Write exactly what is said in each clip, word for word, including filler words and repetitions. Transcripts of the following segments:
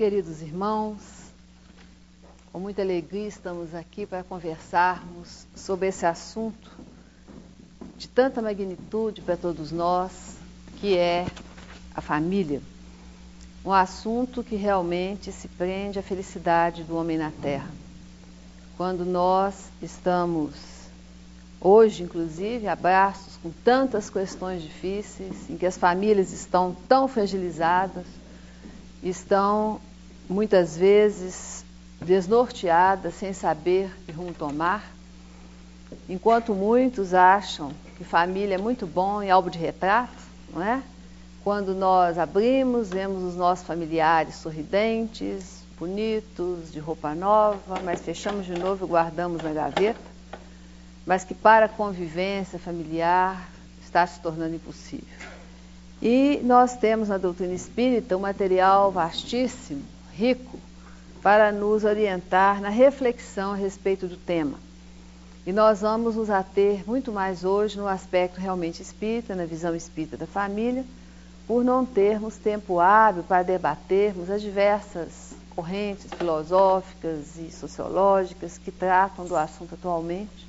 Queridos irmãos, com muita alegria estamos aqui para conversarmos sobre esse assunto de tanta magnitude para todos nós, que é a família. Um assunto que realmente se prende à felicidade do homem na Terra. Quando nós estamos, hoje inclusive, abraços com tantas questões difíceis, em que as famílias estão tão fragilizadas, estão muitas vezes desnorteadas, sem saber que rumo tomar, enquanto muitos acham que família é muito bom em álbum de retrato, não é? Quando nós abrimos, vemos os nossos familiares sorridentes, bonitos, de roupa nova, mas fechamos de novo e guardamos na gaveta, mas que para a convivência familiar está se tornando impossível. E nós temos na doutrina espírita um material vastíssimo, rico, para nos orientar na reflexão a respeito do tema. E nós vamos nos ater muito mais hoje no aspecto realmente espírita, na visão espírita da família, por não termos tempo hábil para debatermos as diversas correntes filosóficas e sociológicas que tratam do assunto atualmente,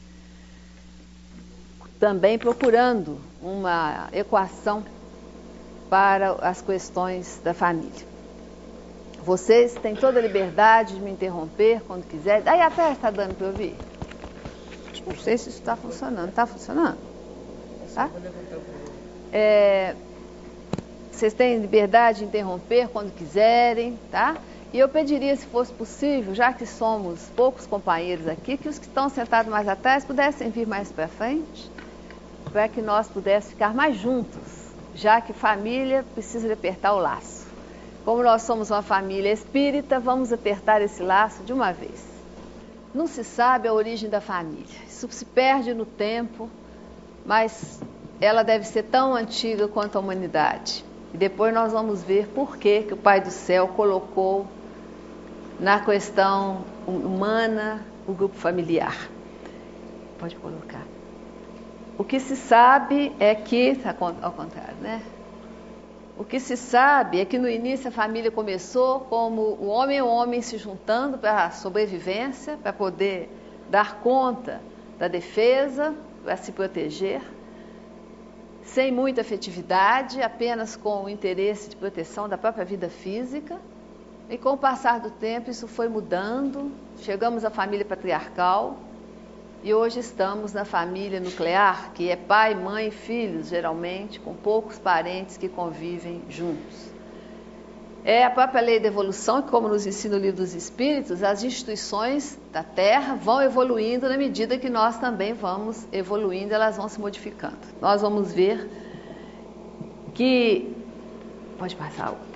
também procurando uma equação para as questões da família. Vocês têm toda a liberdade de me interromper quando quiserem. Aí a tela está dando para eu ouvir? Não sei se isso está funcionando. Está funcionando? Tá? É, vocês têm liberdade de interromper quando quiserem, tá? E eu pediria, se fosse possível, já que somos poucos companheiros aqui, que os que estão sentados mais atrás pudessem vir mais para frente, para que nós pudéssemos ficar mais juntos, já que família precisa de apertar o laço. Como nós somos uma família espírita, vamos apertar esse laço de uma vez. Não se sabe a origem da família. Isso se perde no tempo, mas ela deve ser tão antiga quanto a humanidade. E depois nós vamos ver por que que o Pai do Céu colocou na questão humana o grupo familiar. Pode colocar. O que se sabe é que, ao contrário, né? O que se sabe é que no início a família começou como o homem e o homem se juntando para a sobrevivência, para poder dar conta da defesa, para se proteger, sem muita afetividade, apenas com o interesse de proteção da própria vida física. E com o passar do tempo isso foi mudando, chegamos à família patriarcal, e hoje estamos na família nuclear, que é pai, mãe e filhos, geralmente, com poucos parentes que convivem juntos. É a própria lei da evolução, que, como nos ensina o Livro dos Espíritos, as instituições da Terra vão evoluindo na medida que nós também vamos evoluindo, elas vão se modificando. Nós vamos ver que... Pode passar a outra.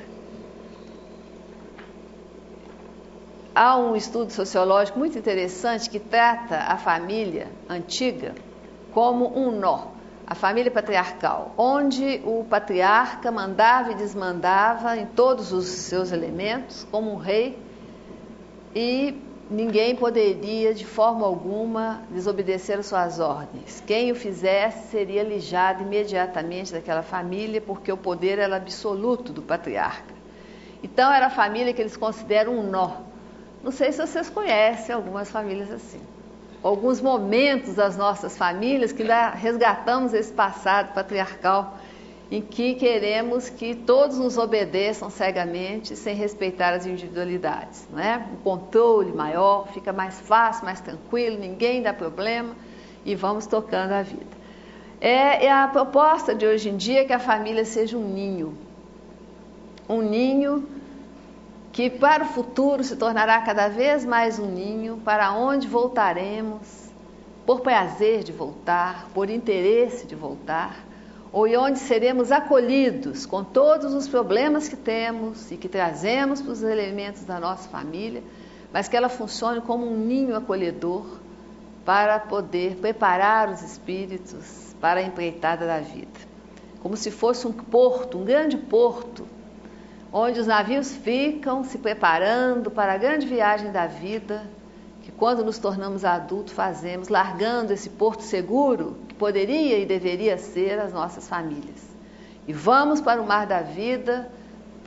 Há um estudo sociológico muito interessante que trata a família antiga como um nó, a família patriarcal, onde o patriarca mandava e desmandava em todos os seus elementos, como um rei, e ninguém poderia, de forma alguma, desobedecer às suas ordens. Quem o fizesse seria lijado imediatamente daquela família, porque o poder era absoluto do patriarca. Então, era a família que eles consideram um nó. Não sei se vocês conhecem algumas famílias assim. Alguns momentos das nossas famílias que ainda resgatamos esse passado patriarcal em que queremos que todos nos obedeçam cegamente sem respeitar as individualidades, não é? Um controle maior, fica mais fácil, mais tranquilo, ninguém dá problema e vamos tocando a vida. É, é a proposta de hoje em dia que a família seja um ninho. Um ninho que para o futuro se tornará cada vez mais um ninho para onde voltaremos, por prazer de voltar, por interesse de voltar, ou onde seremos acolhidos com todos os problemas que temos e que trazemos para os elementos da nossa família, mas que ela funcione como um ninho acolhedor para poder preparar os espíritos para a empreitada da vida. Como se fosse um porto, um grande porto, onde os navios ficam se preparando para a grande viagem da vida, que quando nos tornamos adultos fazemos, largando esse porto seguro, que poderia e deveria ser as nossas famílias. E vamos para o mar da vida,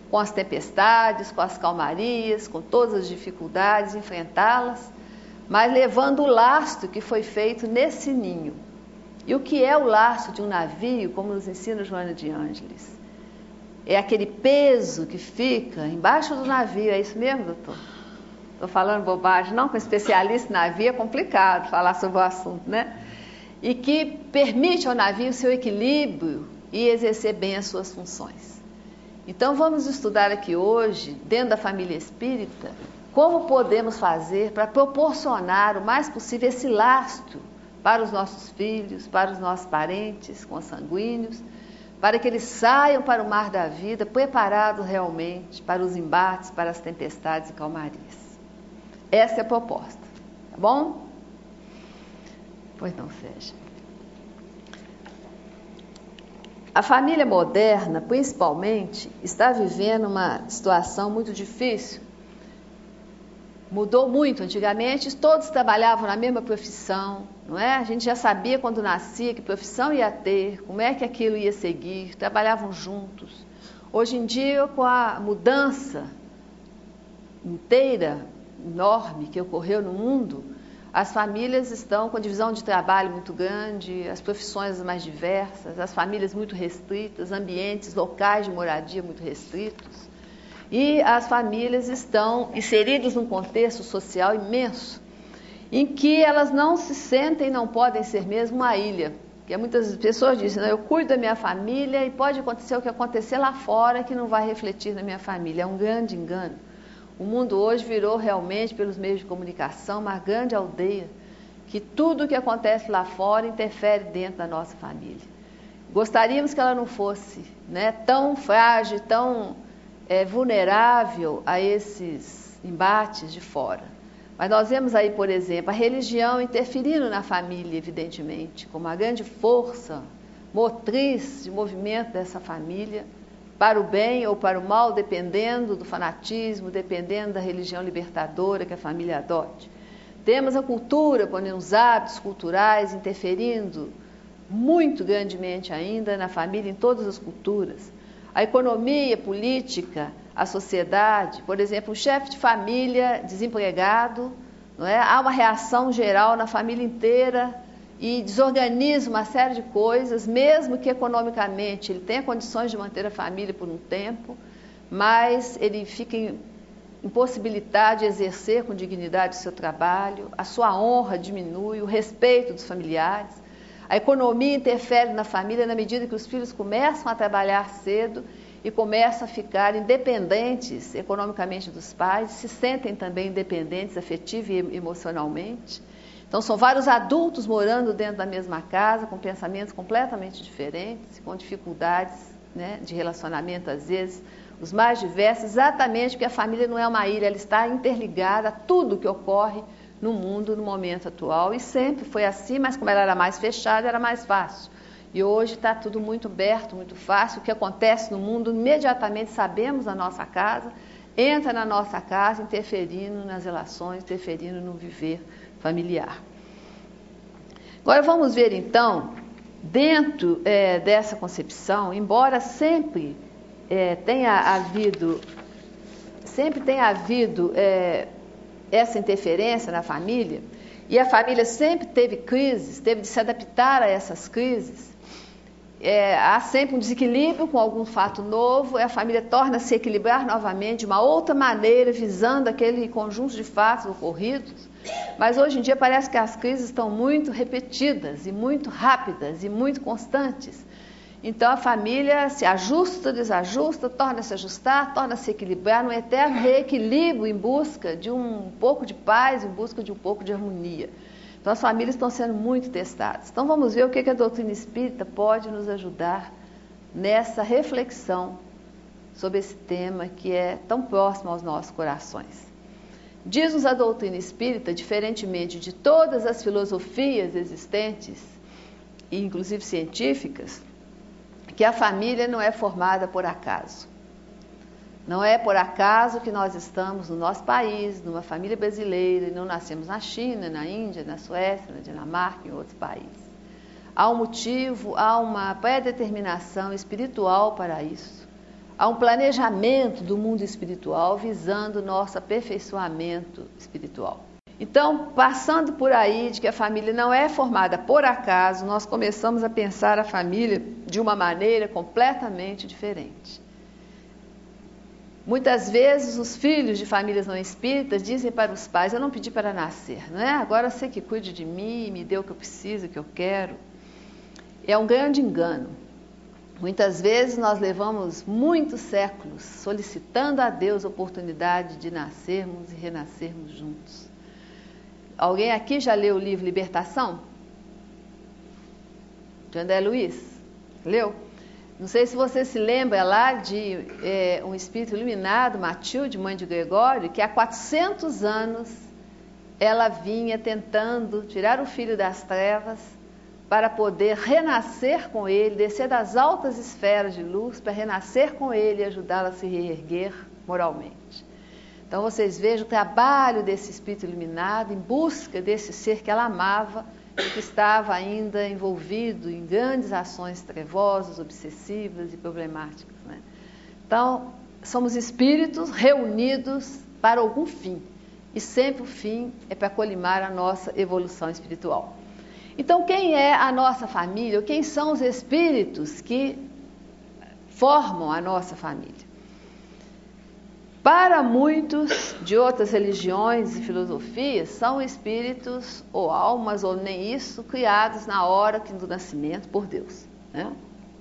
com as tempestades, com as calmarias, com todas as dificuldades, enfrentá-las, mas levando o lastro que foi feito nesse ninho. E o que é o lastro de um navio, como nos ensina Joana de Ângeles? É aquele peso que fica embaixo do navio, é isso mesmo, doutor? Estou falando bobagem, não, com especialista em navio é complicado falar sobre o assunto, né? E que permite ao navio o seu equilíbrio e exercer bem as suas funções. Então vamos estudar aqui hoje, dentro da família espírita, como podemos fazer para proporcionar o mais possível esse lastro para os nossos filhos, para os nossos parentes consanguíneos, para que eles saiam para o mar da vida preparados realmente para os embates, para as tempestades e calmarias. Essa é a proposta, tá bom? Pois não seja. A família moderna, principalmente, está vivendo uma situação muito difícil. Mudou muito. Antigamente, todos trabalhavam na mesma profissão, não é? A gente já sabia quando nascia que profissão ia ter, como é que aquilo ia seguir, trabalhavam juntos. Hoje em dia, com a mudança inteira, enorme, que ocorreu no mundo, as famílias estão com divisão de trabalho muito grande, as profissões mais diversas, as famílias muito restritas, ambientes locais de moradia muito restritos. E as famílias estão inseridas num contexto social imenso, em que elas não se sentem, não podem ser mesmo uma ilha. Porque muitas pessoas dizem, eu cuido da minha família e pode acontecer o que acontecer lá fora que não vai refletir na minha família. É um grande engano. O mundo hoje virou realmente, pelos meios de comunicação, uma grande aldeia, que tudo o que acontece lá fora interfere dentro da nossa família. Gostaríamos que ela não fosse, né, tão frágil, tão é, vulnerável a esses embates de fora. Mas nós vemos aí, por exemplo, a religião interferindo na família, evidentemente, como uma grande força motriz de movimento dessa família, para o bem ou para o mal, dependendo do fanatismo, dependendo da religião libertadora que a família adote. Temos a cultura, os hábitos culturais interferindo muito grandemente ainda na família, em todas as culturas. A economia, a política, a sociedade, por exemplo, um chefe de família desempregado, não é? Há uma reação geral na família inteira e desorganiza uma série de coisas, mesmo que economicamente ele tenha condições de manter a família por um tempo, mas ele fica impossibilitado de exercer com dignidade o seu trabalho, a sua honra diminui, o respeito dos familiares. A economia interfere na família na medida que os filhos começam a trabalhar cedo e começam a ficar independentes economicamente dos pais, se sentem também independentes afetiva e emocionalmente. Então, são vários adultos morando dentro da mesma casa, com pensamentos completamente diferentes, com dificuldades, né, de relacionamento, às vezes, os mais diversos, exatamente porque a família não é uma ilha, ela está interligada a tudo que ocorre no mundo, no momento atual. E sempre foi assim, mas como ela era mais fechada, era mais fácil. E hoje está tudo muito aberto, muito fácil. O que acontece no mundo, imediatamente sabemos na nossa casa, entra na nossa casa, interferindo nas relações, interferindo no viver familiar. Agora vamos ver então, dentro é, dessa concepção, embora sempre é, tenha havido, sempre tenha havido é, essa interferência na família, e a família sempre teve crises, teve de se adaptar a essas crises, é, há sempre um desequilíbrio com algum fato novo, e a família torna a se equilibrar novamente de uma outra maneira, visando aquele conjunto de fatos ocorridos. Mas hoje em dia parece que as crises estão muito repetidas e muito rápidas e muito constantes. Então a família se ajusta, desajusta, torna a se ajustar, torna a se equilibrar num eterno reequilíbrio em busca de um pouco de paz, em busca de um pouco de harmonia. Então as famílias estão sendo muito testadas. Então vamos ver o que a doutrina espírita pode nos ajudar nessa reflexão sobre esse tema que é tão próximo aos nossos corações. Diz-nos a doutrina espírita, diferentemente de todas as filosofias existentes, e inclusive científicas, que a família não é formada por acaso. Não é por acaso que nós estamos no nosso país, numa família brasileira, e não nascemos na China, na Índia, na Suécia, na Dinamarca e em outros países. Há um motivo, há uma pré-determinação espiritual para isso. há um planejamento do mundo espiritual visando nosso aperfeiçoamento espiritual. Então, passando por aí de que a família não é formada por acaso, nós começamos a pensar a família de uma maneira completamente diferente. Muitas vezes os filhos de famílias não espíritas dizem para os pais: eu não pedi para nascer, não é? Agora você que cuide de mim, me dê o que eu preciso, o que eu quero. É um grande engano. Muitas vezes nós levamos muitos séculos solicitando a Deus a oportunidade de nascermos e renascermos juntos. Alguém aqui já leu o livro Libertação? De André Luiz? Leu? Não sei se você se lembra lá de é, um espírito iluminado, Matilde, mãe de Gregório, que há quatrocentos anos ela vinha tentando tirar o filho das trevas para poder renascer com ele, descer das altas esferas de luz para renascer com ele e ajudá-la a se reerguer moralmente. Então vocês vejam o trabalho desse espírito iluminado em busca desse ser que ela amava e que estava ainda envolvido em grandes ações trevosas, obsessivas e problemáticas, né? Então, somos espíritos reunidos para algum fim, e sempre o fim é para colimar a nossa evolução espiritual. Então, quem é a nossa família? Quem são os espíritos que formam a nossa família? Para muitos de outras religiões e filosofias, são espíritos ou almas, ou nem isso, criados na hora do nascimento por Deus, né?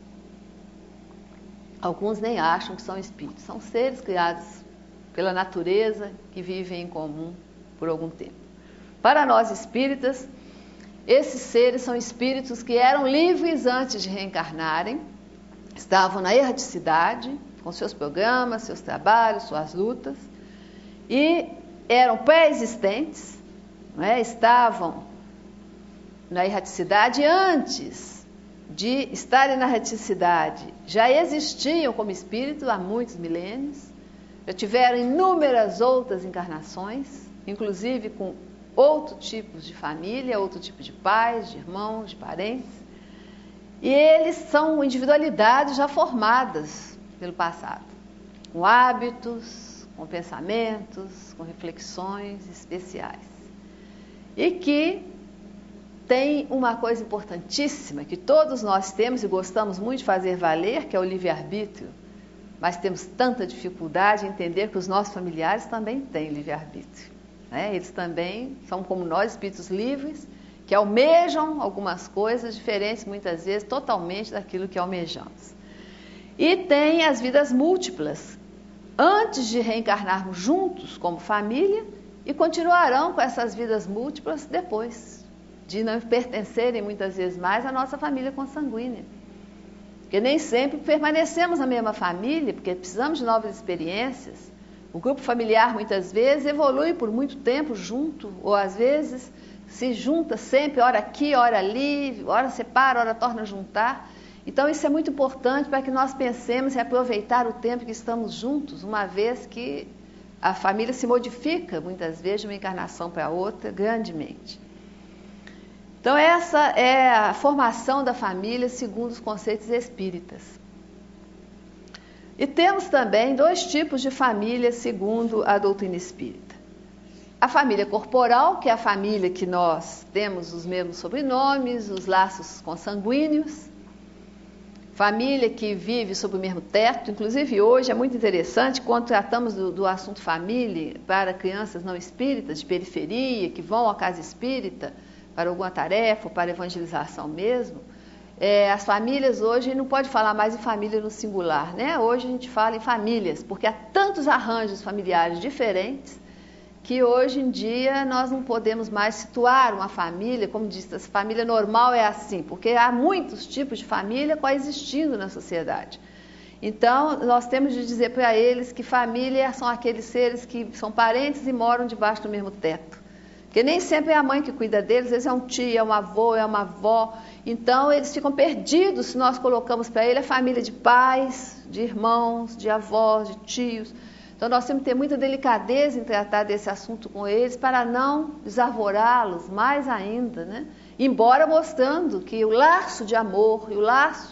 Alguns nem acham que são espíritos, são seres criados pela natureza que vivem em comum por algum tempo. Para nós espíritas, esses seres são espíritos que eram livres antes de reencarnarem, estavam na erraticidade, com seus programas, seus trabalhos, suas lutas, e eram pré-existentes, né? Estavam na erraticidade antes de estarem na erraticidade, já existiam como espírito há muitos milênios, já tiveram inúmeras outras encarnações, inclusive com outros tipos de família, outro tipo de pais, de irmãos, de parentes, e eles são individualidades já formadas pelo passado, com hábitos, com pensamentos, com reflexões especiais. E que tem uma coisa importantíssima que todos nós temos e gostamos muito de fazer valer, que é o livre-arbítrio, mas temos tanta dificuldade em entender que os nossos familiares também têm livre-arbítrio, né? Eles também são como nós, espíritos livres, que almejam algumas coisas diferentes, muitas vezes, totalmente daquilo que almejamos. E tem as vidas múltiplas, antes de reencarnarmos juntos como família, e continuarão com essas vidas múltiplas depois, de não pertencerem muitas vezes mais à nossa família consanguínea. Porque nem sempre permanecemos na mesma família, porque precisamos de novas experiências. O grupo familiar muitas vezes evolui por muito tempo junto, ou às vezes se junta sempre, ora aqui, ora ali, ora separa, ora torna a juntar. Então, isso é muito importante para que nós pensemos em aproveitar o tempo que estamos juntos, uma vez que a família se modifica, muitas vezes, de uma encarnação para outra, grandemente. Então, essa é a formação da família segundo os conceitos espíritas. E temos também dois tipos de família segundo a doutrina espírita. A família corporal, que é a família que nós temos os mesmos sobrenomes, os laços consanguíneos, família que vive sob o mesmo teto. Inclusive hoje é muito interessante quando tratamos do, do assunto família para crianças não espíritas de periferia que vão à casa espírita para alguma tarefa ou para evangelização mesmo. É, as famílias hoje não pode falar mais em família no singular, né? Hoje a gente fala em famílias, porque há tantos arranjos familiares diferentes que hoje em dia nós não podemos mais situar uma família, como disse, a família normal é assim, porque há muitos tipos de família coexistindo na sociedade. Então, nós temos de dizer para eles que família são aqueles seres que são parentes e moram debaixo do mesmo teto. Porque nem sempre é a mãe que cuida deles, às vezes é um tio, é um avô, é uma avó. Então, eles ficam perdidos se nós colocamos para ele a família de pais, de irmãos, de avós, de tios. Então, nós temos que ter muita delicadeza em tratar desse assunto com eles para não desarvorá-los mais ainda, né? Embora mostrando que o laço de amor e o laço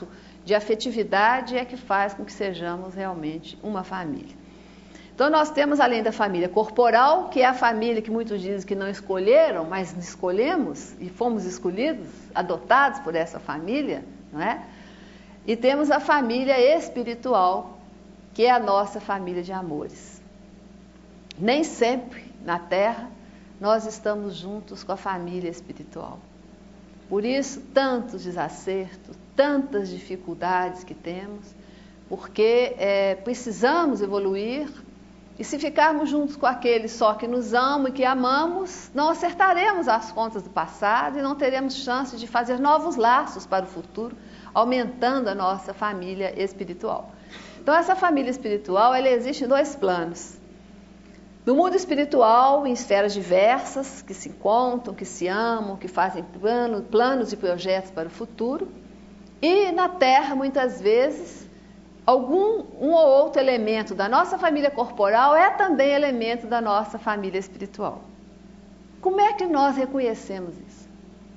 de afetividade é que faz com que sejamos realmente uma família. Então nós temos, além da família corporal, que é a família que muitos dizem que não escolheram, mas escolhemos e fomos escolhidos, adotados por essa família, não é? E temos a família espiritual, que é a nossa família de amores. Nem sempre na Terra nós estamos juntos com a família espiritual. Por isso, tantos desacertos, tantas dificuldades que temos, porque é, precisamos evoluir. E se ficarmos juntos com aqueles só que nos amam e que amamos, não acertaremos as contas do passado e não teremos chance de fazer novos laços para o futuro, aumentando a nossa família espiritual. Então, essa família espiritual, ela existe em dois planos. No mundo espiritual, em esferas diversas, que se encontram, que se amam, que fazem plano, planos e projetos para o futuro. E na Terra, muitas vezes, algum um ou outro elemento da nossa família corporal é também elemento da nossa família espiritual. Como é que nós reconhecemos isso?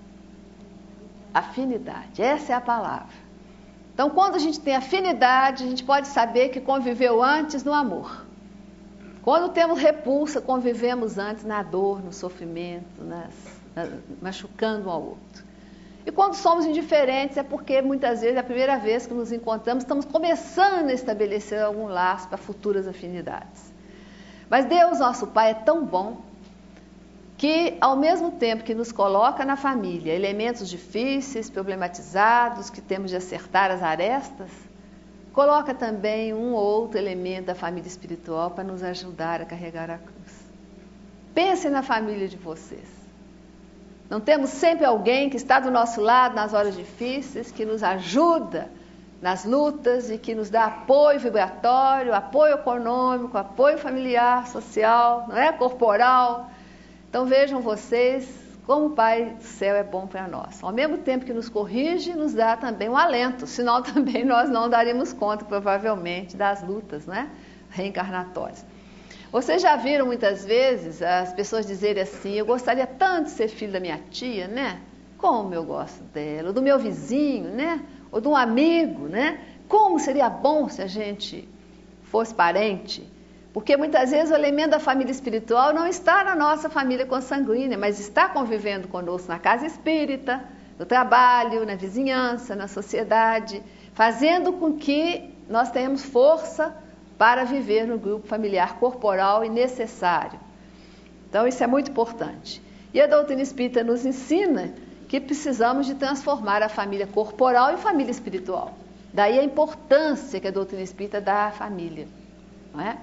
Afinidade, essa é a palavra. Então, quando a gente tem afinidade, a gente pode saber que conviveu antes no amor. Quando temos repulsa, convivemos antes na dor, no sofrimento, nas, na, machucando um ao outro. E quando somos indiferentes é porque muitas vezes é a primeira vez que nos encontramos, estamos começando a estabelecer algum laço para futuras afinidades. Mas Deus, nosso Pai, é tão bom que ao mesmo tempo que nos coloca na família elementos difíceis, problematizados, que temos de acertar as arestas, coloca também um ou outro elemento da família espiritual para nos ajudar a carregar a cruz. Pensem na família de vocês. Não temos sempre alguém que está do nosso lado nas horas difíceis, que nos ajuda nas lutas e que nos dá apoio vibratório, apoio econômico, apoio familiar, social, não é? Corporal. Então vejam vocês como o Pai do Céu é bom para nós. Ao mesmo tempo que nos corrige, nos dá também um alento, senão também nós não daríamos conta, provavelmente, das lutas, né? Reencarnatórias. Vocês já viram muitas vezes as pessoas dizerem assim, eu gostaria tanto de ser filho da minha tia, né? Como eu gosto dela, ou do meu vizinho, né? Ou de um amigo, né? Como seria bom se a gente fosse parente? Porque muitas vezes o elemento da família espiritual não está na nossa família consanguínea, mas está convivendo conosco na casa espírita, no trabalho, na vizinhança, na sociedade, fazendo com que nós tenhamos força para viver no grupo familiar corporal e necessário. Então, isso é muito importante. E a doutrina espírita nos ensina que precisamos de transformar a família corporal em família espiritual. Daí a importância que a doutrina espírita dá à família. Não é?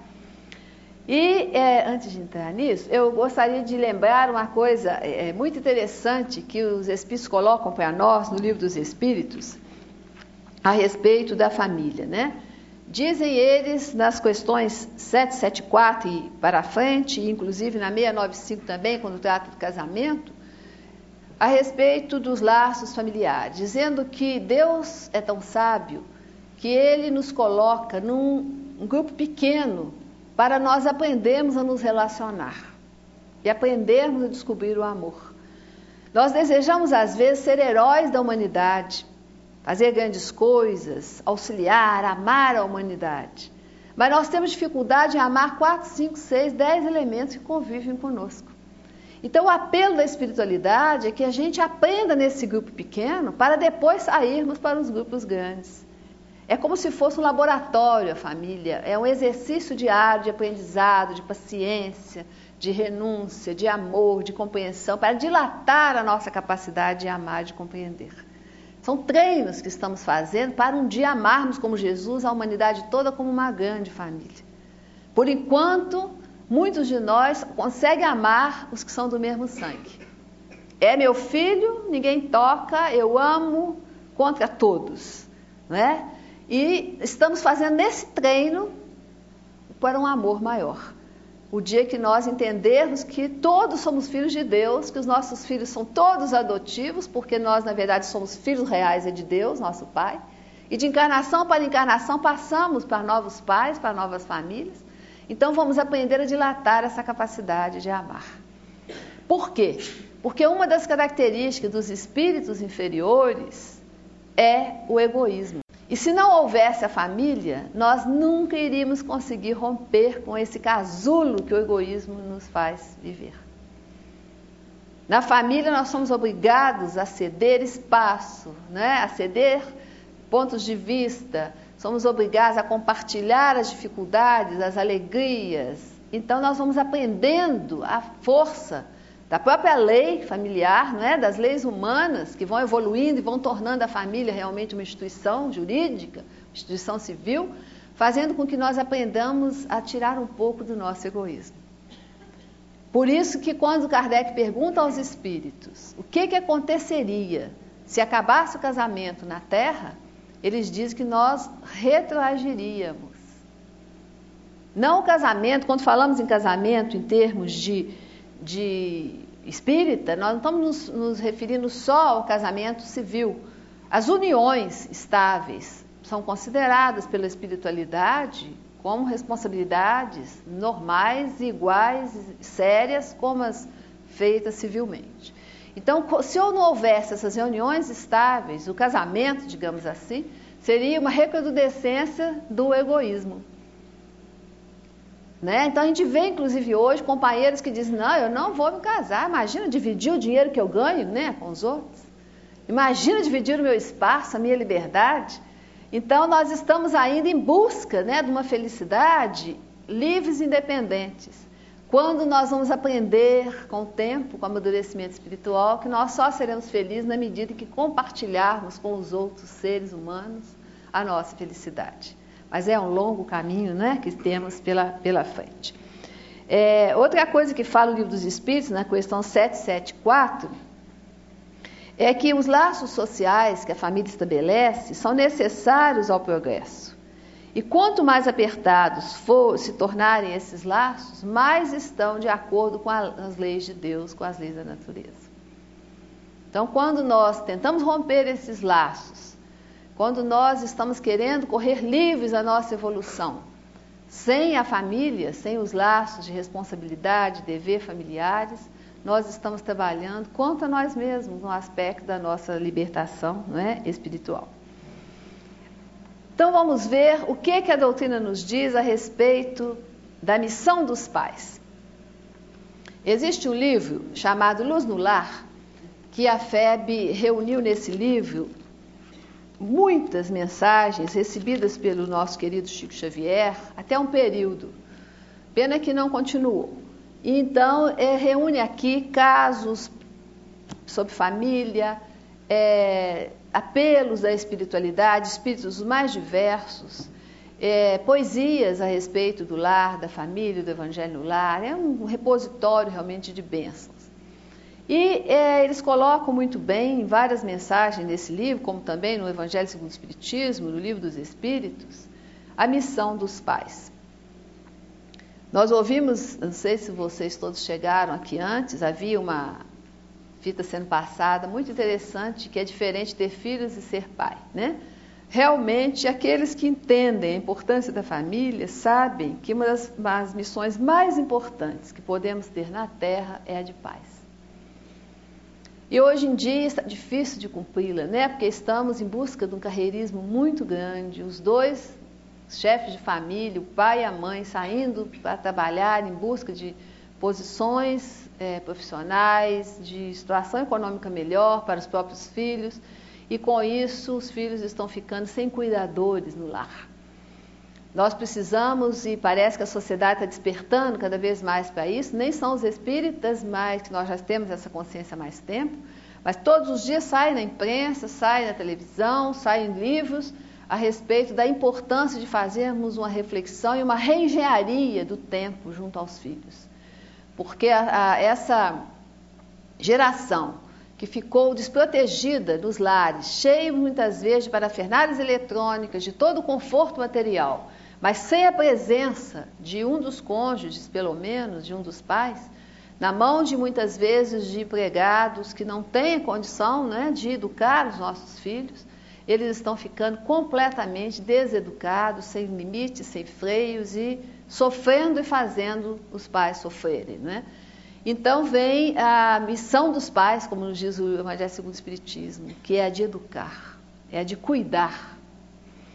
E, é, antes de entrar nisso, eu gostaria de lembrar uma coisa é, muito interessante que os Espíritos colocam para nós no Livro dos Espíritos, a respeito da família, né? Dizem eles, nas questões setecentos e setenta e quatro e para frente, inclusive na seiscentos e noventa e cinco também, quando trata do casamento, a respeito dos laços familiares, dizendo que Deus é tão sábio que Ele nos coloca num um grupo pequeno para nós aprendermos a nos relacionar e aprendermos a descobrir o amor. Nós desejamos, às vezes, ser heróis da humanidade, fazer grandes coisas, auxiliar, amar a humanidade. Mas nós temos dificuldade em amar quatro, cinco, seis, dez elementos que convivem conosco. Então o apelo da espiritualidade é que a gente aprenda nesse grupo pequeno para depois sairmos para os grupos grandes. É como se fosse um laboratório a família, é um exercício diário de aprendizado, de paciência, de renúncia, de amor, de compreensão, para dilatar a nossa capacidade de amar e de compreender. São treinos que estamos fazendo para um dia amarmos como Jesus a humanidade toda como uma grande família. Por enquanto, muitos de nós conseguem amar os que são do mesmo sangue. É meu filho, ninguém toca, eu amo contra todos, não é? E estamos fazendo nesse treino para um amor maior. O dia que nós entendermos que todos somos filhos de Deus, que os nossos filhos são todos adotivos, porque nós, na verdade, somos filhos reais de Deus, nosso Pai, e de encarnação para encarnação passamos para novos pais, para novas famílias. Então vamos aprender a dilatar essa capacidade de amar. Por quê? Porque uma das características dos espíritos inferiores é o egoísmo. E se não houvesse a família, nós nunca iríamos conseguir romper com esse casulo que o egoísmo nos faz viver. Na família nós somos obrigados a ceder espaço, né? A ceder pontos de vista, somos obrigados a compartilhar as dificuldades, as alegrias. Então nós vamos aprendendo a força da própria lei familiar, não é? Das leis humanas que vão evoluindo e vão tornando a família realmente uma instituição jurídica, uma instituição civil, fazendo com que nós aprendamos a tirar um pouco do nosso egoísmo. Por isso que quando Kardec pergunta aos espíritos o que, que aconteceria se acabasse o casamento na Terra, eles dizem que nós retroagiríamos. Não o casamento, quando falamos em casamento em termos de, de espírita, nós não estamos nos, nos referindo só ao casamento civil. As uniões estáveis são consideradas pela espiritualidade como responsabilidades normais, iguais, sérias, como as feitas civilmente. Então, se não houvesse essas reuniões estáveis, o casamento, digamos assim, seria uma recrudescência do egoísmo. Né? Então, a gente vê, inclusive, hoje, companheiros que dizem, não, eu não vou me casar, imagina dividir o dinheiro que eu ganho, né, com os outros. Imagina dividir o meu espaço, a minha liberdade. Então, nós estamos ainda em busca, né, de uma felicidade livres e independentes. Quando nós vamos aprender com o tempo, com o amadurecimento espiritual, que nós só seremos felizes na medida em que compartilharmos com os outros seres humanos a nossa felicidade. Mas é um longo caminho, né, que temos pela, pela frente. É, outra coisa que fala o Livro dos Espíritos, na questão setecentos e setenta e quatro, é que os laços sociais que a família estabelece são necessários ao progresso. E quanto mais apertados for se tornarem esses laços, mais estão de acordo com a, as leis de Deus, com as leis da natureza. Então, quando nós tentamos romper esses laços, quando nós estamos querendo correr livres da nossa evolução, sem a família, sem os laços de responsabilidade, dever familiares, nós estamos trabalhando contra nós mesmos no aspecto da nossa libertação, não é, espiritual. Então vamos ver o que, que a doutrina nos diz a respeito da missão dos pais. Existe um livro chamado Luz no Lar, que a F E B reuniu nesse livro muitas mensagens recebidas pelo nosso querido Chico Xavier, até um período. Pena que não continuou. Então, é, reúne aqui casos sobre família, é, apelos à espiritualidade, espíritos mais diversos, é, poesias a respeito do lar, da família, do evangelho no lar. É um repositório realmente de bênçãos. E é, eles colocam muito bem em várias mensagens nesse livro, como também no Evangelho segundo o Espiritismo, no Livro dos Espíritos, a missão dos pais. Nós ouvimos, não sei se vocês todos chegaram aqui antes, havia uma fita sendo passada muito interessante, que é diferente ter filhos e ser pai, né? Realmente, aqueles que entendem a importância da família sabem que uma das, das missões mais importantes que podemos ter na Terra é a de pais. E hoje em dia está difícil de cumpri-la, né? Porque estamos em busca de um carreirismo muito grande, os dois chefes de família, o pai e a mãe, saindo para trabalhar em busca de posições é, profissionais, de situação econômica melhor para os próprios filhos, e com isso os filhos estão ficando sem cuidadores no lar. Nós precisamos, e parece que a sociedade está despertando cada vez mais para isso, nem são os espíritas mais, que nós já temos essa consciência há mais tempo, mas todos os dias sai na imprensa, sai na televisão, saem livros a respeito da importância de fazermos uma reflexão e uma reengenharia do tempo junto aos filhos. Porque a, a, essa geração que ficou desprotegida dos lares, cheia muitas vezes de parafernálias eletrônicas, de todo o conforto material, mas sem a presença de um dos cônjuges, pelo menos, de um dos pais, na mão de muitas vezes de empregados que não têm condição, né, de educar os nossos filhos, eles estão ficando completamente deseducados, sem limites, sem freios e sofrendo e fazendo os pais sofrerem, né? Então vem a missão dos pais, como nos diz o Evangelho segundo o Espiritismo, que é a de educar, é a de cuidar.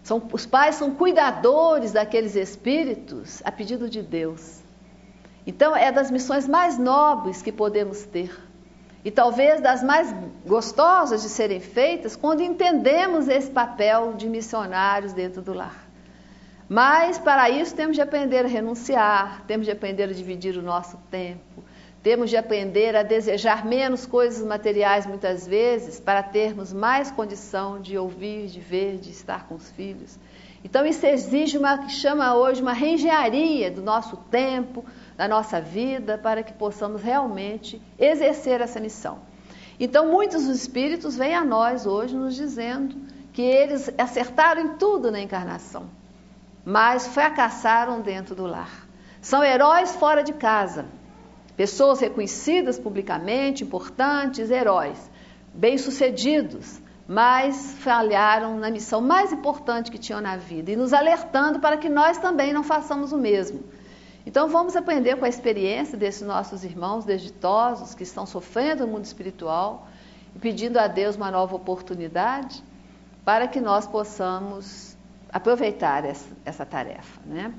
São, os pais são cuidadores daqueles espíritos a pedido de Deus. Então, é das missões mais nobres que podemos ter. E talvez das mais gostosas de serem feitas quando entendemos esse papel de missionários dentro do lar. Mas, para isso, temos de aprender a renunciar, temos de aprender a dividir o nosso tempo, temos de aprender a desejar menos coisas materiais, muitas vezes, para termos mais condição de ouvir, de ver, de estar com os filhos. Então, isso exige uma, que chama hoje, uma reengenharia do nosso tempo, da nossa vida, para que possamos realmente exercer essa missão. Então, muitos dos espíritos vêm a nós hoje nos dizendo que eles acertaram em tudo na encarnação, mas fracassaram dentro do lar. São heróis fora de casa, pessoas reconhecidas publicamente, importantes, heróis, bem-sucedidos, mas falharam na missão mais importante que tinham na vida, e nos alertando para que nós também não façamos o mesmo. Então vamos aprender com a experiência desses nossos irmãos desditosos que estão sofrendo no mundo espiritual e pedindo a Deus uma nova oportunidade para que nós possamos aproveitar essa, essa tarefa, né?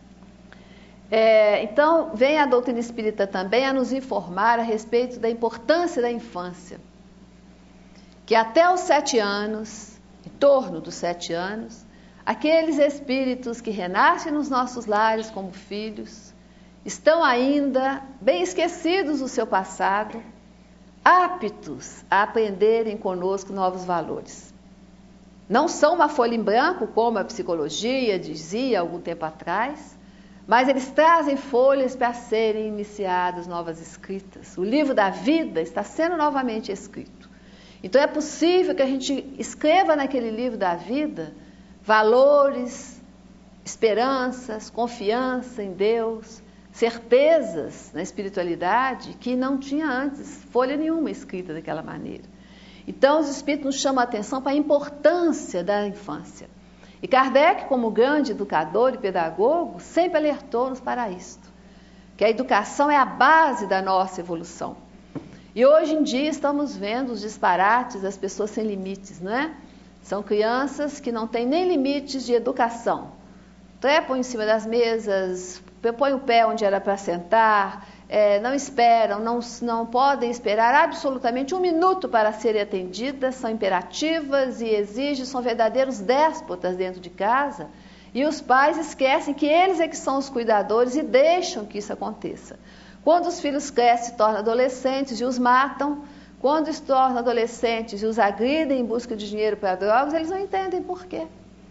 É, então, vem a doutrina espírita também a nos informar a respeito da importância da infância, que até os sete anos, em torno dos sete anos, aqueles espíritos que renascem nos nossos lares como filhos, estão ainda bem esquecidos do seu passado, aptos a aprenderem conosco novos valores. Não são uma folha em branco, como a psicologia dizia algum tempo atrás, mas eles trazem folhas para serem iniciadas novas escritas. O livro da vida está sendo novamente escrito. Então é possível que a gente escreva naquele livro da vida valores, esperanças, confiança em Deus, certezas na espiritualidade que não tinha antes folha nenhuma escrita daquela maneira. Então os espíritos nos chamam a atenção para a importância da infância. E Kardec, como grande educador e pedagogo, sempre alertou-nos para isto, que a educação é a base da nossa evolução. E hoje em dia estamos vendo os disparates das pessoas sem limites, não é? São crianças que não têm nem limites de educação. Trepam em cima das mesas, põem o pé onde era para sentar, é, não esperam, não, não podem esperar absolutamente um minuto para serem atendidas, são imperativas e exigem, são verdadeiros déspotas dentro de casa, e os pais esquecem que eles é que são os cuidadores e deixam que isso aconteça. Quando os filhos crescem e se tornam adolescentes e os matam, quando se tornam adolescentes e os agridem em busca de dinheiro para drogas, eles não entendem por quê.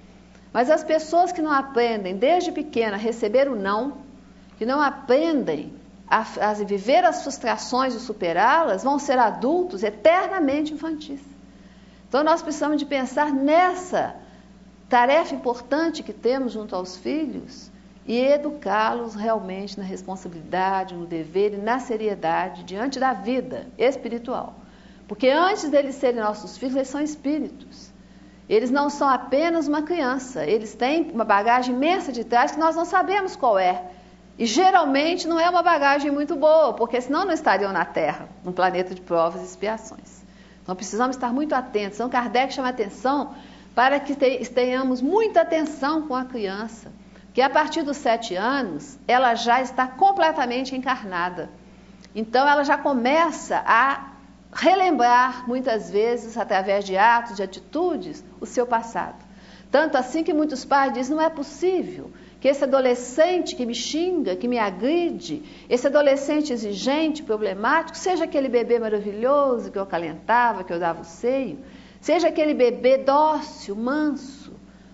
Mas as pessoas que não aprendem desde pequena a receber o não, que não aprendem a, a viver as frustrações e superá-las, vão ser adultos eternamente infantis. Então nós precisamos de pensar nessa tarefa importante que temos junto aos filhos e educá-los realmente na responsabilidade, no dever e na seriedade diante da vida espiritual. Porque antes deles serem nossos filhos, eles são espíritos. Eles não são apenas uma criança, eles têm uma bagagem imensa de trás que nós não sabemos qual é. E geralmente não é uma bagagem muito boa, porque senão não estariam na Terra, num planeta de provas e expiações. Então precisamos estar muito atentos. Então Kardec chama a atenção para que tenhamos muita atenção com a criança, que a partir dos sete anos ela já está completamente encarnada. Então ela já começa a relembrar muitas vezes, através de atos, de atitudes, o seu passado. Tanto assim que muitos pais dizem, não é possível que esse adolescente que me xinga, que me agride, esse adolescente exigente, problemático, seja aquele bebê maravilhoso que eu acalentava, que eu dava o seio, seja aquele bebê dócil, manso.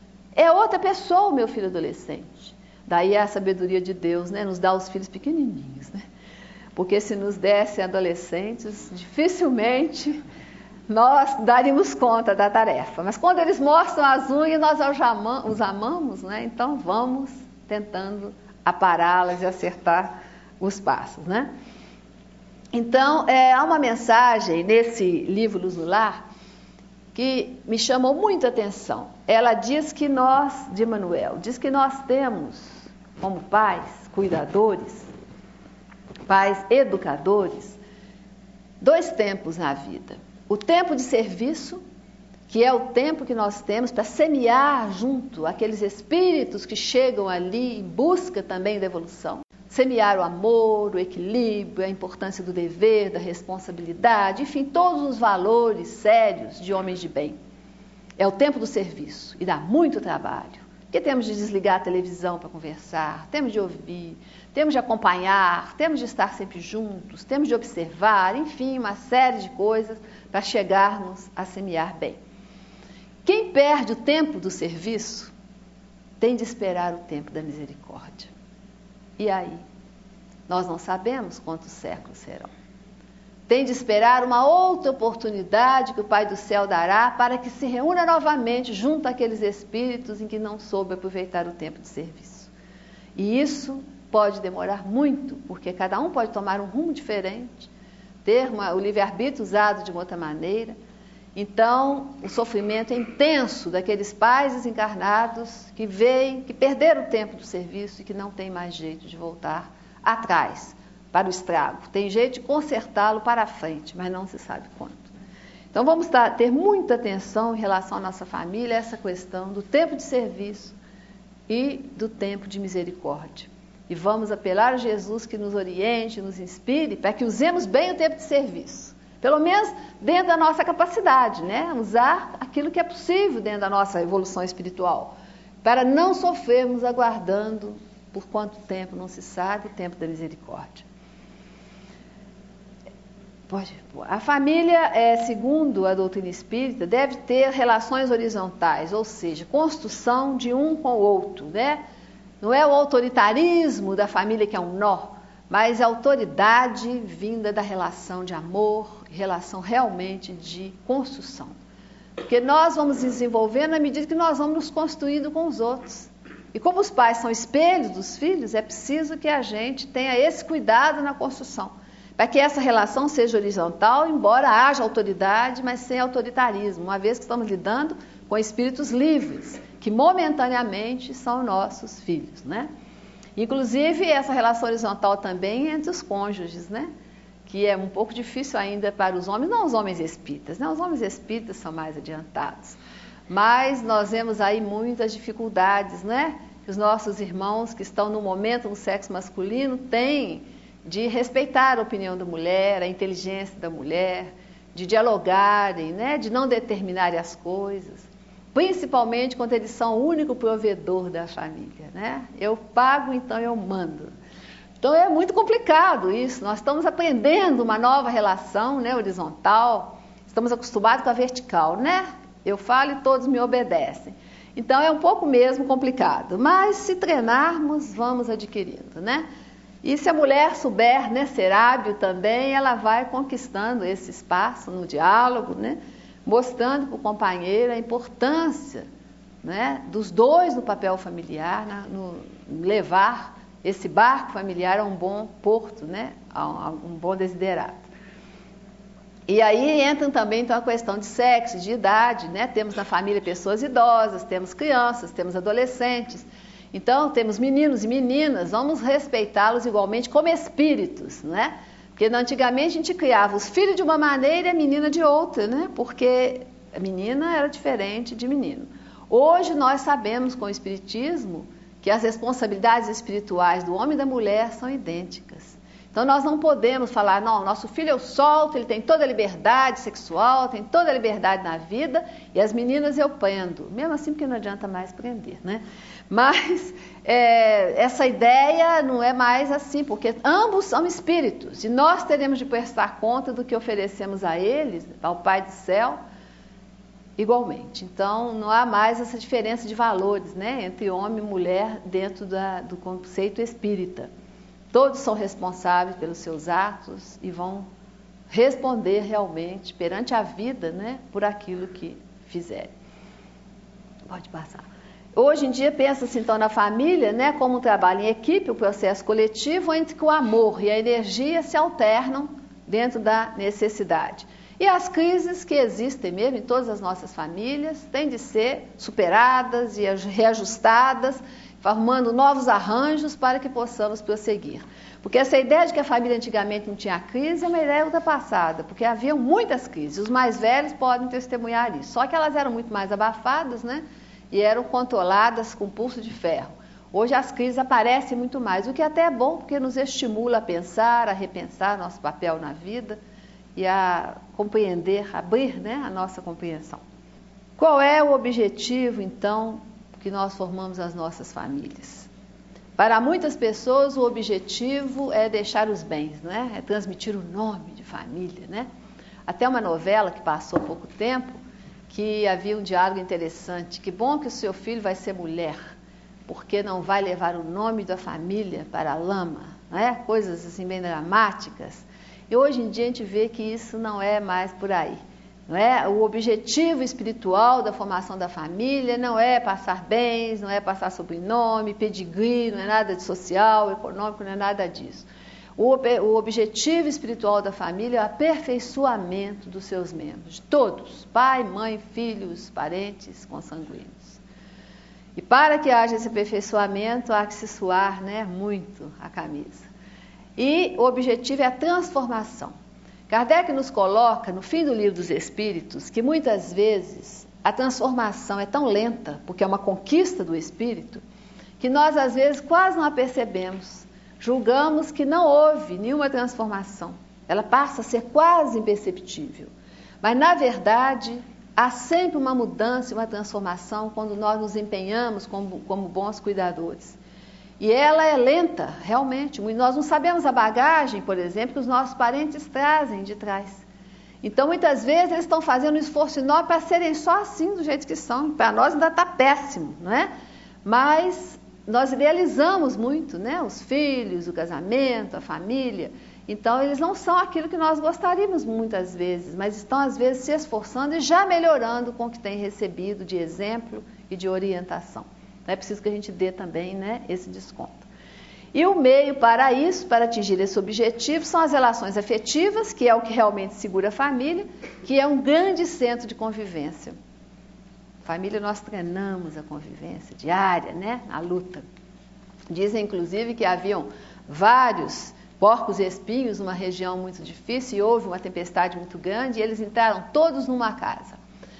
É outra pessoa o meu filho adolescente. Daí a sabedoria de Deus, né? Nos dá os filhos pequenininhos, né? Porque se nos dessem adolescentes, dificilmente nós daríamos conta da tarefa. Mas quando eles mostram as unhas, nós os amamos, né? Então vamos tentando apará-las e acertar os passos, né? Então, é, há uma mensagem nesse livro Luz no Lar que me chamou muita atenção. Ela diz que nós, de Emmanuel, diz que nós temos, como pais, cuidadores, pais educadores, dois tempos na vida. O tempo de serviço, que é o tempo que nós temos para semear junto aqueles espíritos que chegam ali em busca também da evolução. Semear o amor, o equilíbrio, a importância do dever, da responsabilidade, enfim, todos os valores sérios de homens de bem. É o tempo do serviço e dá muito trabalho, porque temos de desligar a televisão para conversar, temos de ouvir, temos de acompanhar, temos de estar sempre juntos, temos de observar, enfim, uma série de coisas para chegarmos a semear bem. Quem perde o tempo do serviço tem de esperar o tempo da misericórdia. E aí? Nós não sabemos quantos séculos serão. Tem de esperar uma outra oportunidade que o Pai do Céu dará para que se reúna novamente junto àqueles espíritos em que não soube aproveitar o tempo de serviço. E isso pode demorar muito, porque cada um pode tomar um rumo diferente, ter uma, o livre-arbítrio usado de uma outra maneira. Então, o sofrimento é intenso daqueles pais desencarnados que veem, que perderam o tempo do serviço e que não tem mais jeito de voltar atrás para o estrago. Tem jeito de consertá-lo para a frente, mas não se sabe quando. Então, vamos dar, ter muita atenção em relação à nossa família, essa questão do tempo de serviço e do tempo de misericórdia. E vamos apelar a Jesus que nos oriente, nos inspire, para que usemos bem o tempo de serviço. Pelo menos dentro da nossa capacidade, né? Usar aquilo que é possível dentro da nossa evolução espiritual, para não sofrermos aguardando por quanto tempo não se sabe, o tempo da misericórdia. Pode. A família, é, segundo a doutrina espírita, deve ter relações horizontais, ou seja, construção de um com o outro, né? Não é o autoritarismo da família que é um nó, mas a autoridade vinda da relação de amor, relação realmente de construção. Porque nós vamos desenvolvendo na medida que nós vamos nos construindo com os outros. E como os pais são espelhos dos filhos, é preciso que a gente tenha esse cuidado na construção, para que essa relação seja horizontal, embora haja autoridade, mas sem autoritarismo, uma vez que estamos lidando com espíritos livres, que momentaneamente são nossos filhos, né? Inclusive, essa relação horizontal também entre os cônjuges, né? Que é um pouco difícil ainda para os homens, não os homens espíritas, né? Os homens espíritas são mais adiantados. Mas nós vemos aí muitas dificuldades, né? Os nossos irmãos que estão no momento no sexo masculino têm de respeitar a opinião da mulher, a inteligência da mulher, de dialogarem, né? De não determinarem as coisas. Principalmente quando eles são o único provedor da família, né? Eu pago, então eu mando. Então é muito complicado isso. Nós estamos aprendendo uma nova relação, né, horizontal. Estamos acostumados com a vertical, né? Eu falo e todos me obedecem. Então é um pouco mesmo complicado. Mas se treinarmos, vamos adquirindo, né? E se a mulher souber, né, ser hábil também, ela vai conquistando esse espaço no diálogo, né? Mostrando para o companheiro a importância, né, dos dois no papel familiar, né, no levar esse barco familiar a um bom porto, né, a um, a um bom desiderato. E aí entra também então, a questão de sexo, de idade, né? Temos na família pessoas idosas, temos crianças, temos adolescentes. Então, temos meninos e meninas, vamos respeitá-los igualmente como espíritos, né? Porque antigamente a gente criava os filhos de uma maneira e a menina de outra, né? Porque a menina era diferente de menino. Hoje nós sabemos com o espiritismo que as responsabilidades espirituais do homem e da mulher são idênticas. Então nós não podemos falar, não, nosso filho eu solto, ele tem toda a liberdade sexual, tem toda a liberdade na vida, e as meninas eu prendo. Mesmo assim, porque não adianta mais prender, né? Mas é, essa ideia não é mais assim, porque ambos são espíritos, e nós teremos de prestar conta do que oferecemos a eles, ao Pai do Céu, igualmente. Então não há mais essa diferença de valores, né, entre homem e mulher dentro da, do conceito espírita. Todos são responsáveis pelos seus atos e vão responder realmente perante a vida, né, por aquilo que fizerem. Pode passar. Hoje em dia pensa-se então na família, né, como um trabalho em equipe, um processo coletivo, entre que o amor e a energia se alternam dentro da necessidade. E as crises que existem mesmo em todas as nossas famílias têm de ser superadas e reajustadas, formando novos arranjos para que possamos prosseguir. Porque essa ideia de que a família antigamente não tinha crise é uma ideia ultrapassada, porque havia muitas crises. Os mais velhos podem testemunhar isso. Só que elas eram muito mais abafadas, né? E eram controladas com pulso de ferro. Hoje as crises aparecem muito mais, o que até é bom, porque nos estimula a pensar, a repensar nosso papel na vida e a compreender, abrir, né, a nossa compreensão. Qual é o objetivo, então, que nós formamos as nossas famílias? Para muitas pessoas, o objetivo é deixar os bens, né? É transmitir o nome de família, né? Até uma novela que passou há pouco tempo, que havia um diálogo interessante. Que bom que o seu filho vai ser mulher, porque não vai levar o nome da família para a lama, né? Coisas assim bem dramáticas. E hoje em dia a gente vê que isso não é mais por aí. Não é? O objetivo espiritual da formação da família não é passar bens, não é passar sobrenome, pedigree, não é nada de social, econômico, não é nada disso. O, ob- o objetivo espiritual da família é o aperfeiçoamento dos seus membros, de todos, pai, mãe, filhos, parentes, consanguíneos. E para que haja esse aperfeiçoamento, há que se suar, né, muito a camisa. E o objetivo é a transformação. Kardec nos coloca, no fim do Livro dos Espíritos, que muitas vezes a transformação é tão lenta, porque é uma conquista do espírito, que nós às vezes quase não a percebemos. Julgamos que não houve nenhuma transformação. Ela passa a ser quase imperceptível. Mas, na verdade, há sempre uma mudança e uma transformação quando nós nos empenhamos como, como bons cuidadores. E ela é lenta, realmente. Nós não sabemos a bagagem, por exemplo, que os nossos parentes trazem de trás. Então, muitas vezes, eles estão fazendo um esforço enorme para serem só assim, do jeito que são. Para nós ainda está péssimo, não é? Mas nós idealizamos muito, né? Os filhos, o casamento, a família. Então, eles não são aquilo que nós gostaríamos muitas vezes, mas estão, às vezes, se esforçando e já melhorando com o que têm recebido de exemplo e de orientação. É preciso que a gente dê também, né, esse desconto. E o meio para isso, para atingir esse objetivo, são as relações afetivas, que é o que realmente segura a família, que é um grande centro de convivência. Família, nós treinamos a convivência diária, né, a luta. Dizem, inclusive, que haviam vários porcos e espinhos numa região muito difícil, e houve uma tempestade muito grande, e eles entraram todos numa casa.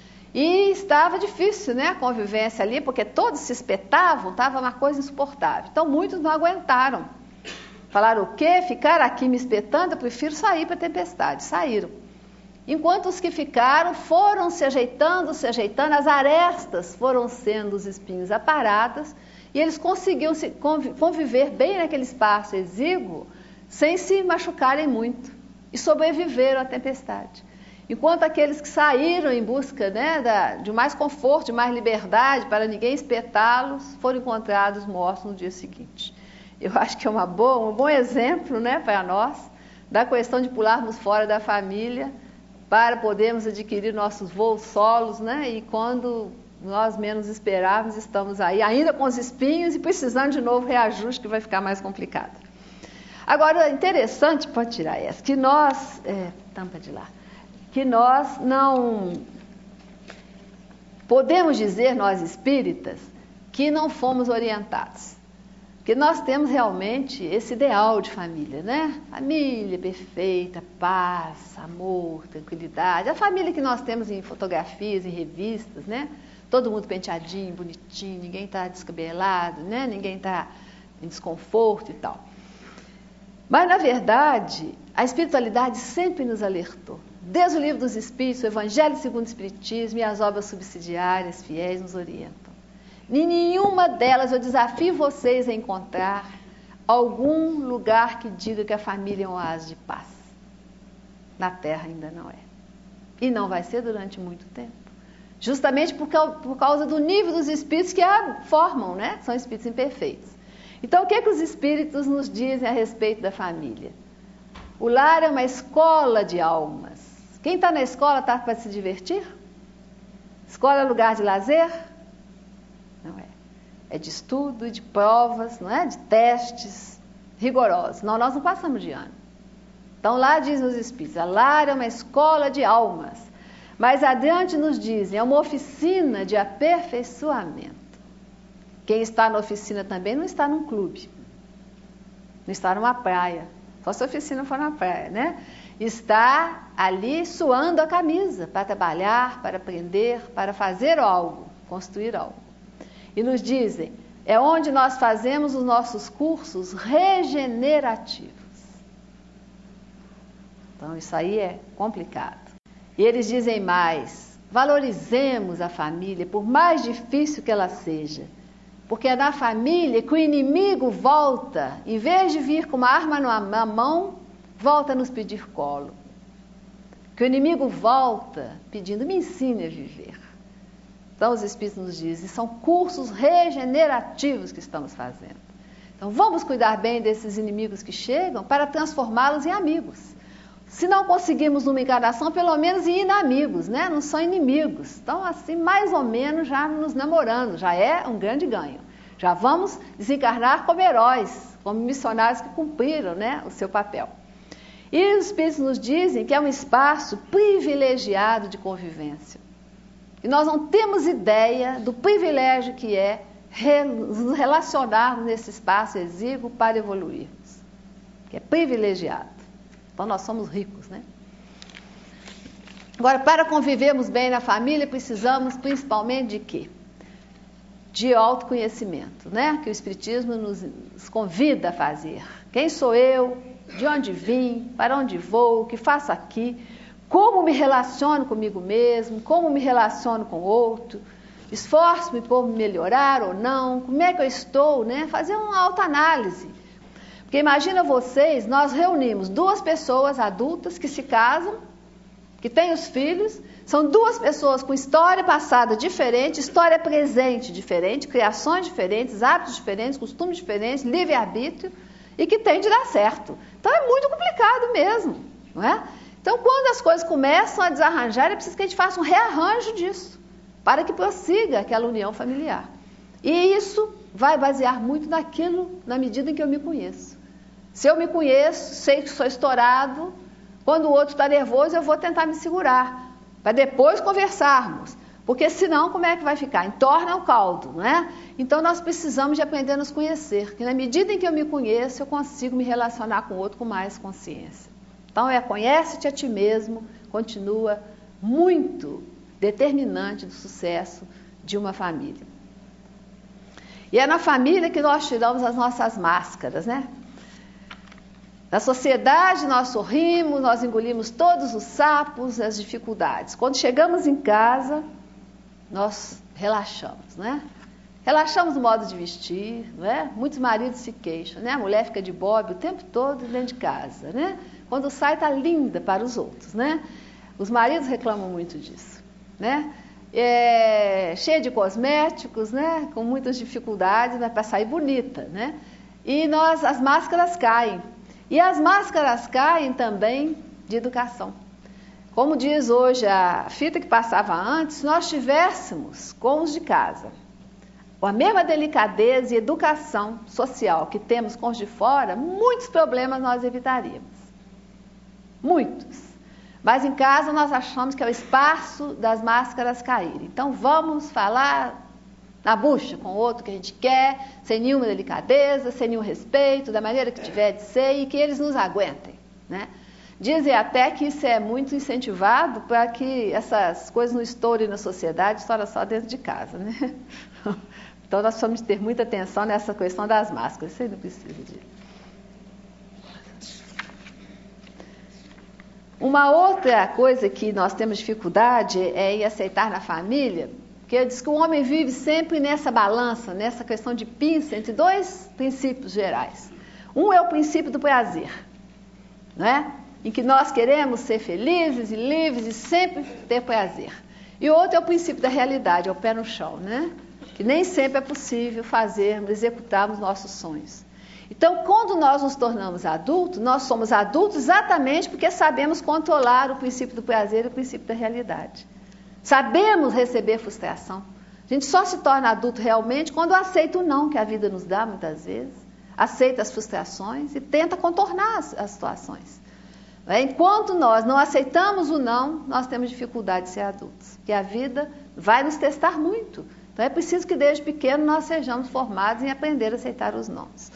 E estava difícil, né, a convivência ali, porque todos se espetavam, estava uma coisa insuportável. Então, muitos não aguentaram. Falaram, o quê? Ficar aqui me espetando? Eu prefiro sair para a tempestade. Saíram. Enquanto os que ficaram foram se ajeitando, se ajeitando, as arestas foram sendo os espinhos aparados, e eles conseguiam se conviver bem naquele espaço exíguo, sem se machucarem muito, e sobreviveram à tempestade. Enquanto aqueles que saíram em busca, né, da, de mais conforto, de mais liberdade, para ninguém espetá-los, foram encontrados mortos no dia seguinte. Eu acho que é uma boa, um bom exemplo, né, para nós, da questão de pularmos fora da família para podermos adquirir nossos voos solos, né, e quando nós menos esperávamos, estamos aí, ainda com os espinhos e precisando de novo reajuste, que vai ficar mais complicado. Agora, interessante, pode tirar essa, que nós... É, tampa de lá. que nós não podemos dizer, nós espíritas, que não fomos orientados. Porque nós temos realmente esse ideal de família, né? Família perfeita, paz, amor, tranquilidade. A família que nós temos em fotografias, em revistas, né? Todo mundo penteadinho, bonitinho, ninguém está descabelado, né? Ninguém está em desconforto e tal. Mas, na verdade, a espiritualidade sempre nos alertou. Desde o Livro dos Espíritos, o Evangelho segundo o Espiritismo e as obras subsidiárias fiéis nos orientam. Em nenhuma delas eu desafio vocês a encontrar algum lugar que diga que a família é um oásis de paz. Na Terra ainda não é. E não vai ser durante muito tempo. Justamente por causa do nível dos espíritos que a formam, né? São espíritos imperfeitos. Então, o que é que os espíritos nos dizem a respeito da família? O lar é uma escola de almas. Quem está na escola está para se divertir? Escola é lugar de lazer? Não é. É de estudo, de provas, não é? De testes rigorosos. Não, nós não passamos de ano. Então, lá dizem os espíritos, a lar é uma escola de almas. Mas adiante nos dizem, é uma oficina de aperfeiçoamento. Quem está na oficina também não está num clube. não está numa praia, só se a oficina for na praia, né? Está ali suando a camisa para trabalhar, para aprender, para fazer algo, construir algo. E nos dizem, é onde nós fazemos os nossos cursos regenerativos. Então isso aí é complicado. E eles dizem mais, valorizemos a família, por mais difícil que ela seja. Porque é na família que o inimigo volta, em vez de vir com uma arma na mão, volta a nos pedir colo. Que o inimigo volta pedindo, me ensine a viver. Então os Espíritos nos dizem, são cursos regenerativos que estamos fazendo. Então vamos cuidar bem desses inimigos que chegam para transformá-los em amigos. Se não conseguimos numa encarnação, pelo menos em inamigos, né? Não são inimigos. Então, assim, mais ou menos já nos namorando, já é um grande ganho. Já vamos desencarnar como heróis, como missionários que cumpriram, né, o seu papel. E os Espíritos nos dizem que é um espaço privilegiado de convivência. E nós não temos ideia do privilégio que é nos relacionarmos nesse espaço exíguo para evoluirmos. Que é privilegiado. Então nós somos ricos, né? Agora, para convivermos bem na família, precisamos principalmente de quê? De autoconhecimento, né? Que o Espiritismo nos, nos convida a fazer. Quem sou eu? De onde vim? Para onde vou? O que faço aqui? Como me relaciono comigo mesmo? Como me relaciono com o outro? Esforço-me por me melhorar ou não? Como é que eu estou, né? Fazer uma autoanálise. Porque imagina vocês, nós reunimos duas pessoas adultas que se casam, que têm os filhos, são duas pessoas com história passada diferente, história presente diferente, criações diferentes, hábitos diferentes, costumes diferentes, livre-arbítrio, e que tem de dar certo. Então é muito complicado mesmo, não é? Então quando as coisas começam a desarranjar, é preciso que a gente faça um rearranjo disso, para que prossiga aquela união familiar. E isso vai basear muito naquilo, na medida em que eu me conheço. Se eu me conheço, sei que sou estourado, quando o outro está nervoso, eu vou tentar me segurar, para depois conversarmos. Porque senão, como é que vai ficar? Entorna o caldo, não é? Então, nós precisamos de aprender a nos conhecer, que na medida em que eu me conheço, eu consigo me relacionar com o outro com mais consciência. Então, é conhece-te a ti mesmo, continua muito determinante do sucesso de uma família. E é na família que nós tiramos as nossas máscaras, né? Na sociedade nós sorrimos, nós engolimos todos os sapos, as dificuldades. Quando chegamos em casa, nós relaxamos, né? Relaxamos no modo de vestir, não é? Muitos maridos se queixam, né? A mulher fica de bobe o tempo todo dentro de casa, né? Quando sai está linda para os outros, né? Os maridos reclamam muito disso, né? É, cheia de cosméticos, né? Com muitas dificuldades, mas para sair bonita, né? E nós, as máscaras caem. E as máscaras caem também de educação. Como diz hoje a fita que passava antes, se nós tivéssemos com os de casa a mesma delicadeza e educação social que temos com os de fora, muitos problemas nós evitaríamos. Muitos. Mas em casa nós achamos que é o espaço das máscaras caírem. Então vamos falar na bucha com o outro que a gente quer, sem nenhuma delicadeza, sem nenhum respeito, da maneira que tiver de ser e que eles nos aguentem, né? Dizem até que isso é muito incentivado para que essas coisas não estourem na sociedade, estoura só dentro de casa, né? Então nós precisamos ter muita atenção nessa questão das máscaras, isso aí não precisa de... Uma outra coisa que nós temos dificuldade é em aceitar na família, porque diz que o homem vive sempre nessa balança, nessa questão de pinça entre dois princípios gerais. Um é o princípio do prazer, não é? Em que nós queremos ser felizes e livres e sempre ter prazer. E o outro é o princípio da realidade, é o pé no chão, né? Que nem sempre é possível fazermos, executarmos nossos sonhos. Então, quando nós nos tornamos adultos, nós somos adultos exatamente porque sabemos controlar o princípio do prazer e o princípio da realidade. Sabemos receber frustração. A gente só se torna adulto realmente quando aceita o não que a vida nos dá muitas vezes, aceita as frustrações e tenta contornar as, as situações. Enquanto nós não aceitamos o não, nós temos dificuldade de ser adultos, porque a vida vai nos testar muito. Então é preciso que desde pequeno nós sejamos formados em aprender a aceitar os nãos.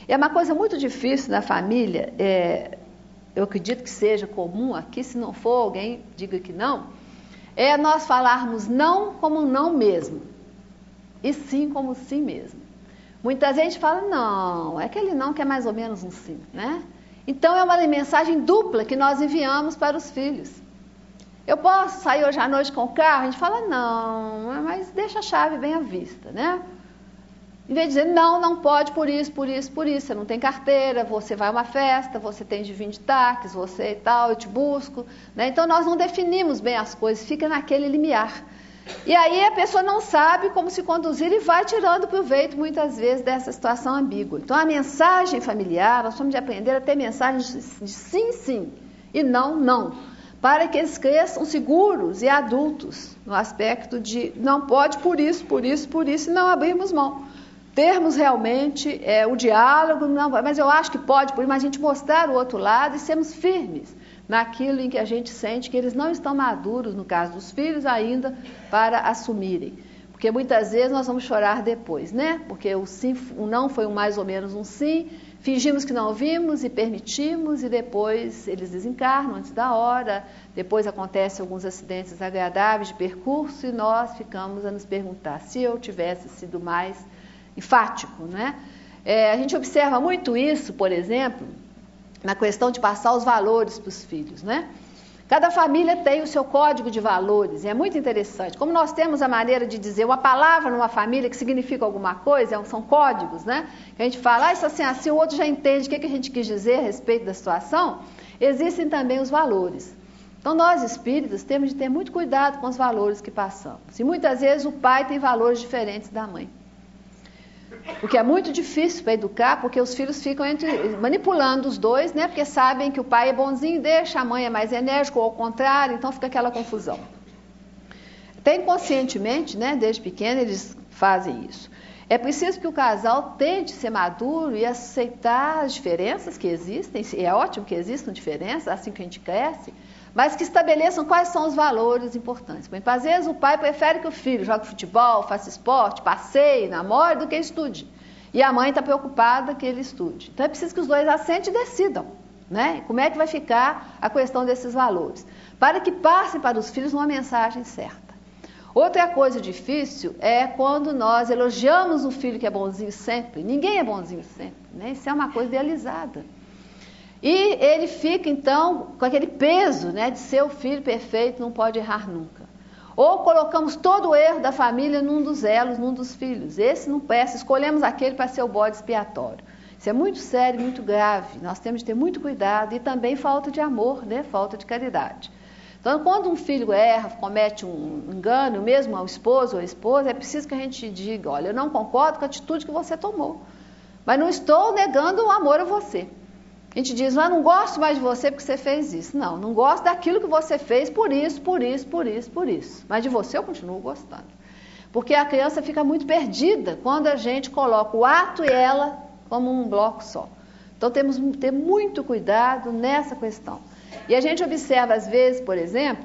E é uma coisa muito difícil na família, é, eu acredito que seja comum aqui, se não for, alguém diga que não, é nós falarmos não como não mesmo, e sim como sim mesmo. Muita gente fala, não, é aquele não que é mais ou menos um sim, né? Então é uma mensagem dupla que nós enviamos para os filhos. Eu posso sair hoje à noite com o carro? A gente fala, não, mas deixa a chave bem à vista, né? Em vez de dizer, não, não pode por isso, por isso, por isso, você não tem carteira, você vai a uma festa, você tem de vir de táxi, você e tal, eu te busco, né? Então nós não definimos bem as coisas, fica naquele limiar. E aí a pessoa não sabe como se conduzir e vai tirando proveito muitas vezes dessa situação ambígua. Então a mensagem familiar, nós temos de aprender a ter mensagens de sim, sim e não, não, para que eles cresçam seguros e adultos no aspecto de não pode por isso, por isso, por isso e não abrirmos mão. Termos realmente é, o diálogo, não, mas eu acho que pode, por isso, mas a gente mostrar o outro lado e sermos firmes naquilo em que a gente sente que eles não estão maduros, no caso dos filhos, ainda para assumirem. Porque muitas vezes nós vamos chorar depois, né? Porque o sim, o não foi um mais ou menos um sim, fingimos que não ouvimos e permitimos, e depois eles desencarnam antes da hora, depois acontecem alguns acidentes desagradáveis de percurso e nós ficamos a nos perguntar se eu tivesse sido mais enfático, né? É, a gente observa muito isso, por exemplo, na questão de passar os valores para os filhos, né? Cada família tem o seu código de valores, e é muito interessante. Como nós temos a maneira de dizer uma palavra numa família que significa alguma coisa, são códigos, né? Que a gente fala, ah, isso assim, assim, o outro já entende o que a gente quis dizer a respeito da situação. Existem também os valores. Então, nós espíritas temos de ter muito cuidado com os valores que passamos. E muitas vezes o pai tem valores diferentes da mãe. O que é muito difícil para educar, porque os filhos ficam entre, manipulando os dois, né? Porque sabem que o pai é bonzinho, deixa, a mãe é mais enérgica, ou ao contrário, então fica aquela confusão. Até inconscientemente, né? Desde pequeno, eles fazem isso. É preciso que o casal tente ser maduro e aceitar as diferenças que existem, e é ótimo que existam diferenças, assim que a gente cresce, mas que estabeleçam quais são os valores importantes. Porque, às vezes, o pai prefere que o filho jogue futebol, faça esporte, passeie, namore, do que estude. E a mãe está preocupada que ele estude. Então, é preciso que os dois assentem e decidam, né? Como é que vai ficar a questão desses valores, para que passem para os filhos uma mensagem certa. Outra coisa difícil é quando nós elogiamos um filho que é bonzinho sempre. Ninguém é bonzinho sempre, né? Isso é uma coisa idealizada. E ele fica, então, com aquele peso, né, de ser o filho perfeito, não pode errar nunca. Ou colocamos todo o erro da família num dos elos, num dos filhos. Esse não presta, escolhemos aquele para ser o bode expiatório. Isso é muito sério, muito grave. Nós temos de ter muito cuidado e também falta de amor, né, falta de caridade. Então, quando um filho erra, comete um engano, mesmo ao esposo ou à esposa, é preciso que a gente diga, olha, eu não concordo com a atitude que você tomou, mas não estou negando o amor a você. A gente diz, ah, não gosto mais de você porque você fez isso. Não, não gosto daquilo que você fez por isso, por isso, por isso, por isso. Mas de você eu continuo gostando. Porque a criança fica muito perdida quando a gente coloca o ato e ela como um bloco só. Então temos que ter muito cuidado nessa questão. E a gente observa às vezes, por exemplo,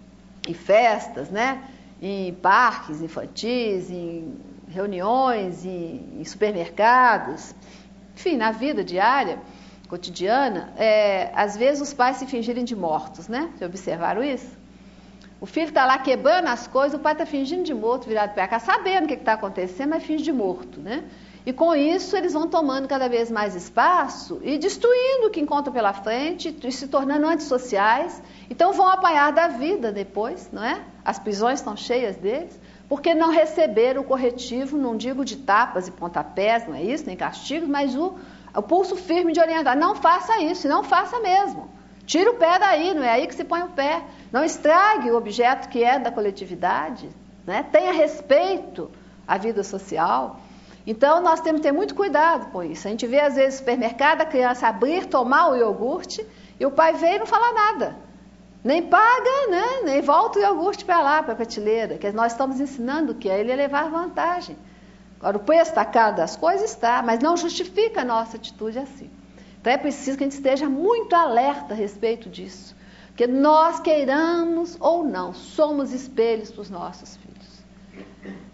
em festas, né, em parques infantis, em reuniões, em, em supermercados, enfim, na vida diária, cotidiana, é, às vezes os pais se fingirem de mortos, né? Já observaram isso? O filho está lá quebrando as coisas, o pai está fingindo de morto, virado para cá, sabendo o que está acontecendo, mas finge de morto, né? E com isso eles vão tomando cada vez mais espaço e destruindo o que encontram pela frente e se tornando antissociais. Então vão apanhar da vida depois, não é? As prisões estão cheias deles, porque não receberam o corretivo, não digo de tapas e pontapés, não é isso, nem castigos, mas o o pulso firme de orientar, não faça isso, não faça mesmo. Tira o pé daí, não é aí que se põe o pé. Não estrague o objeto que é da coletividade, né? Tenha respeito à vida social. Então, nós temos que ter muito cuidado com isso. A gente vê, às vezes, no supermercado, a criança abrir, tomar o iogurte, e o pai vem e não fala nada. Nem paga, né? Nem volta o iogurte para lá, para a prateleira. Que nós estamos ensinando o que é ele levar vantagem. Agora, o preço está caro das coisas, está, mas não justifica a nossa atitude assim. Então, é preciso que a gente esteja muito alerta a respeito disso. Porque nós, queiramos ou não, somos espelhos para os nossos filhos.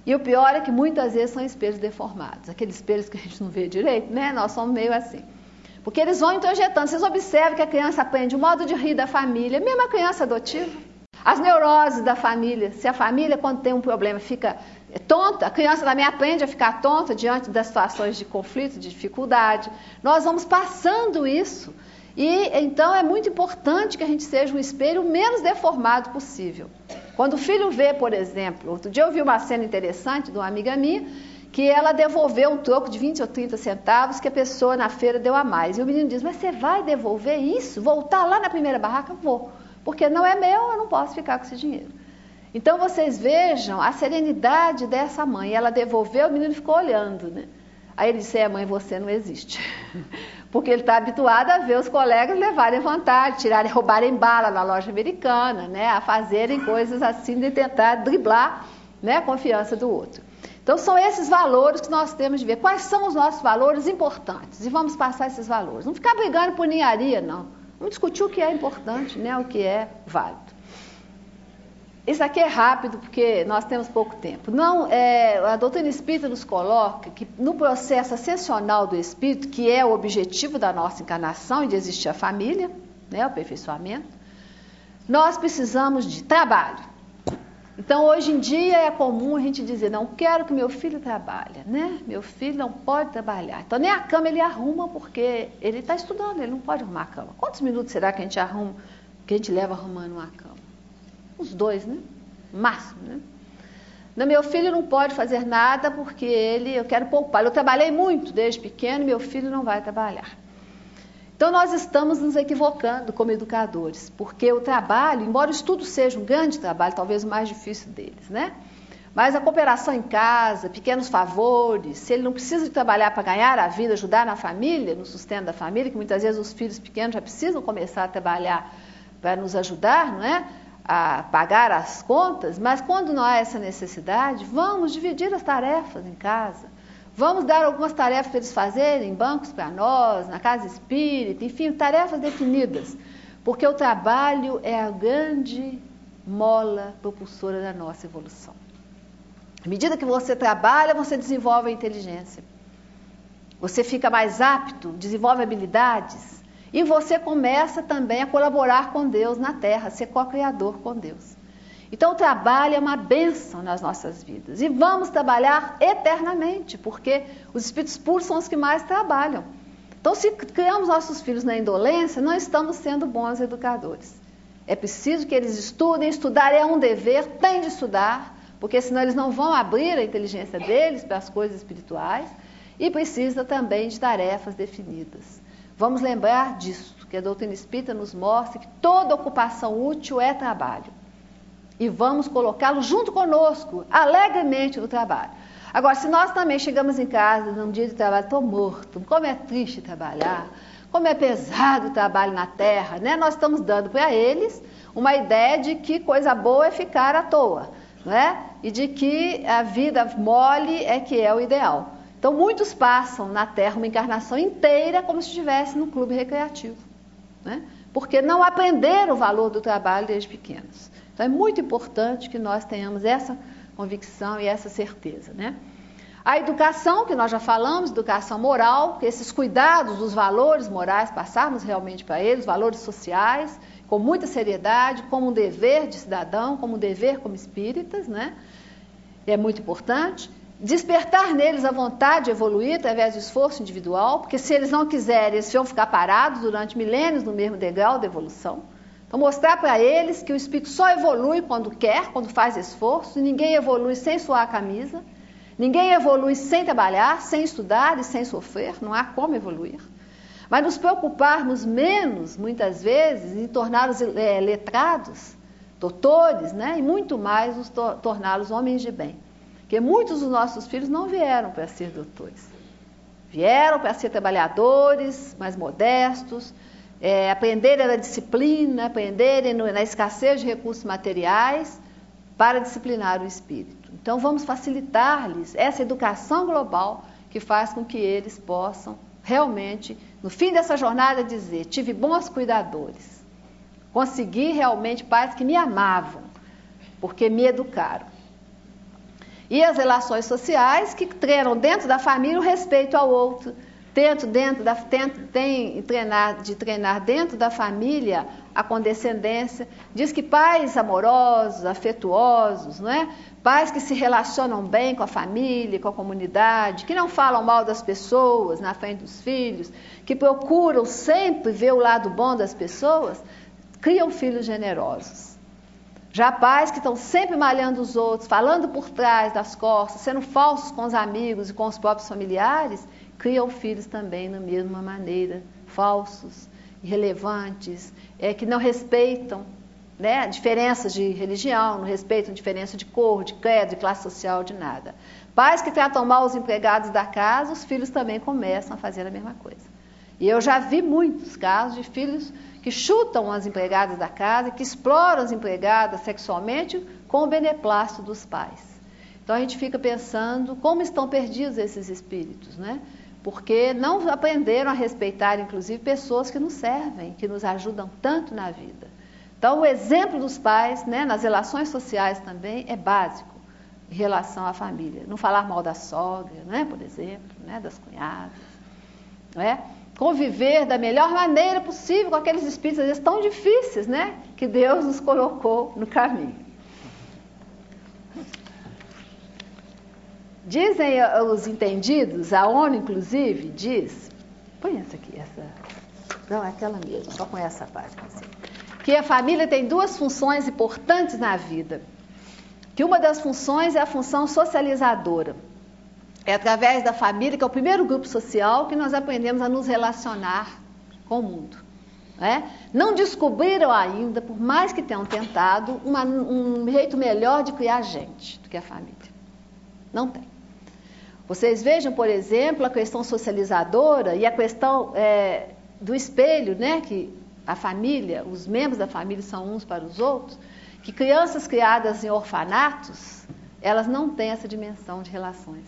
E o pior é que muitas vezes são espelhos deformados, aqueles espelhos que a gente não vê direito, né? Nós somos meio assim. Porque eles vão introjetando. Vocês observam que a criança aprende o modo de rir da família, mesmo a criança adotiva. As neuroses da família. Se a família, quando tem um problema, fica tonta, a criança também aprende a ficar tonta diante das situações de conflito, de dificuldade. Nós vamos passando isso. E então é muito importante que a gente seja um espelho o menos deformado possível. Quando o filho vê, por exemplo, outro dia eu vi uma cena interessante de uma amiga minha, que ela devolveu um troco de vinte ou trinta centavos que a pessoa na feira deu a mais. E o menino diz, mas você vai devolver isso? Voltar lá na primeira barraca? Vou. Porque não é meu, eu não posso ficar com esse dinheiro. Então vocês vejam a serenidade dessa mãe. Ela devolveu, o menino ficou olhando, né? Aí ele disse, é, mãe, você não existe. Porque ele está habituado a ver os colegas levarem vantagem, tirarem, roubarem bala na loja americana, né? A fazerem coisas assim de tentar driblar, né, a confiança do outro. Então são esses valores que nós temos de ver. Quais são os nossos valores importantes? E vamos passar esses valores. Não ficar brigando por ninharia, não. Vamos discutir o que é importante, né? O que é válido. Isso aqui é rápido, porque nós temos pouco tempo. Não, é, a doutrina espírita nos coloca que no processo ascensional do espírito, que é o objetivo da nossa encarnação e de existir a família, né, o aperfeiçoamento, nós precisamos de trabalho. Então, hoje em dia é comum a gente dizer, não quero que meu filho trabalhe, né? Meu filho não pode trabalhar. Então, nem a cama ele arruma, porque ele está estudando, ele não pode arrumar a cama. Quantos minutos será que a gente arruma, que a gente leva arrumando uma cama? Uns dois, né? Máximo, né? Não, meu filho não pode fazer nada porque ele, eu quero poupar. Eu trabalhei muito desde pequeno, meu filho não vai trabalhar. Então, nós estamos nos equivocando como educadores, porque o trabalho, embora o estudo seja um grande trabalho, talvez o mais difícil deles, né? Mas a cooperação em casa, pequenos favores, se ele não precisa de trabalhar para ganhar a vida, ajudar na família, no sustento da família, que muitas vezes os filhos pequenos já precisam começar a trabalhar para nos ajudar, não é? A pagar as contas, mas quando não há essa necessidade, vamos dividir as tarefas em casa. Vamos dar algumas tarefas para eles fazerem, bancos para nós, na casa espírita, enfim, tarefas definidas. Porque o trabalho é a grande mola propulsora da nossa evolução. À medida que você trabalha, você desenvolve a inteligência. Você fica mais apto, desenvolve habilidades. E você começa também a colaborar com Deus na Terra, a ser co-criador com Deus. Então, o trabalho é uma bênção nas nossas vidas. E vamos trabalhar eternamente, porque os espíritos puros são os que mais trabalham. Então, se criamos nossos filhos na indolência, não estamos sendo bons educadores. É preciso que eles estudem, estudar é um dever, tem de estudar, porque senão eles não vão abrir a inteligência deles para as coisas espirituais, e precisa também de tarefas definidas. Vamos lembrar disso, que a doutrina espírita nos mostra que toda ocupação útil é trabalho. E vamos colocá-lo junto conosco, alegremente no trabalho. Agora, se nós também chegamos em casa num dia de trabalho, estou morto, como é triste trabalhar, como é pesado o trabalho na terra, né? Nós estamos dando para eles uma ideia de que coisa boa é ficar à toa, né? E de que a vida mole é que é o ideal. Então, muitos passam na terra uma encarnação inteira como se estivesse num clube recreativo, né? Porque não aprenderam o valor do trabalho desde pequenos. Então, é muito importante que nós tenhamos essa convicção e essa certeza, né? A educação, que nós já falamos, educação moral, que esses cuidados dos valores morais, passarmos realmente para eles, valores sociais, com muita seriedade, como um dever de cidadão, como um dever como espíritas, né? É muito importante. Despertar neles a vontade de evoluir através do esforço individual, porque se eles não quiserem, eles vão ficar parados durante milênios no mesmo degrau da evolução. Então, mostrar para eles que o espírito só evolui quando quer, quando faz esforço, e ninguém evolui sem suar a camisa, ninguém evolui sem trabalhar, sem estudar e sem sofrer, não há como evoluir. Mas nos preocuparmos menos, muitas vezes, em torná-los é, letrados, doutores, né? E muito mais nos to- torná-los homens de bem. Porque muitos dos nossos filhos não vieram para ser doutores. Vieram para ser trabalhadores, mais modestos, é, aprenderem a disciplina, aprenderem no, na escassez de recursos materiais para disciplinar o espírito. Então, vamos facilitar-lhes essa educação global que faz com que eles possam realmente, no fim dessa jornada, dizer: tive bons cuidadores, consegui realmente pais que me amavam, porque me educaram. E as relações sociais que treinam dentro da família o respeito ao outro, tento dentro da, tento, tem treinar, de treinar dentro da família a condescendência. Diz que pais amorosos, afetuosos, não é? Pais que se relacionam bem com a família, com a comunidade, que não falam mal das pessoas na frente dos filhos, que procuram sempre ver o lado bom das pessoas, criam filhos generosos. Já pais que estão sempre malhando os outros, falando por trás das costas, sendo falsos com os amigos e com os próprios familiares, criam filhos também da mesma maneira, falsos, irrelevantes, é, que não respeitam, né, diferenças de religião, não respeitam diferença de cor, de credo, de classe social, de nada. Pais que tratam mal os empregados da casa, os filhos também começam a fazer a mesma coisa. E eu já vi muitos casos de filhos que chutam as empregadas da casa, que exploram as empregadas sexualmente com o beneplácito dos pais. Então a gente fica pensando como estão perdidos esses espíritos, né? Porque não aprenderam a respeitar, inclusive, pessoas que nos servem, que nos ajudam tanto na vida. Então, o exemplo dos pais, né, nas relações sociais também, é básico em relação à família. Não falar mal da sogra, né, por exemplo, né, das cunhadas. Não é? Conviver da melhor maneira possível com aqueles espíritos, às vezes, tão difíceis, né, que Deus nos colocou no caminho. Dizem os entendidos, a ONU, inclusive, diz... Põe essa aqui, essa... Não, é aquela mesmo, só com essa página assim. Que a família tem duas funções importantes na vida. Que uma das funções é a função socializadora. É através da família, que é o primeiro grupo social, que nós aprendemos a nos relacionar com o mundo. Né? Não descobriram ainda, por mais que tenham tentado, uma, um jeito melhor de criar gente do que a família. Não tem. Vocês vejam, por exemplo, a questão socializadora e a questão é, do espelho, né? Que a família, os membros da família são uns para os outros, que crianças criadas em orfanatos, elas não têm essa dimensão de relações.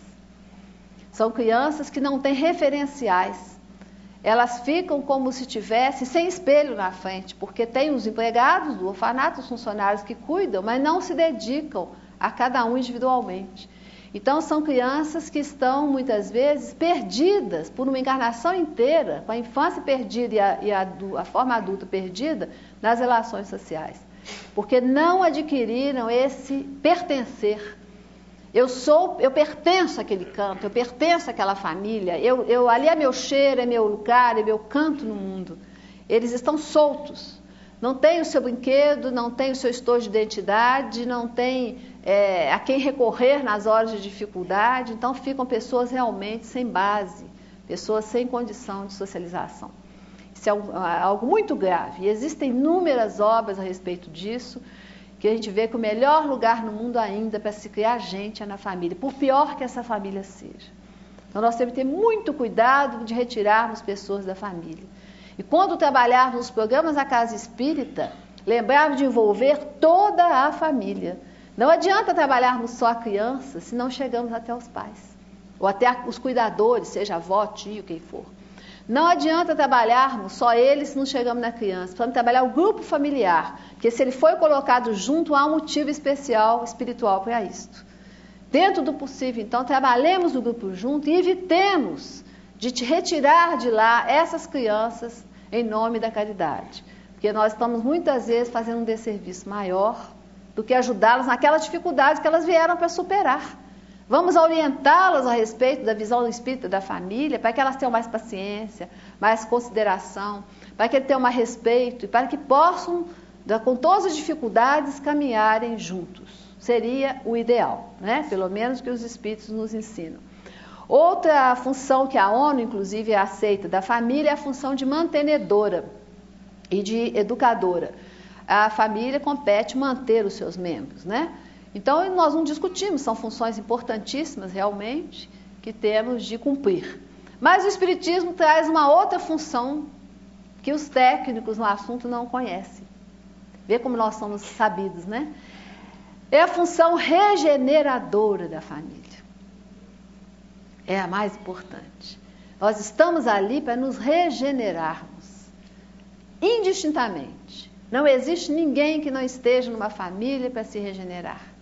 São crianças que não têm referenciais. Elas ficam como se tivessem sem espelho na frente, porque tem os empregados do orfanato, os funcionários que cuidam, mas não se dedicam a cada um individualmente. Então, são crianças que estão, muitas vezes, perdidas por uma encarnação inteira, com a infância perdida e a, e a, a forma adulta perdida nas relações sociais. Porque não adquiriram esse pertencer. Eu sou, eu pertenço àquele canto, eu pertenço àquela família, eu, eu, ali é meu cheiro, é meu lugar, é meu canto no mundo. Eles estão soltos. Não tem o seu brinquedo, não tem o seu estojo de identidade, não tem é, a quem recorrer nas horas de dificuldade. Então ficam pessoas realmente sem base, pessoas sem condição de socialização. Isso é algo muito grave. E existem inúmeras obras a respeito disso, que a gente vê que o melhor lugar no mundo ainda para se criar gente é na família, por pior que essa família seja. Então nós temos que ter muito cuidado de retirarmos pessoas da família. E quando trabalharmos nos programas da Casa Espírita, lembrarmos de envolver toda a família. Não adianta trabalharmos só a criança se não chegamos até os pais. Ou até os cuidadores, seja avó, tio, quem for. Não adianta trabalharmos só eles se não chegamos na criança. Precisamos trabalhar o grupo familiar, porque se ele foi colocado junto, há um motivo especial, espiritual para isto. Dentro do possível, então, trabalhemos o grupo junto e evitemos de te retirar de lá essas crianças em nome da caridade. Porque nós estamos muitas vezes fazendo um desserviço maior do que ajudá-las naquelas dificuldades que elas vieram para superar. Vamos orientá-las a respeito da visão espírita da família, para que elas tenham mais paciência, mais consideração, para que tenham mais respeito e para que possam, com todas as dificuldades, caminharem juntos. Seria o ideal, né? Pelo menos que os espíritos nos ensinam. Outra função que a ONU, inclusive, aceita da família é a função de mantenedora e de educadora. A família compete manter os seus membros, né? Então, nós não discutimos, são funções importantíssimas, realmente, que temos de cumprir. Mas o Espiritismo traz uma outra função que os técnicos no assunto não conhecem. Vê como nós somos sabidos, né? É a função regeneradora da família. É a mais importante. Nós estamos ali para nos regenerarmos, indistintamente. Não existe ninguém que não esteja numa família para se regenerar.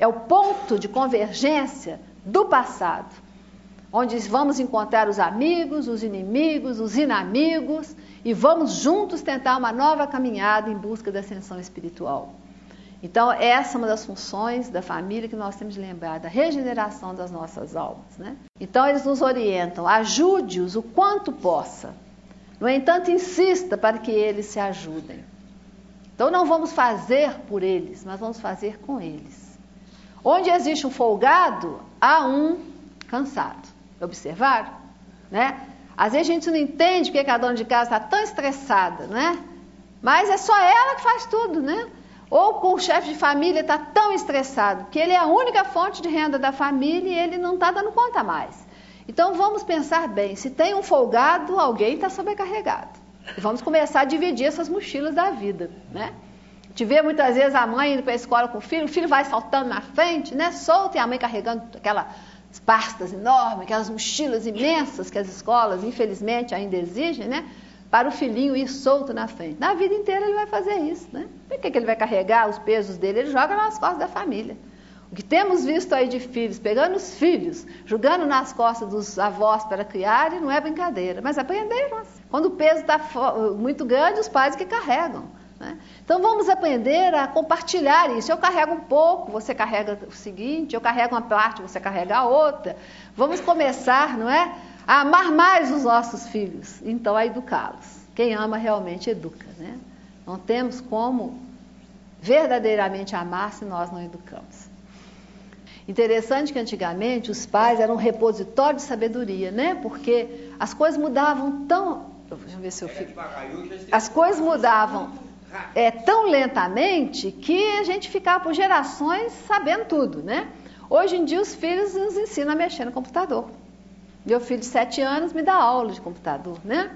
é o ponto de convergência do passado, onde vamos encontrar os amigos, os inimigos, os inamigos, e vamos juntos tentar uma nova caminhada em busca da ascensão espiritual. Então, essa é uma das funções da família que nós temos de lembrar, da regeneração das nossas almas, né? Então, eles nos orientam, ajude-os o quanto possa. No entanto, insista para que eles se ajudem. Então, não vamos fazer por eles, mas vamos fazer com eles. Onde existe um folgado, há um cansado. Observaram? Né? Às vezes a gente não entende porque a dona de casa está tão estressada, né? Mas é só ela que faz tudo, né? Ou com o chefe de família está tão estressado, que ele é a única fonte de renda da família e ele não está dando conta mais. Então vamos pensar bem, se tem um folgado, alguém está sobrecarregado. E vamos começar a dividir essas mochilas da vida, né? A gente vê muitas vezes a mãe indo para a escola com o filho, o filho vai saltando na frente, né? Solto, e a mãe carregando aquelas pastas enormes, aquelas mochilas imensas que as escolas, infelizmente, ainda exigem, né? Para o filhinho ir solto na frente. Na vida inteira ele vai fazer isso, né? Por que que ele vai carregar os pesos dele? Ele joga nas costas da família. O que temos visto aí de filhos, pegando os filhos, jogando nas costas dos avós para criarem, não é brincadeira. Mas aprenderam. Quando o peso está muito grande, os pais que carregam, né? Então vamos aprender a compartilhar isso. Eu carrego um pouco, você carrega o seguinte, eu carrego uma parte, você carrega a outra. Vamos começar, não é? A amar mais os nossos filhos, então a educá-los. Quem ama realmente educa, né? Não temos como verdadeiramente amar se nós não educamos. Interessante que antigamente os pais eram um repositório de sabedoria, né? Porque as coisas mudavam tão... Deixa eu ver se eu fico... As coisas mudavam é, tão lentamente que a gente ficava por gerações sabendo tudo, né? Hoje em dia os filhos nos ensinam a mexer no computador. Meu filho de sete anos me dá aula de computador, né?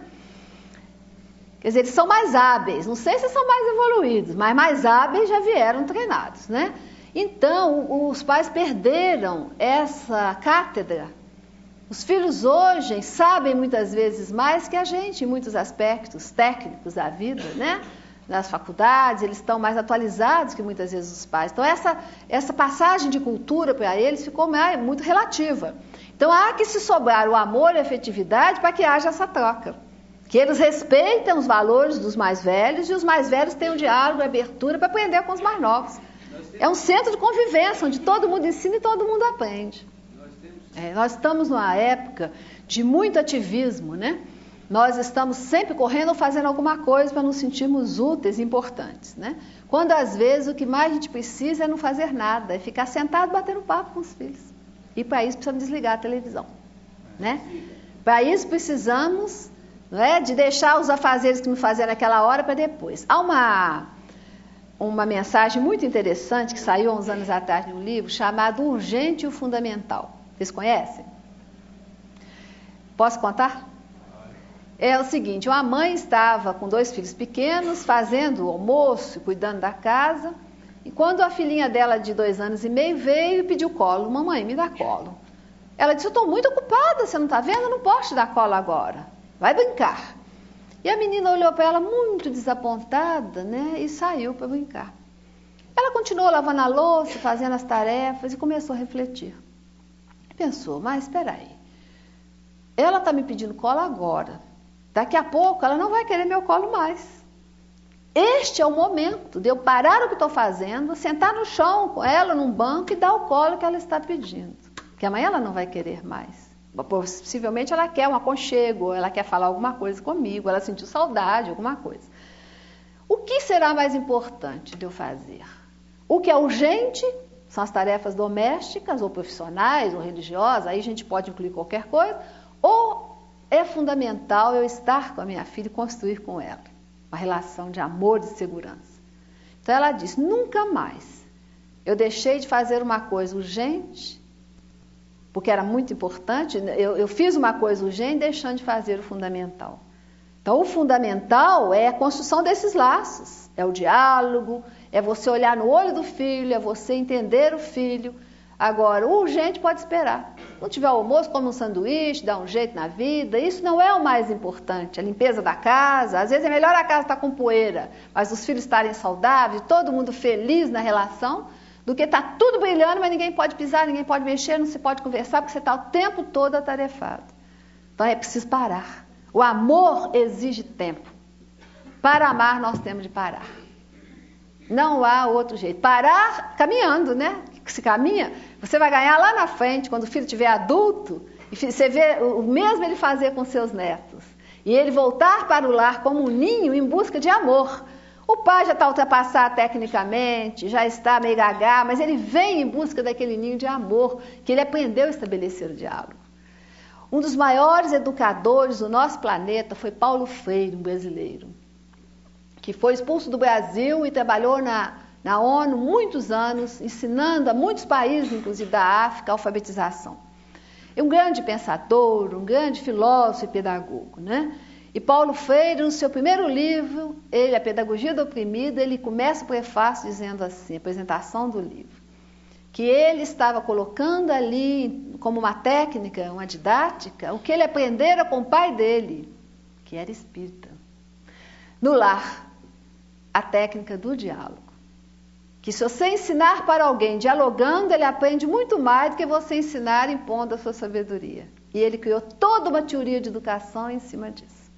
Quer dizer, eles são mais hábeis. Não sei se são mais evoluídos, mas mais hábeis já vieram treinados, né? Então, os pais perderam essa cátedra. Os filhos hoje sabem muitas vezes mais que a gente em muitos aspectos técnicos da vida, né? Nas faculdades, eles estão mais atualizados que muitas vezes os pais. Então, essa, essa passagem de cultura para eles ficou mais, muito relativa. Então, há que se sobrar o amor e a afetividade para que haja essa troca. Que eles respeitem os valores dos mais velhos e os mais velhos tenham um diálogo e abertura para aprender com os mais novos. É um centro de convivência, onde todo mundo ensina e todo mundo aprende. É, nós estamos numa época de muito ativismo, né? Nós estamos sempre correndo ou fazendo alguma coisa para nos sentirmos úteis e importantes, né? Quando às vezes o que mais a gente precisa é não fazer nada, é ficar sentado batendo papo com os filhos. E para isso precisamos desligar a televisão, né? Para isso precisamos, não é, de deixar os afazeres que me faziam naquela hora para depois. Há uma, uma mensagem muito interessante que saiu há uns anos atrás num livro chamado Urgente e o Fundamental. Vocês conhecem? Posso contar? É o seguinte, uma mãe estava com dois filhos pequenos, fazendo o almoço, cuidando da casa, e quando a filhinha dela de dois anos e meio veio e pediu colo, mamãe, me dá colo. Ela disse, eu estou muito ocupada, você não está vendo? Eu não posso te dar colo agora, vai brincar. E a menina olhou para ela muito desapontada, né, e saiu para brincar. Ela continuou lavando a louça, fazendo as tarefas e começou a refletir. Pensou, mas espera aí, ela está me pedindo colo agora. Daqui a pouco ela não vai querer meu colo mais. Este é o momento de eu parar o que estou fazendo, sentar no chão com ela num banco e dar o colo que ela está pedindo. Porque amanhã ela não vai querer mais. Possivelmente ela quer um aconchego, ela quer falar alguma coisa comigo, ela sentiu saudade, alguma coisa. O que será mais importante de eu fazer? O que é urgente são as tarefas domésticas, ou profissionais, ou religiosas, aí a gente pode incluir qualquer coisa, ou é fundamental eu estar com a minha filha e construir com ela uma relação de amor e de segurança. Então ela diz, nunca mais eu deixei de fazer uma coisa urgente, porque era muito importante, eu, eu fiz uma coisa urgente deixando de fazer o fundamental. Então o fundamental é a construção desses laços, é o diálogo, é você olhar no olho do filho, é você entender o filho. Agora, o urgente pode esperar. Não tiver almoço, come um sanduíche, dá um jeito na vida. Isso não é o mais importante. A limpeza da casa, às vezes é melhor a casa estar com poeira, mas os filhos estarem saudáveis, todo mundo feliz na relação, do que está tudo brilhando, mas ninguém pode pisar, ninguém pode mexer, não se pode conversar, porque você está o tempo todo atarefado. Então é preciso parar. O amor exige tempo. Para amar, nós temos de parar. Não há outro jeito. Parar caminhando, né? Se caminha, você vai ganhar lá na frente, quando o filho estiver adulto, e você vê o mesmo ele fazer com seus netos. E ele voltar para o lar como um ninho em busca de amor. O pai já está ultrapassado tecnicamente, já está meio gagá, mas ele vem em busca daquele ninho de amor, que ele aprendeu a estabelecer o diálogo. Um dos maiores educadores do nosso planeta foi Paulo Freire, um brasileiro, que foi expulso do Brasil e trabalhou na, na ONU muitos anos, ensinando a muitos países, inclusive da África, a alfabetização. É um grande pensador, um grande filósofo e pedagogo, né? E Paulo Freire, no seu primeiro livro, ele, A Pedagogia do Oprimido, ele começa o prefácio dizendo assim, a apresentação do livro, que ele estava colocando ali como uma técnica, uma didática, o que ele aprendera com o pai dele, que era espírita. No lar, a técnica do diálogo. Que se você ensinar para alguém dialogando, ele aprende muito mais do que você ensinar impondo a sua sabedoria. E ele criou toda uma teoria de educação em cima disso.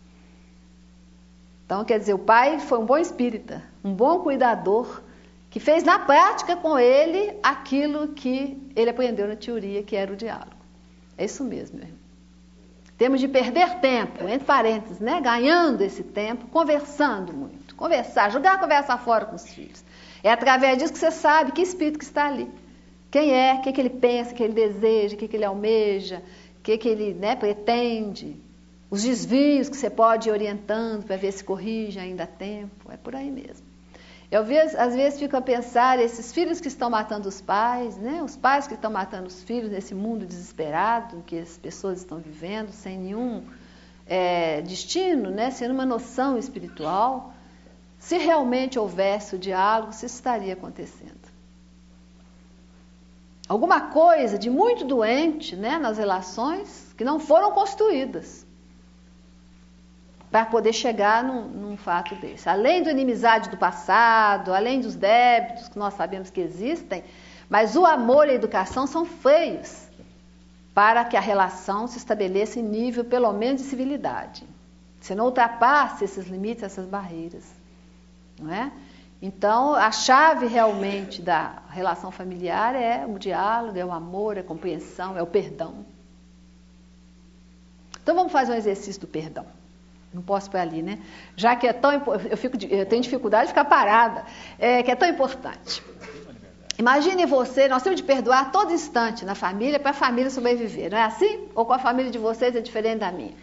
Então, quer dizer, o pai foi um bom espírita, um bom cuidador, que fez na prática com ele aquilo que ele aprendeu na teoria, que era o diálogo. É isso mesmo, meu irmão. Temos de perder tempo, entre parênteses, né? Ganhando esse tempo, conversando muito. Conversar, jogar a conversa fora com os filhos. É através disso que você sabe que espírito que está ali. Quem é, o que, que ele pensa, o que ele deseja, o que, que ele almeja, o que, que ele, né, pretende. Os desvios que você pode ir orientando para ver se corrige ainda há tempo. É por aí mesmo. Eu às vezes fico a pensar, esses filhos que estão matando os pais, né? Os pais que estão matando os filhos nesse mundo desesperado que as pessoas estão vivendo, sem nenhum é, destino, né? Sem uma noção espiritual. Se realmente houvesse o diálogo, isso estaria acontecendo. Alguma coisa de muito doente, né, nas relações que não foram construídas para poder chegar num, num fato desse. Além da inimizade do passado, além dos débitos que nós sabemos que existem, mas o amor e a educação são freios para que a relação se estabeleça em nível, pelo menos, de civilidade. Se não ultrapasse esses limites, essas barreiras. Não é? Então, a chave realmente da relação familiar é o diálogo, é o amor, é a compreensão, é o perdão. Então, vamos fazer um exercício do perdão. Não posso ir para ali, né? Já que é tão eu, fico, eu tenho dificuldade de ficar parada, é, que é tão importante. Imagine você, nós temos de perdoar a todo instante na família para a família sobreviver, não é assim? Ou com a família de vocês é diferente da minha?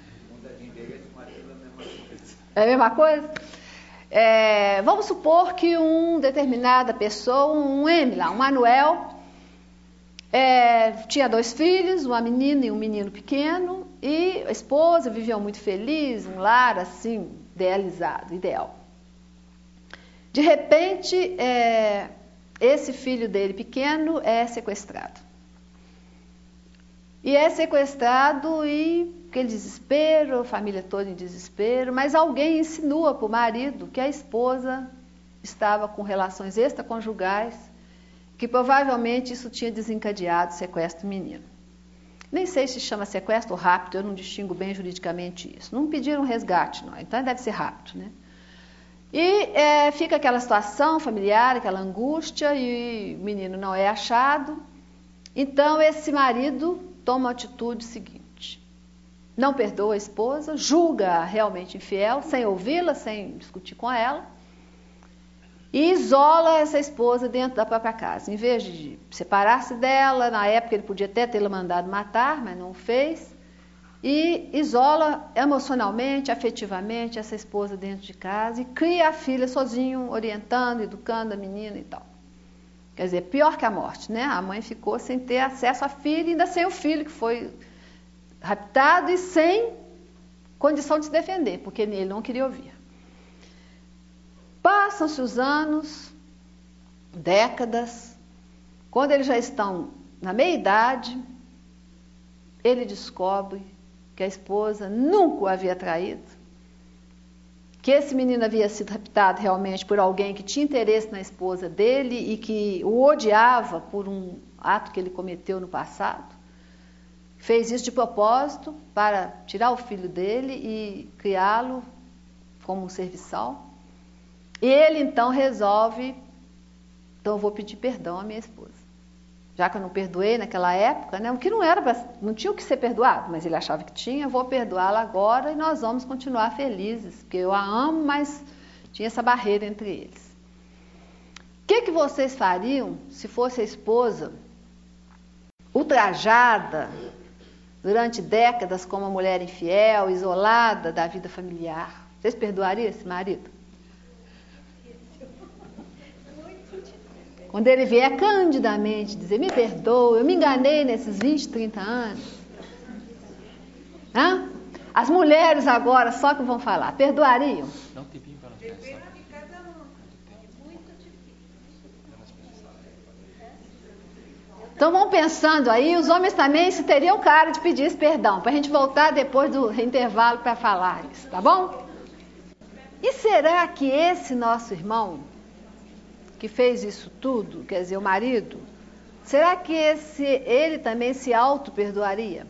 É a mesma coisa? É, vamos supor que uma determinada pessoa, um M lá, um Manuel, é, tinha dois filhos, uma menina e um menino pequeno, e a esposa viviam muito feliz, um lar assim, idealizado, ideal. De repente, é, esse filho dele pequeno é sequestrado. E é sequestrado e aquele desespero, a família toda em desespero, mas alguém insinua para o marido que a esposa estava com relações extraconjugais, que provavelmente isso tinha desencadeado o sequestro do menino. Nem sei se chama sequestro rápido, eu não distingo bem juridicamente isso. Não pediram resgate, não, então deve ser rápido, né? E é, fica aquela situação familiar, aquela angústia, e o menino não é achado. Então esse marido toma a atitude seguinte: não perdoa a esposa, julga realmente infiel, sem ouvi-la, sem discutir com ela, e isola essa esposa dentro da própria casa. Em vez de separar-se dela, na época ele podia até tê-la mandado matar, mas não o fez, e isola emocionalmente, afetivamente essa esposa dentro de casa e cria a filha sozinho, orientando, educando a menina e tal. Quer dizer, pior que a morte, né? A mãe ficou sem ter acesso à filha e ainda sem o filho que foi raptado e sem condição de se defender, porque ele não queria ouvir. Passam-se os anos, décadas, quando eles já estão na meia-idade, ele descobre que a esposa nunca o havia traído, que esse menino havia sido raptado realmente por alguém que tinha interesse na esposa dele e que o odiava por um ato que ele cometeu no passado. Fez isso de propósito para tirar o filho dele e criá-lo como um serviçal. E ele então resolve, então eu vou pedir perdão à minha esposa. Já que eu não perdoei naquela época, né, o que não era, pra, não tinha o que ser perdoado, mas ele achava que tinha, eu vou perdoá-la agora e nós vamos continuar felizes, porque eu a amo, mas tinha essa barreira entre eles. O que, que vocês fariam se fosse a esposa ultrajada durante décadas como uma mulher infiel, isolada da vida familiar? Vocês perdoariam esse marido? Quando ele vier candidamente dizer, me perdoa, eu me enganei nesses vinte, trinta anos. Hã? As mulheres agora só que vão falar, perdoariam? Não tem bem para Depende de cada um. É muito difícil. Então vão pensando aí, os homens também se teriam cara de pedir esse perdão, para a gente voltar depois do intervalo para falar isso, tá bom? E será que esse nosso irmão que fez isso tudo, quer dizer, o marido, será que esse, ele também se auto-perdoaria?